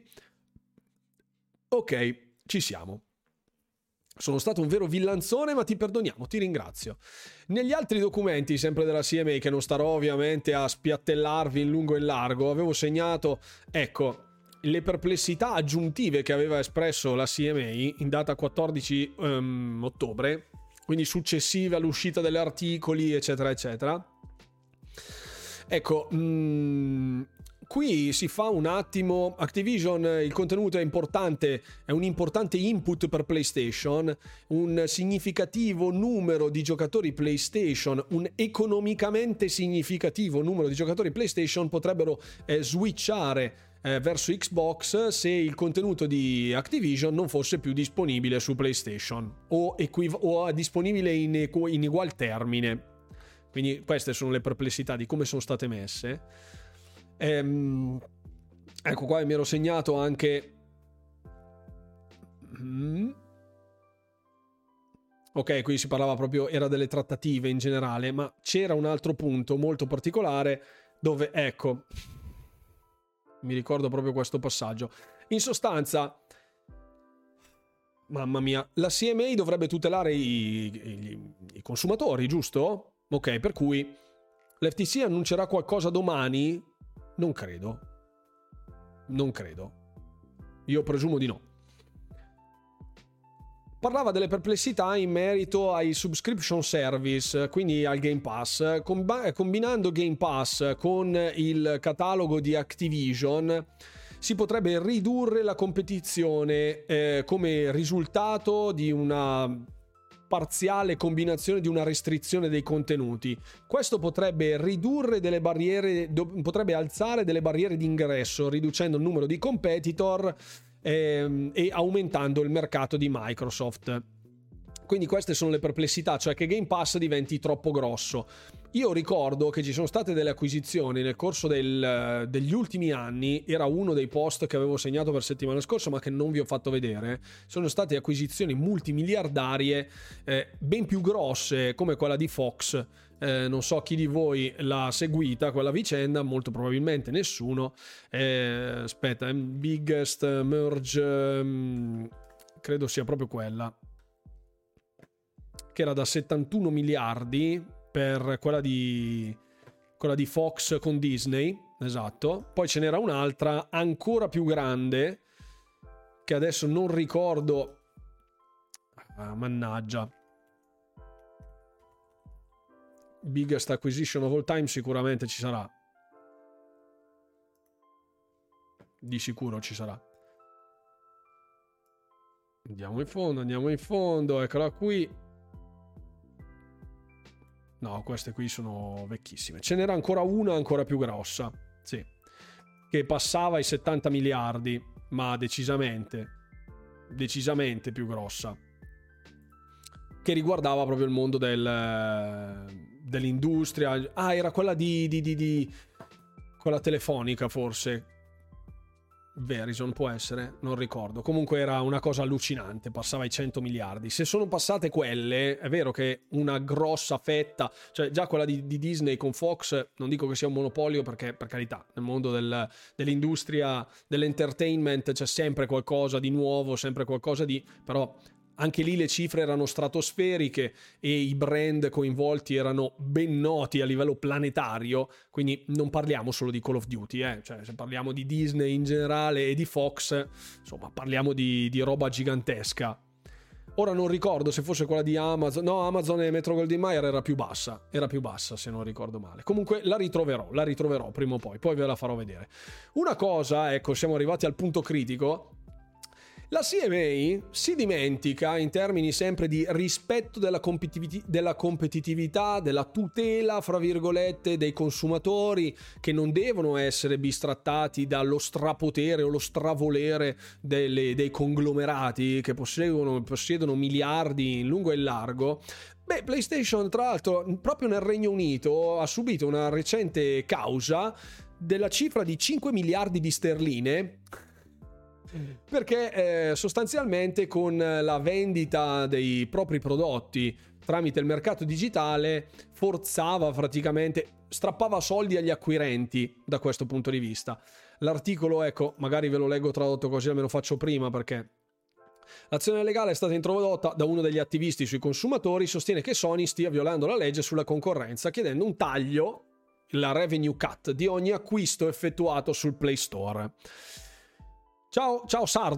Ok. Ci siamo. Sono stato un vero villanzone, ma ti perdoniamo, ti ringrazio. Negli altri documenti, sempre della CMA, che non starò ovviamente a spiattellarvi in lungo e in largo, avevo segnato, ecco, le perplessità aggiuntive che aveva espresso la CMA in data 14 ottobre, quindi successive all'uscita degli articoli, eccetera, eccetera. Ecco, qui si fa un attimo. Activision, il contenuto è importante, è un importante input per PlayStation, un significativo numero di giocatori PlayStation, un economicamente significativo numero di giocatori PlayStation potrebbero switchare verso Xbox se il contenuto di Activision non fosse più disponibile su PlayStation o disponibile in ugual termine. Quindi queste sono le perplessità di come sono state messe. Ecco qua, mi ero segnato anche ok, qui si parlava proprio, era delle trattative in generale, ma c'era un altro punto molto particolare dove, ecco, mi ricordo proprio questo passaggio. In sostanza, mamma mia, la CMA dovrebbe tutelare i consumatori, giusto? Ok, per cui l'FTC annuncerà qualcosa domani? Non credo. Io presumo di no. Parlava delle perplessità in merito ai subscription service, quindi al Game Pass. Combinando Game Pass con il catalogo di Activision si potrebbe ridurre la competizione come risultato di una parziale combinazione di una restrizione dei contenuti. Questo potrebbe ridurre delle barriere, potrebbe alzare delle barriere di ingresso, riducendo il numero di competitor e aumentando il mercato di Microsoft. Quindi queste sono le perplessità, cioè che Game Pass diventi troppo grosso. Io ricordo che ci sono state delle acquisizioni nel corso degli ultimi anni, era uno dei post che avevo segnato per settimana scorsa ma che non vi ho fatto vedere. Sono state acquisizioni multimiliardarie ben più grosse, come quella di Fox. Non so chi di voi l'ha seguita quella vicenda, molto probabilmente nessuno. Aspetta, biggest merge, credo sia proprio quella, che era da 71 miliardi per quella di Fox con Disney, esatto. Poi ce n'era un'altra ancora più grande che adesso non ricordo. Mannaggia. Biggest acquisition of all time sicuramente ci sarà. Di sicuro ci sarà. Andiamo in fondo, eccola qui. No, queste qui sono vecchissime. Ce n'era ancora una ancora più grossa, sì, che passava i 70 miliardi, ma decisamente più grossa, che riguardava proprio il mondo dell'industria. Ah, era quella di quella telefonica, forse. Verizon può essere, non ricordo. Comunque era una cosa allucinante, passava i 100 miliardi. Se sono passate quelle, è vero che una grossa fetta, cioè già quella di Disney con Fox, non dico che sia un monopolio perché, per carità, nel mondo dell'industria, dell'entertainment c'è sempre qualcosa di nuovo, sempre qualcosa di... però anche lì le cifre erano stratosferiche e i brand coinvolti erano ben noti a livello planetario, quindi non parliamo solo di Call of Duty, cioè se parliamo di Disney in generale e di Fox, insomma parliamo di roba gigantesca. Ora non ricordo se fosse quella di Amazon. No, Amazon e Metro Goldwyn Mayer era più bassa se non ricordo male. Comunque la ritroverò prima o poi ve la farò vedere. Una cosa, ecco, siamo arrivati al punto critico. La CMA si dimentica, in termini sempre di rispetto della competitività, della tutela, fra virgolette, dei consumatori, che non devono essere bistrattati dallo strapotere o lo stravolere dei conglomerati che possiedono miliardi in lungo e in largo. Beh, PlayStation, tra l'altro, proprio nel Regno Unito ha subito una recente causa della cifra di 5 miliardi di sterline, perché sostanzialmente con la vendita dei propri prodotti tramite il mercato digitale forzava praticamente, strappava soldi agli acquirenti da questo punto di vista. L'articolo, ecco, magari ve lo leggo tradotto così almeno faccio prima, perché l'azione legale è stata introdotta da uno degli attivisti sui consumatori, sostiene che Sony stia violando la legge sulla concorrenza chiedendo un taglio, la revenue cut, di ogni acquisto effettuato sul Play Store. Ciao Sardo,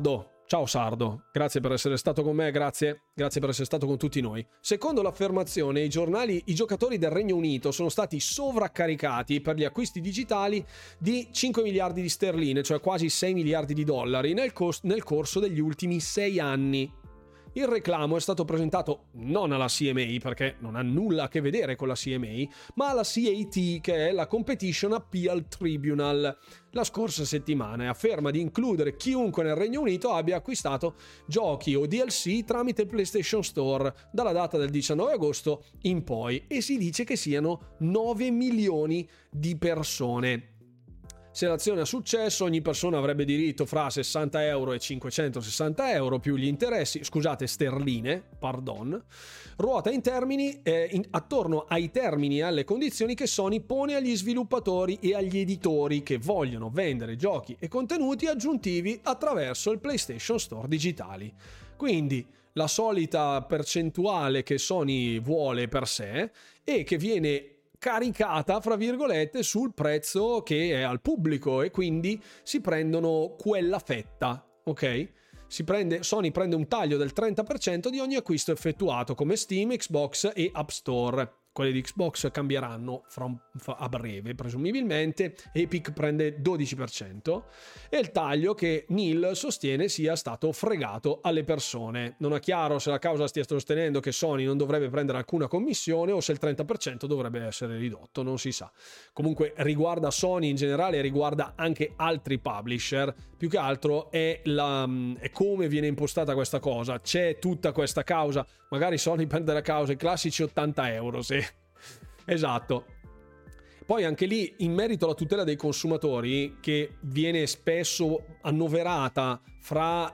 Ciao Sardo, grazie per essere stato con me, grazie per essere stato con tutti noi. Secondo l'affermazione, i giocatori del Regno Unito sono stati sovraccaricati per gli acquisti digitali di 5 miliardi di sterline, cioè quasi 6 miliardi di dollari, nel corso degli ultimi 6 anni. Il reclamo è stato presentato non alla CMA, perché non ha nulla a che vedere con la CMA, ma alla CAT, che è la Competition Appeal Tribunal, la scorsa settimana, e afferma di includere chiunque nel Regno Unito abbia acquistato giochi o DLC tramite il PlayStation Store dalla data del 19 agosto in poi, e si dice che siano 9 milioni di persone. Se l'azione ha successo, ogni persona avrebbe diritto fra 60 euro e 560 euro più gli interessi, sterline, ruota in termini attorno ai termini e alle condizioni che Sony pone agli sviluppatori e agli editori che vogliono vendere giochi e contenuti aggiuntivi attraverso il PlayStation Store digitali. Quindi la solita percentuale che Sony vuole per sé e che viene caricata, fra virgolette, sul prezzo che è al pubblico, e quindi si prendono quella fetta, ok? Sony prende un taglio del 30% di ogni acquisto effettuato, come Steam, Xbox e App Store. Quelli di Xbox cambieranno a breve, presumibilmente. Epic prende 12%, e il taglio che Neil sostiene sia stato fregato alle persone. Non è chiaro se la causa stia sostenendo che Sony non dovrebbe prendere alcuna commissione o se il 30% dovrebbe essere ridotto, non si sa. Comunque riguarda Sony in generale e riguarda anche altri publisher. Più che altro è come viene impostata questa cosa. C'è tutta questa causa, magari Sony prende la causa, i classici 80 euro, sì. Esatto. Poi anche lì, in merito alla tutela dei consumatori, che viene spesso annoverata fra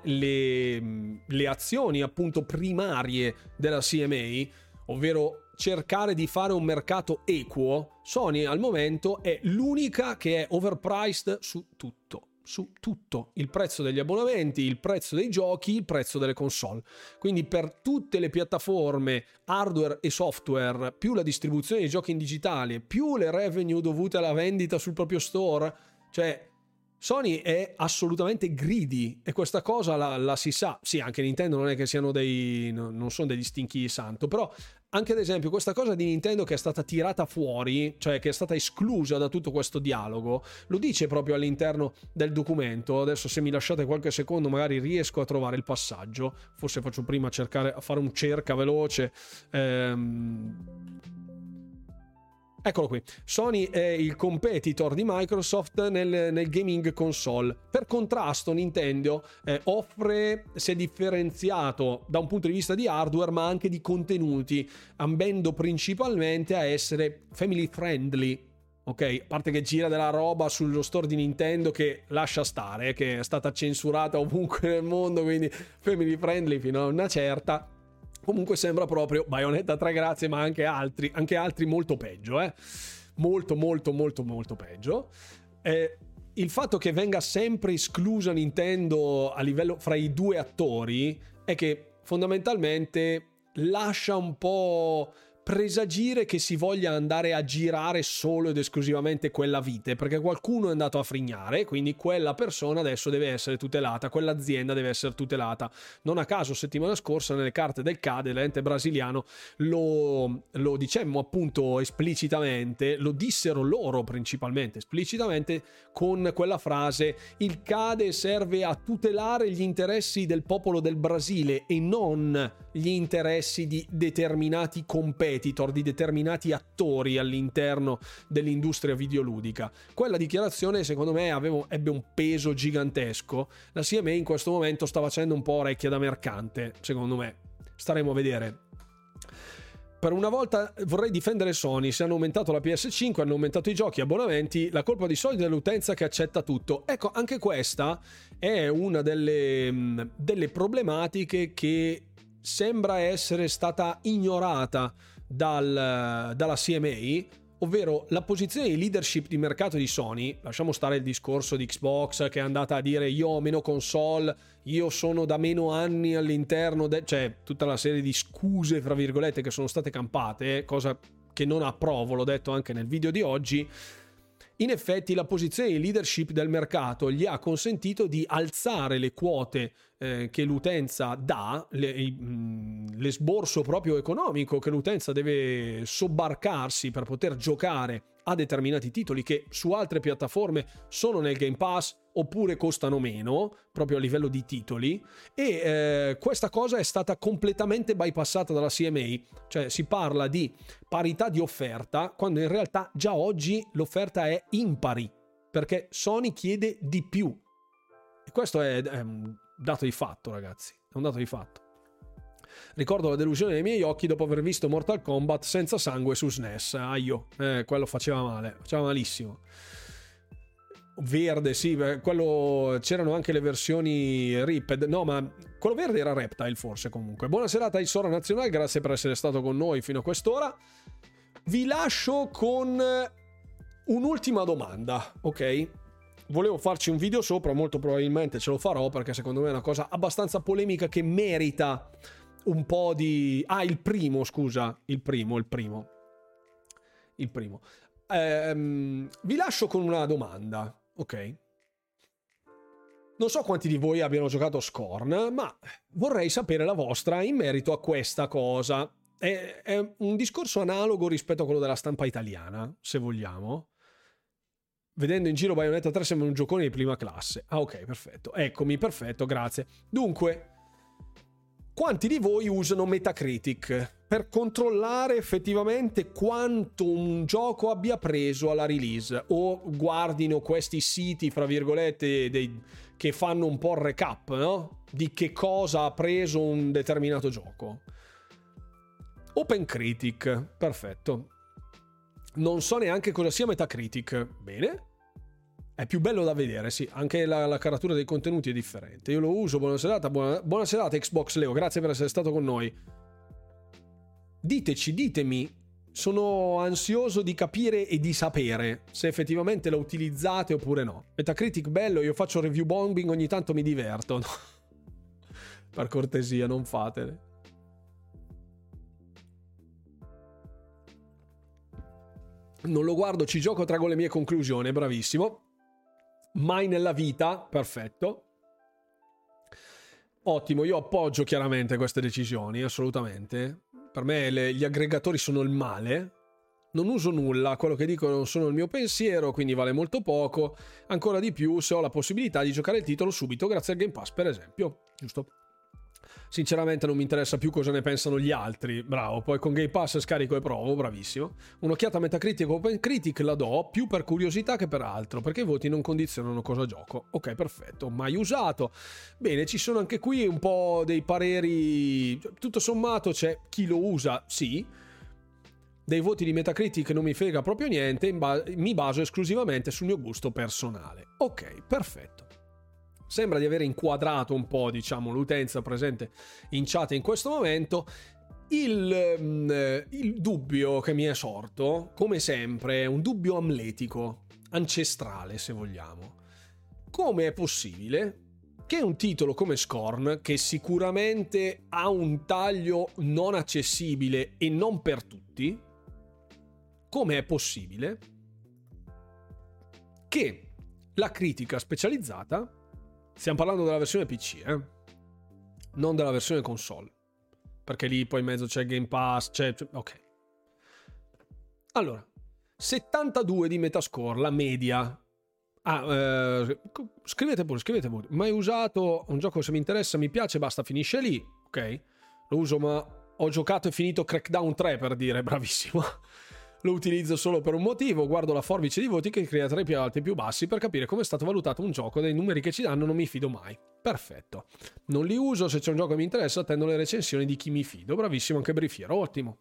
le azioni appunto primarie della CMA, ovvero cercare di fare un mercato equo, Sony al momento è l'unica che è overpriced su tutto. Il prezzo degli abbonamenti, il prezzo dei giochi, il prezzo delle console. Quindi per tutte le piattaforme hardware e software, più la distribuzione dei giochi in digitale, più le revenue dovute alla vendita sul proprio store, cioè Sony è assolutamente greedy, e questa cosa la si sa. Sì, anche Nintendo non è che siano non sono degli stinchi di santo, però anche ad esempio questa cosa di Nintendo che è stata tirata fuori, cioè che è stata esclusa da tutto questo dialogo, lo dice proprio all'interno del documento. Adesso, se mi lasciate qualche secondo, magari riesco a trovare il passaggio. Forse faccio prima a fare un cerca veloce. Eccolo qui. Sony è il competitor di Microsoft nel gaming console. Per contrasto, Nintendo si è differenziato da un punto di vista di hardware, ma anche di contenuti, ambendo principalmente a essere family friendly. Ok, a parte che gira della roba sullo store di Nintendo che lascia stare, che è stata censurata ovunque nel mondo, quindi family friendly fino a una certa. Comunque sembra proprio Bayonetta 3, grazie, ma anche altri molto peggio, molto peggio. Il fatto che venga sempre esclusa Nintendo a livello fra i due attori è che fondamentalmente lascia un po' presagire che si voglia andare a girare solo ed esclusivamente quella vite, perché qualcuno è andato a frignare, quindi quella persona adesso deve essere tutelata, quell'azienda deve essere tutelata. Non a caso settimana scorsa nelle carte del CADE, l'ente brasiliano, lo dicemmo appunto esplicitamente, lo dissero loro principalmente esplicitamente, con quella frase: il CADE serve a tutelare gli interessi del popolo del Brasile e non gli interessi di determinati competitor, di determinati attori all'interno dell'industria videoludica. Quella dichiarazione secondo me ebbe un peso gigantesco. La CMA in questo momento sta facendo un po' orecchia da mercante, secondo me. Staremo a vedere. Per una volta vorrei difendere Sony. Se hanno aumentato la PS5, hanno aumentato i giochi, abbonamenti, la colpa di solito è dell'utenza che accetta tutto. Ecco, anche questa è una delle problematiche che sembra essere stata ignorata dalla CMA, ovvero la posizione di leadership di mercato di Sony. Lasciamo stare il discorso di Xbox, che è andata a dire io ho meno console, io sono da meno anni all'interno, cioè tutta la serie di scuse fra virgolette che sono state campate, cosa che non approvo, l'ho detto anche nel video di oggi. In effetti la posizione di leadership del mercato gli ha consentito di alzare le quote che l'utenza dà, l'esborso proprio economico che l'utenza deve sobbarcarsi per poter giocare a determinati titoli che su altre piattaforme sono nel Game Pass oppure costano meno proprio a livello di titoli, e questa cosa è stata completamente bypassata dalla CMA. Cioè si parla di parità di offerta quando in realtà già oggi l'offerta è impari, perché Sony chiede di più, e questo è un dato di fatto, ragazzi, è un dato di fatto. Ricordo la delusione nei miei occhi dopo aver visto Mortal Kombat senza sangue su SNES. Quello faceva male, faceva malissimo. Verde, sì, quello, c'erano anche le versioni Ripped. No, ma quello verde era Reptile, forse. Comunque, buona serata ai Sora Nazionale, grazie per essere stato con noi fino a quest'ora. Vi lascio con un'ultima domanda, ok? Volevo farci un video sopra, molto probabilmente ce lo farò, perché secondo me è una cosa abbastanza polemica che merita un po' di... il primo. Vi lascio con una domanda, ok? Non so quanti di voi abbiano giocato Scorn, ma vorrei sapere la vostra in merito a questa cosa. È un discorso analogo rispetto a quello della stampa italiana, se vogliamo. Vedendo in giro Bayonetta 3 sembra un giocone di prima classe. Ok, perfetto. Eccomi, perfetto, grazie. Dunque, quanti di voi usano Metacritic per controllare effettivamente quanto un gioco abbia preso alla release, o guardino questi siti, fra virgolette, che fanno un po' il recap, no? Di che cosa ha preso un determinato gioco? OpenCritic, perfetto. Non so neanche cosa sia Metacritic. Bene. È più bello da vedere, sì. Anche la caratura dei contenuti è differente. Io lo uso. Buona serata. Buona serata, Xbox Leo. Grazie per essere stato con noi. Ditemi. Sono ansioso di capire e di sapere se effettivamente lo utilizzate oppure no. Metacritic bello. Io faccio review bombing, ogni tanto mi diverto. No? Per cortesia, non fatele. Non lo guardo, ci gioco, trago le mie conclusioni, bravissimo. Mai nella vita, perfetto. Ottimo, io appoggio chiaramente queste decisioni, assolutamente. Per me gli aggregatori sono il male. Non uso nulla, quello che dico non sono il mio pensiero, quindi vale molto poco. Ancora di più se ho la possibilità di giocare il titolo subito grazie al Game Pass, per esempio. Giusto? Sinceramente non mi interessa più cosa ne pensano gli altri. Bravo, poi con Game Pass scarico e provo, bravissimo. Un'occhiata a Metacritic o OpenCritic la do più per curiosità che per altro, perché i voti non condizionano cosa gioco. Ok, perfetto, mai usato. Bene, ci sono anche qui un po' dei pareri. Tutto sommato c'è chi lo usa, sì. Dei voti di Metacritic non mi frega proprio niente, mi baso esclusivamente sul mio gusto personale. Ok, perfetto. Sembra di aver inquadrato un po', diciamo, l'utenza presente in chat in questo momento. Il dubbio che mi è sorto, come sempre, è un dubbio amletico, ancestrale se vogliamo. Come è possibile che un titolo come Scorn, che sicuramente ha un taglio non accessibile e non per tutti, come è possibile che la critica specializzata... Stiamo parlando della versione PC, non della versione console, perché lì poi in mezzo c'è Game Pass, ok. Allora, 72 di Metascore, la media. Scrivete pure. Mai usato un gioco, se mi interessa, mi piace, basta, finisce lì, ok. Lo uso, ma ho giocato e finito Crackdown 3, per dire, bravissimo. Lo utilizzo solo per un motivo, guardo la forbice di voti che crea tra i più alti e più bassi per capire come è stato valutato un gioco, dai numeri che ci danno non mi fido mai. Perfetto. Non li uso, se c'è un gioco che mi interessa attendo le recensioni di chi mi fido. Bravissimo anche Brifiero, ottimo.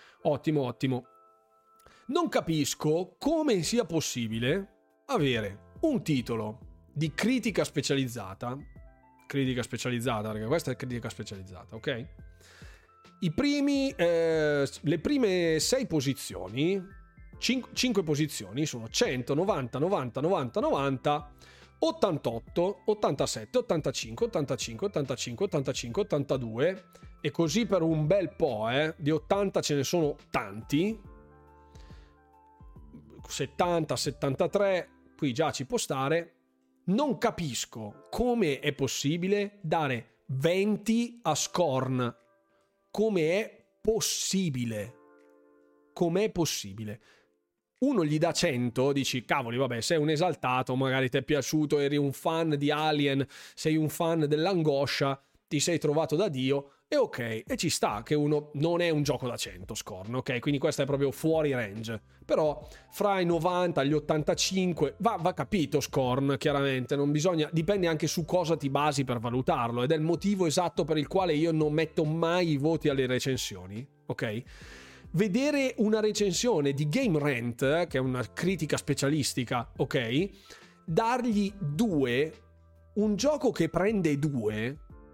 Non capisco come sia possibile avere un titolo di critica specializzata, perché questa è critica specializzata, ok? Le prime 6 posizioni, 5 posizioni sono 100, 90, 90, 90, 90, 88, 87, 85, 85, 85, 85, 82 e così per un bel po', di 80 ce ne sono tanti, 70, 73, qui già ci può stare, Non capisco come è possibile dare 20 a Scorn. Come è possibile? Com'è possibile? Uno gli dà 100, dici cavoli, vabbè, sei un esaltato, magari ti è piaciuto, eri un fan di Alien, sei un fan dell'angoscia, ti sei trovato da Dio, e ok, e ci sta che uno non è un gioco da 100 Scorn, ok? Quindi questo è proprio fuori range. Però fra i 90 e gli 85 va capito Scorn, chiaramente, non bisogna, dipende anche su cosa ti basi per valutarlo, ed è il motivo esatto per il quale io non metto mai i voti alle recensioni, ok? Vedere una recensione di Game Rant, che è una critica specialistica, ok? Dargli 2, un gioco che prende 2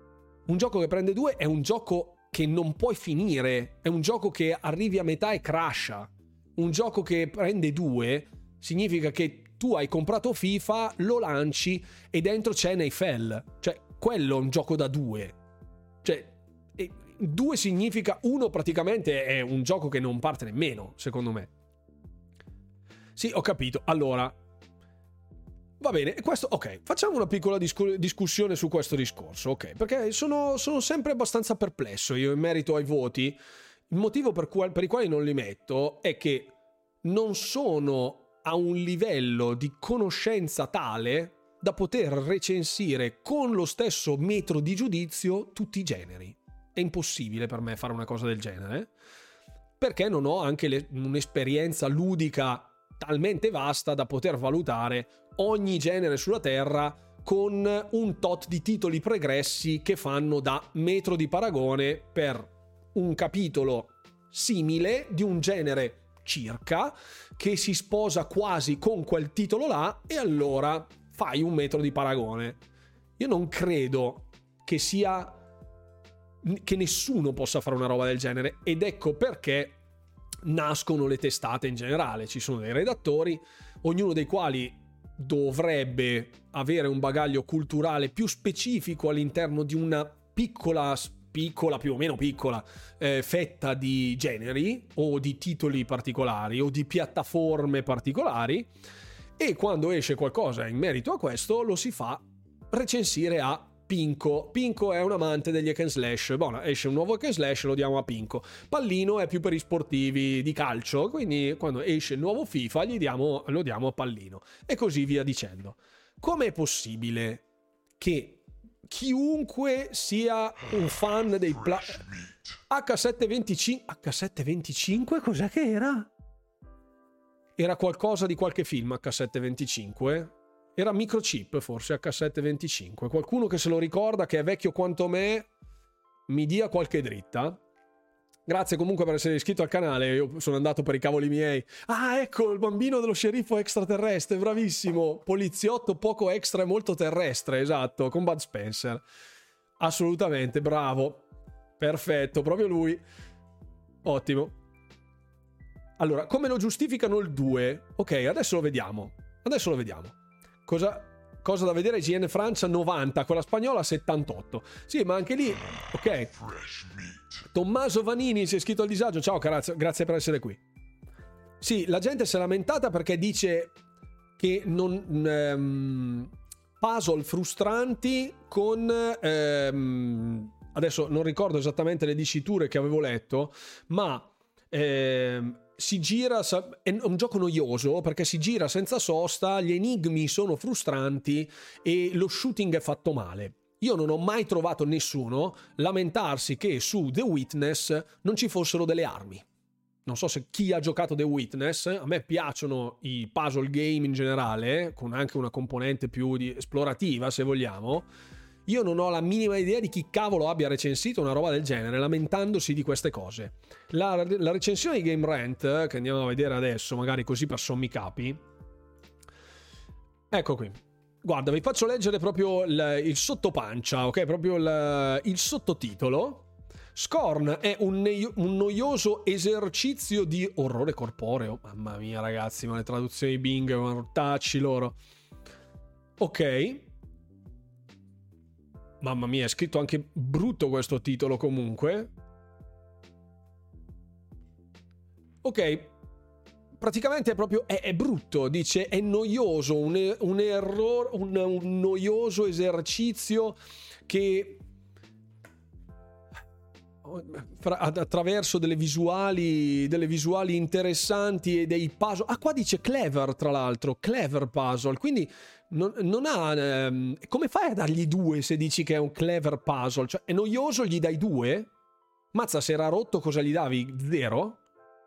è un gioco che non puoi finire, è un gioco che arrivi a metà e crasha. Un gioco che prende 2 significa che tu hai comprato FIFA, lo lanci e dentro c'è NFL. Cioè, quello è un gioco da 2. Cioè, 2 significa 1 praticamente è un gioco che non parte nemmeno, secondo me. Sì, ho capito. Allora, va bene, questo, ok, facciamo una piccola discussione su questo discorso, ok? Perché sono sempre abbastanza perplesso io in merito ai voti. Il motivo per i quali non li metto è che non sono a un livello di conoscenza tale da poter recensire con lo stesso metro di giudizio tutti i generi. È impossibile per me fare una cosa del genere, perché non ho anche un'esperienza ludica talmente vasta da poter valutare ogni genere sulla Terra con un tot di titoli pregressi che fanno da metro di paragone per un capitolo simile di un genere circa che si sposa quasi con quel titolo là, e allora fai un metro di paragone. Io non credo che nessuno possa fare una roba del genere, ed ecco perché nascono le testate in generale. Ci sono dei redattori, ognuno dei quali dovrebbe avere un bagaglio culturale più specifico all'interno di una piccola, più o meno piccola fetta di generi o di titoli particolari o di piattaforme particolari, e quando esce qualcosa in merito a questo lo si fa recensire a Pinco. Pinco è un amante degli hack and slash. Buona, esce un nuovo hack and slash, lo diamo a Pinco. Pallino è più per i sportivi di calcio, quindi quando esce il nuovo FIFA lo diamo a Pallino, e così via dicendo. Com'è possibile che chiunque sia un fan dei H725 cos'è che era? Era qualcosa di qualche film H725? Era Microchip, forse, H725. Qualcuno che se lo ricorda, che è vecchio quanto me, mi dia qualche dritta. Grazie comunque per essere iscritto al canale, io sono andato per i cavoli miei. Ah, ecco, il bambino dello sceriffo extraterrestre, bravissimo. Poliziotto poco extra e molto terrestre, esatto, con Bud Spencer. Assolutamente, bravo. Perfetto, proprio lui. Ottimo. Allora, come lo giustificano il 2? Ok, adesso lo vediamo. Cosa da vedere? IGN Francia 90, quella spagnola 78. Sì, ma anche lì, ok. Tommaso Vanini si è iscritto al disagio. Ciao, grazie per essere qui. Sì, la gente si è lamentata perché dice che puzzle frustranti con adesso non ricordo esattamente le diciture che avevo letto, ma si gira, è un gioco noioso perché si gira senza sosta, gli enigmi sono frustranti e lo shooting è fatto male. Io non ho mai trovato nessuno lamentarsi che su The Witness non ci fossero delle armi. Non so se chi ha giocato The Witness, a me piacciono i puzzle game in generale, con anche una componente più esplorativa se vogliamo. Io non ho la minima idea di chi cavolo abbia recensito una roba del genere lamentandosi di queste cose. La recensione di Game Rant, che andiamo a vedere adesso, magari così per sommi capi. Ecco qui. Guarda, vi faccio leggere proprio il sottopancia, ok? Proprio il sottotitolo. Scorn è un noioso esercizio di orrore corporeo. Mamma mia, ragazzi, ma le traduzioni Bing, mortacci loro. Ok. Mamma mia, è scritto anche brutto questo titolo comunque. Ok, praticamente è proprio è brutto, dice è noioso, un errore, un noioso esercizio che attraverso delle visuali interessanti e dei puzzle. Qua dice clever, tra l'altro, clever puzzle, quindi non ha come fai a dargli 2 se dici che è un clever puzzle? Cioè è noioso, gli dai 2? Mazza, se era rotto cosa gli davi? 0?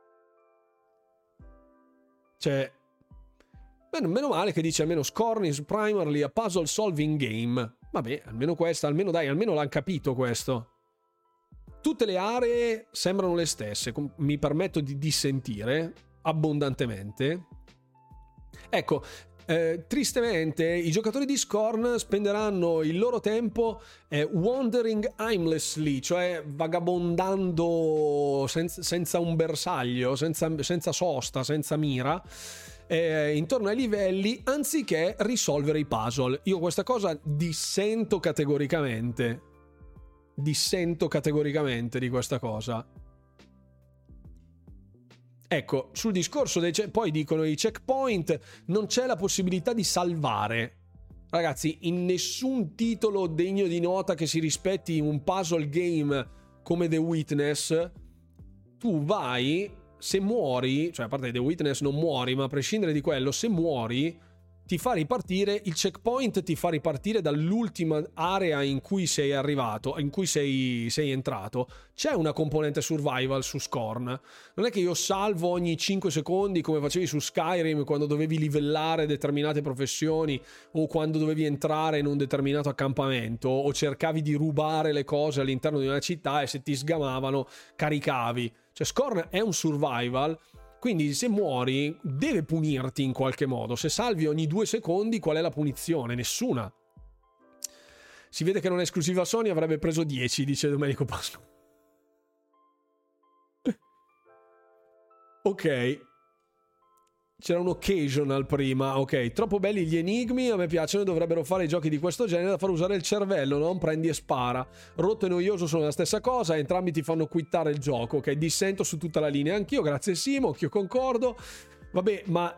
Cioè, meno male che dice almeno Scorn is primarily a puzzle solving game. Vabbè, almeno questa, almeno l'hanno capito questo. Tutte le aree sembrano le stesse, mi permetto di dissentire abbondantemente. Ecco, tristemente i giocatori di Scorn spenderanno il loro tempo wandering aimlessly, cioè vagabondando senza un bersaglio, senza sosta, senza mira, intorno ai livelli, anziché risolvere i puzzle. Io questa cosa dissento categoricamente di questa cosa. Ecco, sul discorso poi dicono i checkpoint, non c'è la possibilità di salvare. Ragazzi, in nessun titolo degno di nota che si rispetti un puzzle game come The Witness, tu vai, se muori, cioè a parte The Witness non muori, ma a prescindere di quello, se muori ti fa ripartire, il checkpoint ti fa ripartire dall'ultima area in cui sei arrivato, in cui sei entrato. C'è una componente survival su Scorn. Non è che io salvo ogni 5 secondi come facevi su Skyrim quando dovevi livellare determinate professioni o quando dovevi entrare in un determinato accampamento o cercavi di rubare le cose all'interno di una città e se ti sgamavano caricavi. Cioè Scorn è un survival. Quindi se muori deve punirti in qualche modo. Se salvi ogni 2 secondi, qual è la punizione? Nessuna. Si vede che non è esclusiva Sony, avrebbe preso 10, dice Domenico Pasqua. Ok. C'era un occasional prima, ok. Troppo belli gli enigmi, a me piacciono, dovrebbero fare i giochi di questo genere da far usare il cervello, non prendi e spara. Rotto e noioso sono la stessa cosa, entrambi ti fanno quittare il gioco, ok. Dissento su tutta la linea, anch'io, grazie Simo, anch'io concordo. Vabbè, ma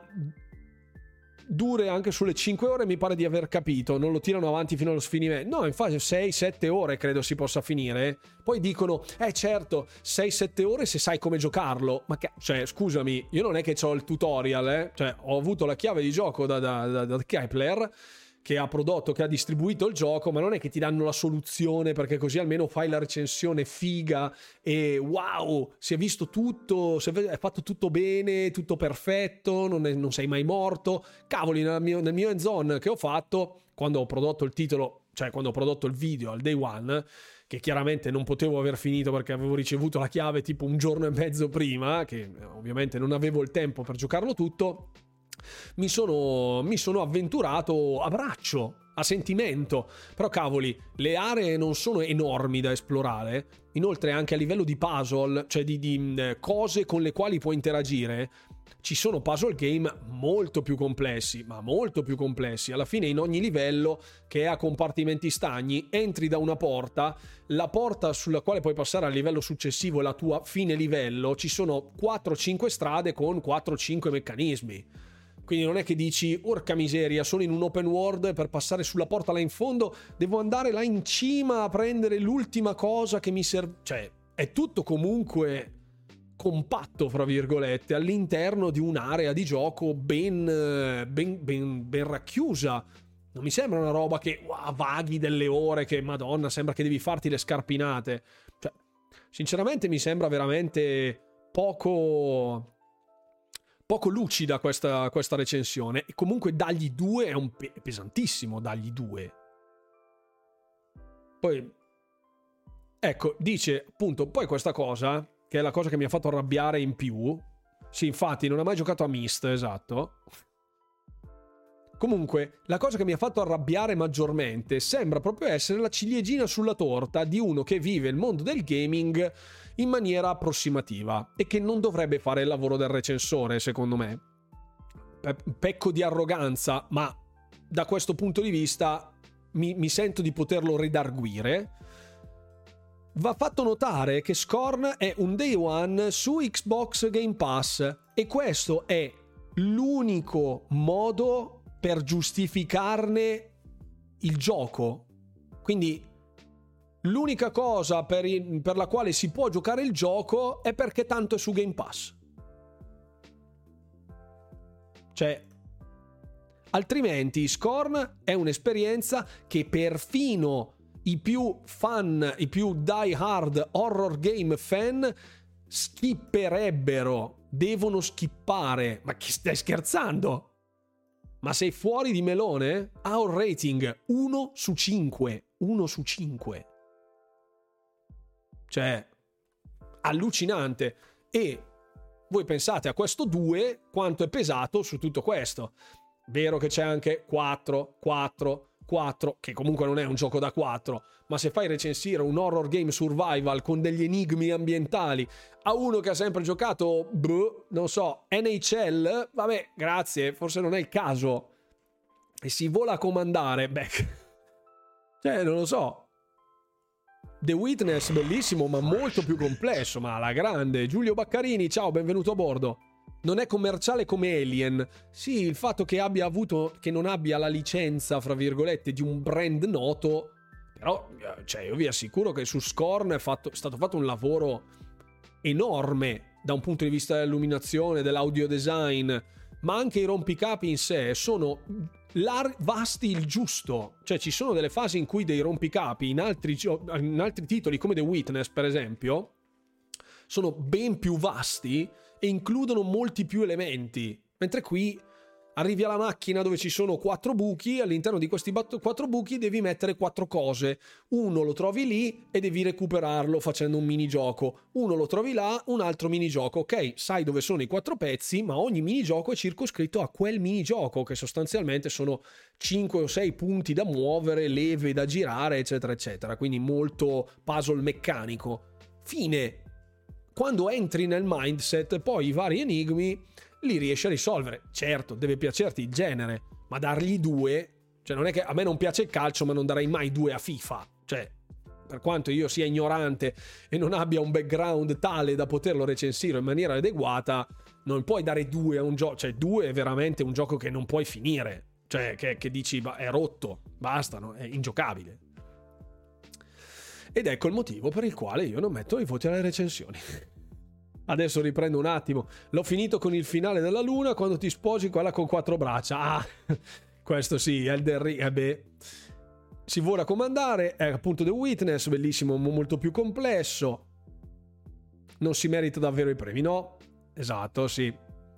dure anche sulle 5 ore, mi pare di aver capito, non lo tirano avanti fino allo sfinimento. No, infatti 6-7 ore credo si possa finire. Poi dicono, certo, 6-7 ore se sai come giocarlo. Ma cioè, scusami, io non è che ho il tutorial, cioè ho avuto la chiave di gioco da Kepler, che ha prodotto, che ha distribuito il gioco, ma non è che ti danno la soluzione perché così almeno fai la recensione figa e wow, si è visto tutto, è fatto tutto bene, tutto perfetto, non sei mai morto. Cavoli, nel mio hands-on che ho fatto quando ho prodotto il titolo, cioè quando ho prodotto il video al day one, che chiaramente non potevo aver finito perché avevo ricevuto la chiave tipo un giorno e mezzo prima, che ovviamente non avevo il tempo per giocarlo tutto, mi sono avventurato a braccio, a sentimento. Però cavoli, le aree non sono enormi da esplorare. Inoltre anche a livello di puzzle, cioè di cose con le quali puoi interagire, ci sono puzzle game molto più complessi, ma molto più complessi. Alla fine in ogni livello, che è a compartimenti stagni, entri da una porta, la porta sulla quale puoi passare al livello successivo, la tua fine livello, ci sono 4-5 strade con 4-5 meccanismi. Quindi non è che dici, orca miseria, sono in un open world, per passare sulla porta là in fondo devo andare là in cima a prendere l'ultima cosa che mi serve. Cioè, è tutto comunque compatto, fra virgolette, all'interno di un'area di gioco ben racchiusa. Non mi sembra una roba che vaghi delle ore, che madonna, sembra che devi farti le scarpinate. Cioè, sinceramente mi sembra veramente poco lucida questa recensione. E comunque dargli 2 è pesantissimo, dargli 2. Poi ecco, dice appunto, poi questa cosa, che è la cosa che mi ha fatto arrabbiare in più. Sì, infatti non ha mai giocato a Myst, esatto. Comunque, la cosa che mi ha fatto arrabbiare maggiormente sembra proprio essere la ciliegina sulla torta di uno che vive il mondo del gaming in maniera approssimativa e che non dovrebbe fare il lavoro del recensore, secondo me. Pecco di arroganza, ma da questo punto di vista mi sento di poterlo redarguire. va fatto notare che Scorn è un day one su Xbox Game Pass e questo è l'unico modo per giustificarne il gioco. Quindi l'unica cosa per la quale si può giocare il gioco è perché tanto è su Game Pass. Cioè, altrimenti Scorn è un'esperienza che perfino i più fan, i più die hard horror game fan skipperebbero, devono skippare. Ma chi stai scherzando? Ma sei fuori di melone? Ha un rating 1 su 5. 1 su 5. Cioè, allucinante. E voi pensate a questo 2 quanto è pesato su tutto questo. Vero che c'è anche 4, che comunque non è un gioco da 4, ma se fai recensire un horror game survival con degli enigmi ambientali a uno che ha sempre giocato, non so, NHL, vabbè, grazie, forse non è il caso, e si vola a comandare, cioè, non lo so. The Witness, bellissimo, ma molto più complesso, ma alla grande. Giulio Baccarini, ciao, benvenuto a bordo. Non è commerciale come Alien. Sì, il fatto che non abbia la licenza, fra virgolette, di un brand noto, però, cioè, io vi assicuro che su Scorn è stato fatto un lavoro enorme da un punto di vista dell'illuminazione, dell'audio design, ma anche i rompicapi in sé sono vasti il giusto. Cioè, ci sono delle fasi in cui dei rompicapi in altri titoli come The Witness, per esempio, sono ben più vasti e includono molti più elementi, mentre qui arrivi alla macchina dove ci sono 4 buchi, all'interno di questi 4 buchi devi mettere 4 cose, uno lo trovi lì e devi recuperarlo facendo un minigioco, uno lo trovi là, un altro minigioco, ok, sai dove sono i 4 pezzi, ma ogni minigioco è circoscritto a quel minigioco, che sostanzialmente sono 5 o 6 punti da muovere, leve da girare, eccetera eccetera, quindi molto puzzle meccanico. Fine. Quando entri nel mindset, poi i vari enigmi li riesci a risolvere. Certo, deve piacerti il genere, ma dargli 2, cioè non è che a me non piace il calcio, ma non darei mai 2 a FIFA. Cioè, per quanto io sia ignorante e non abbia un background tale da poterlo recensire in maniera adeguata, non puoi dare 2 a un gioco. Cioè, 2 è veramente un gioco che non puoi finire. Cioè, che dici, è rotto, basta, no? È ingiocabile. Ed ecco il motivo per il quale io non metto i voti alle recensioni. Adesso riprendo un attimo. L'ho finito con il finale della luna, quando ti sposi quella con 4 braccia. Ah, questo sì, Elden Ring, si vuole comandare, è appunto The Witness, bellissimo, molto più complesso. Non si merita davvero i premi, no? Esatto, sì.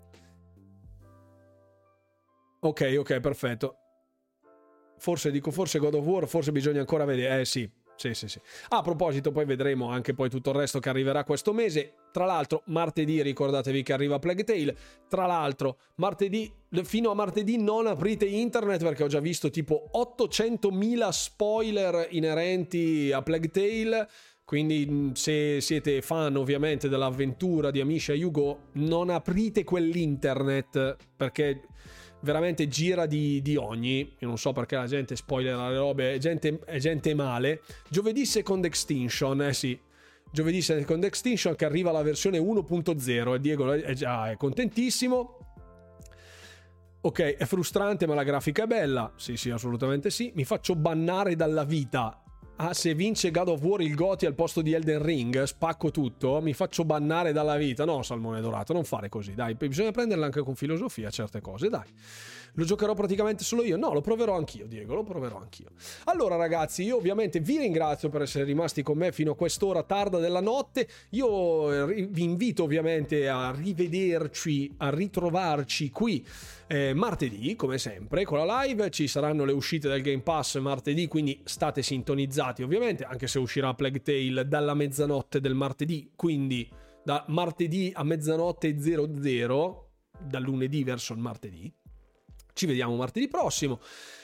Ok, perfetto. Forse God of War, forse bisogna ancora vedere. Sì. A proposito, poi vedremo anche poi tutto il resto che arriverà questo mese. Tra l'altro, martedì, ricordatevi che arriva Plague Tale. Tra l'altro, fino a martedì non aprite internet, perché ho già visto tipo 800.000 spoiler inerenti a Plague Tale. Quindi, se siete fan ovviamente dell'avventura di Amisha Yugo, non aprite quell'internet, perché veramente gira di ogni. Io non so perché la gente spoilera le robe, è gente male. Giovedì Second Extinction, sì, giovedì Second Extinction, che arriva la versione 1.0 e Diego è contentissimo. Ok, è frustrante ma la grafica è bella, sì, assolutamente sì. Mi faccio bannare dalla vita. Se vince God of War il GOTY al posto di Elden Ring, spacco tutto, mi faccio bannare dalla vita. No, Salmone Dorato, non fare così, dai, bisogna prenderle anche con filosofia certe cose, dai. Lo giocherò praticamente solo io? No, lo proverò anch'io, Diego, lo proverò anch'io. Allora ragazzi, io ovviamente vi ringrazio per essere rimasti con me fino a quest'ora tarda della notte. Io vi invito ovviamente a rivederci, a ritrovarci qui martedì, come sempre, con la live. Ci saranno le uscite del Game Pass martedì, quindi state sintonizzati ovviamente, anche se uscirà Plague Tale dalla mezzanotte del martedì, quindi da martedì a mezzanotte 00, dal lunedì verso il martedì. Ci vediamo martedì prossimo.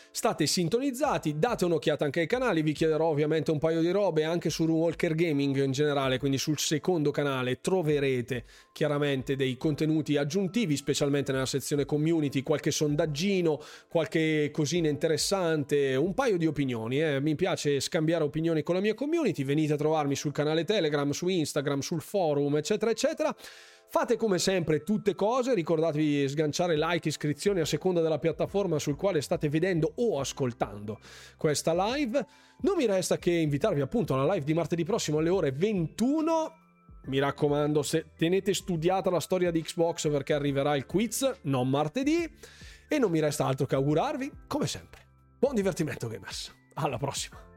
State sintonizzati, date un'occhiata anche ai canali, vi chiederò ovviamente un paio di robe anche su Runewalker Gaming in generale, quindi sul secondo canale troverete chiaramente dei contenuti aggiuntivi, specialmente nella sezione community, qualche sondaggino, qualche cosina interessante, un paio di opinioni, mi piace scambiare opinioni con la mia community, venite a trovarmi sul canale Telegram, su Instagram, sul forum, eccetera eccetera. Fate come sempre tutte cose, ricordatevi di sganciare like, iscrizioni a seconda della piattaforma sul quale state vedendo o ascoltando questa live. Non mi resta che invitarvi appunto alla live di martedì prossimo alle ore 21. Mi raccomando, se tenete studiata la storia di Xbox perché arriverà il quiz, non martedì. E non mi resta altro che augurarvi, come sempre, buon divertimento gamers. Alla prossima.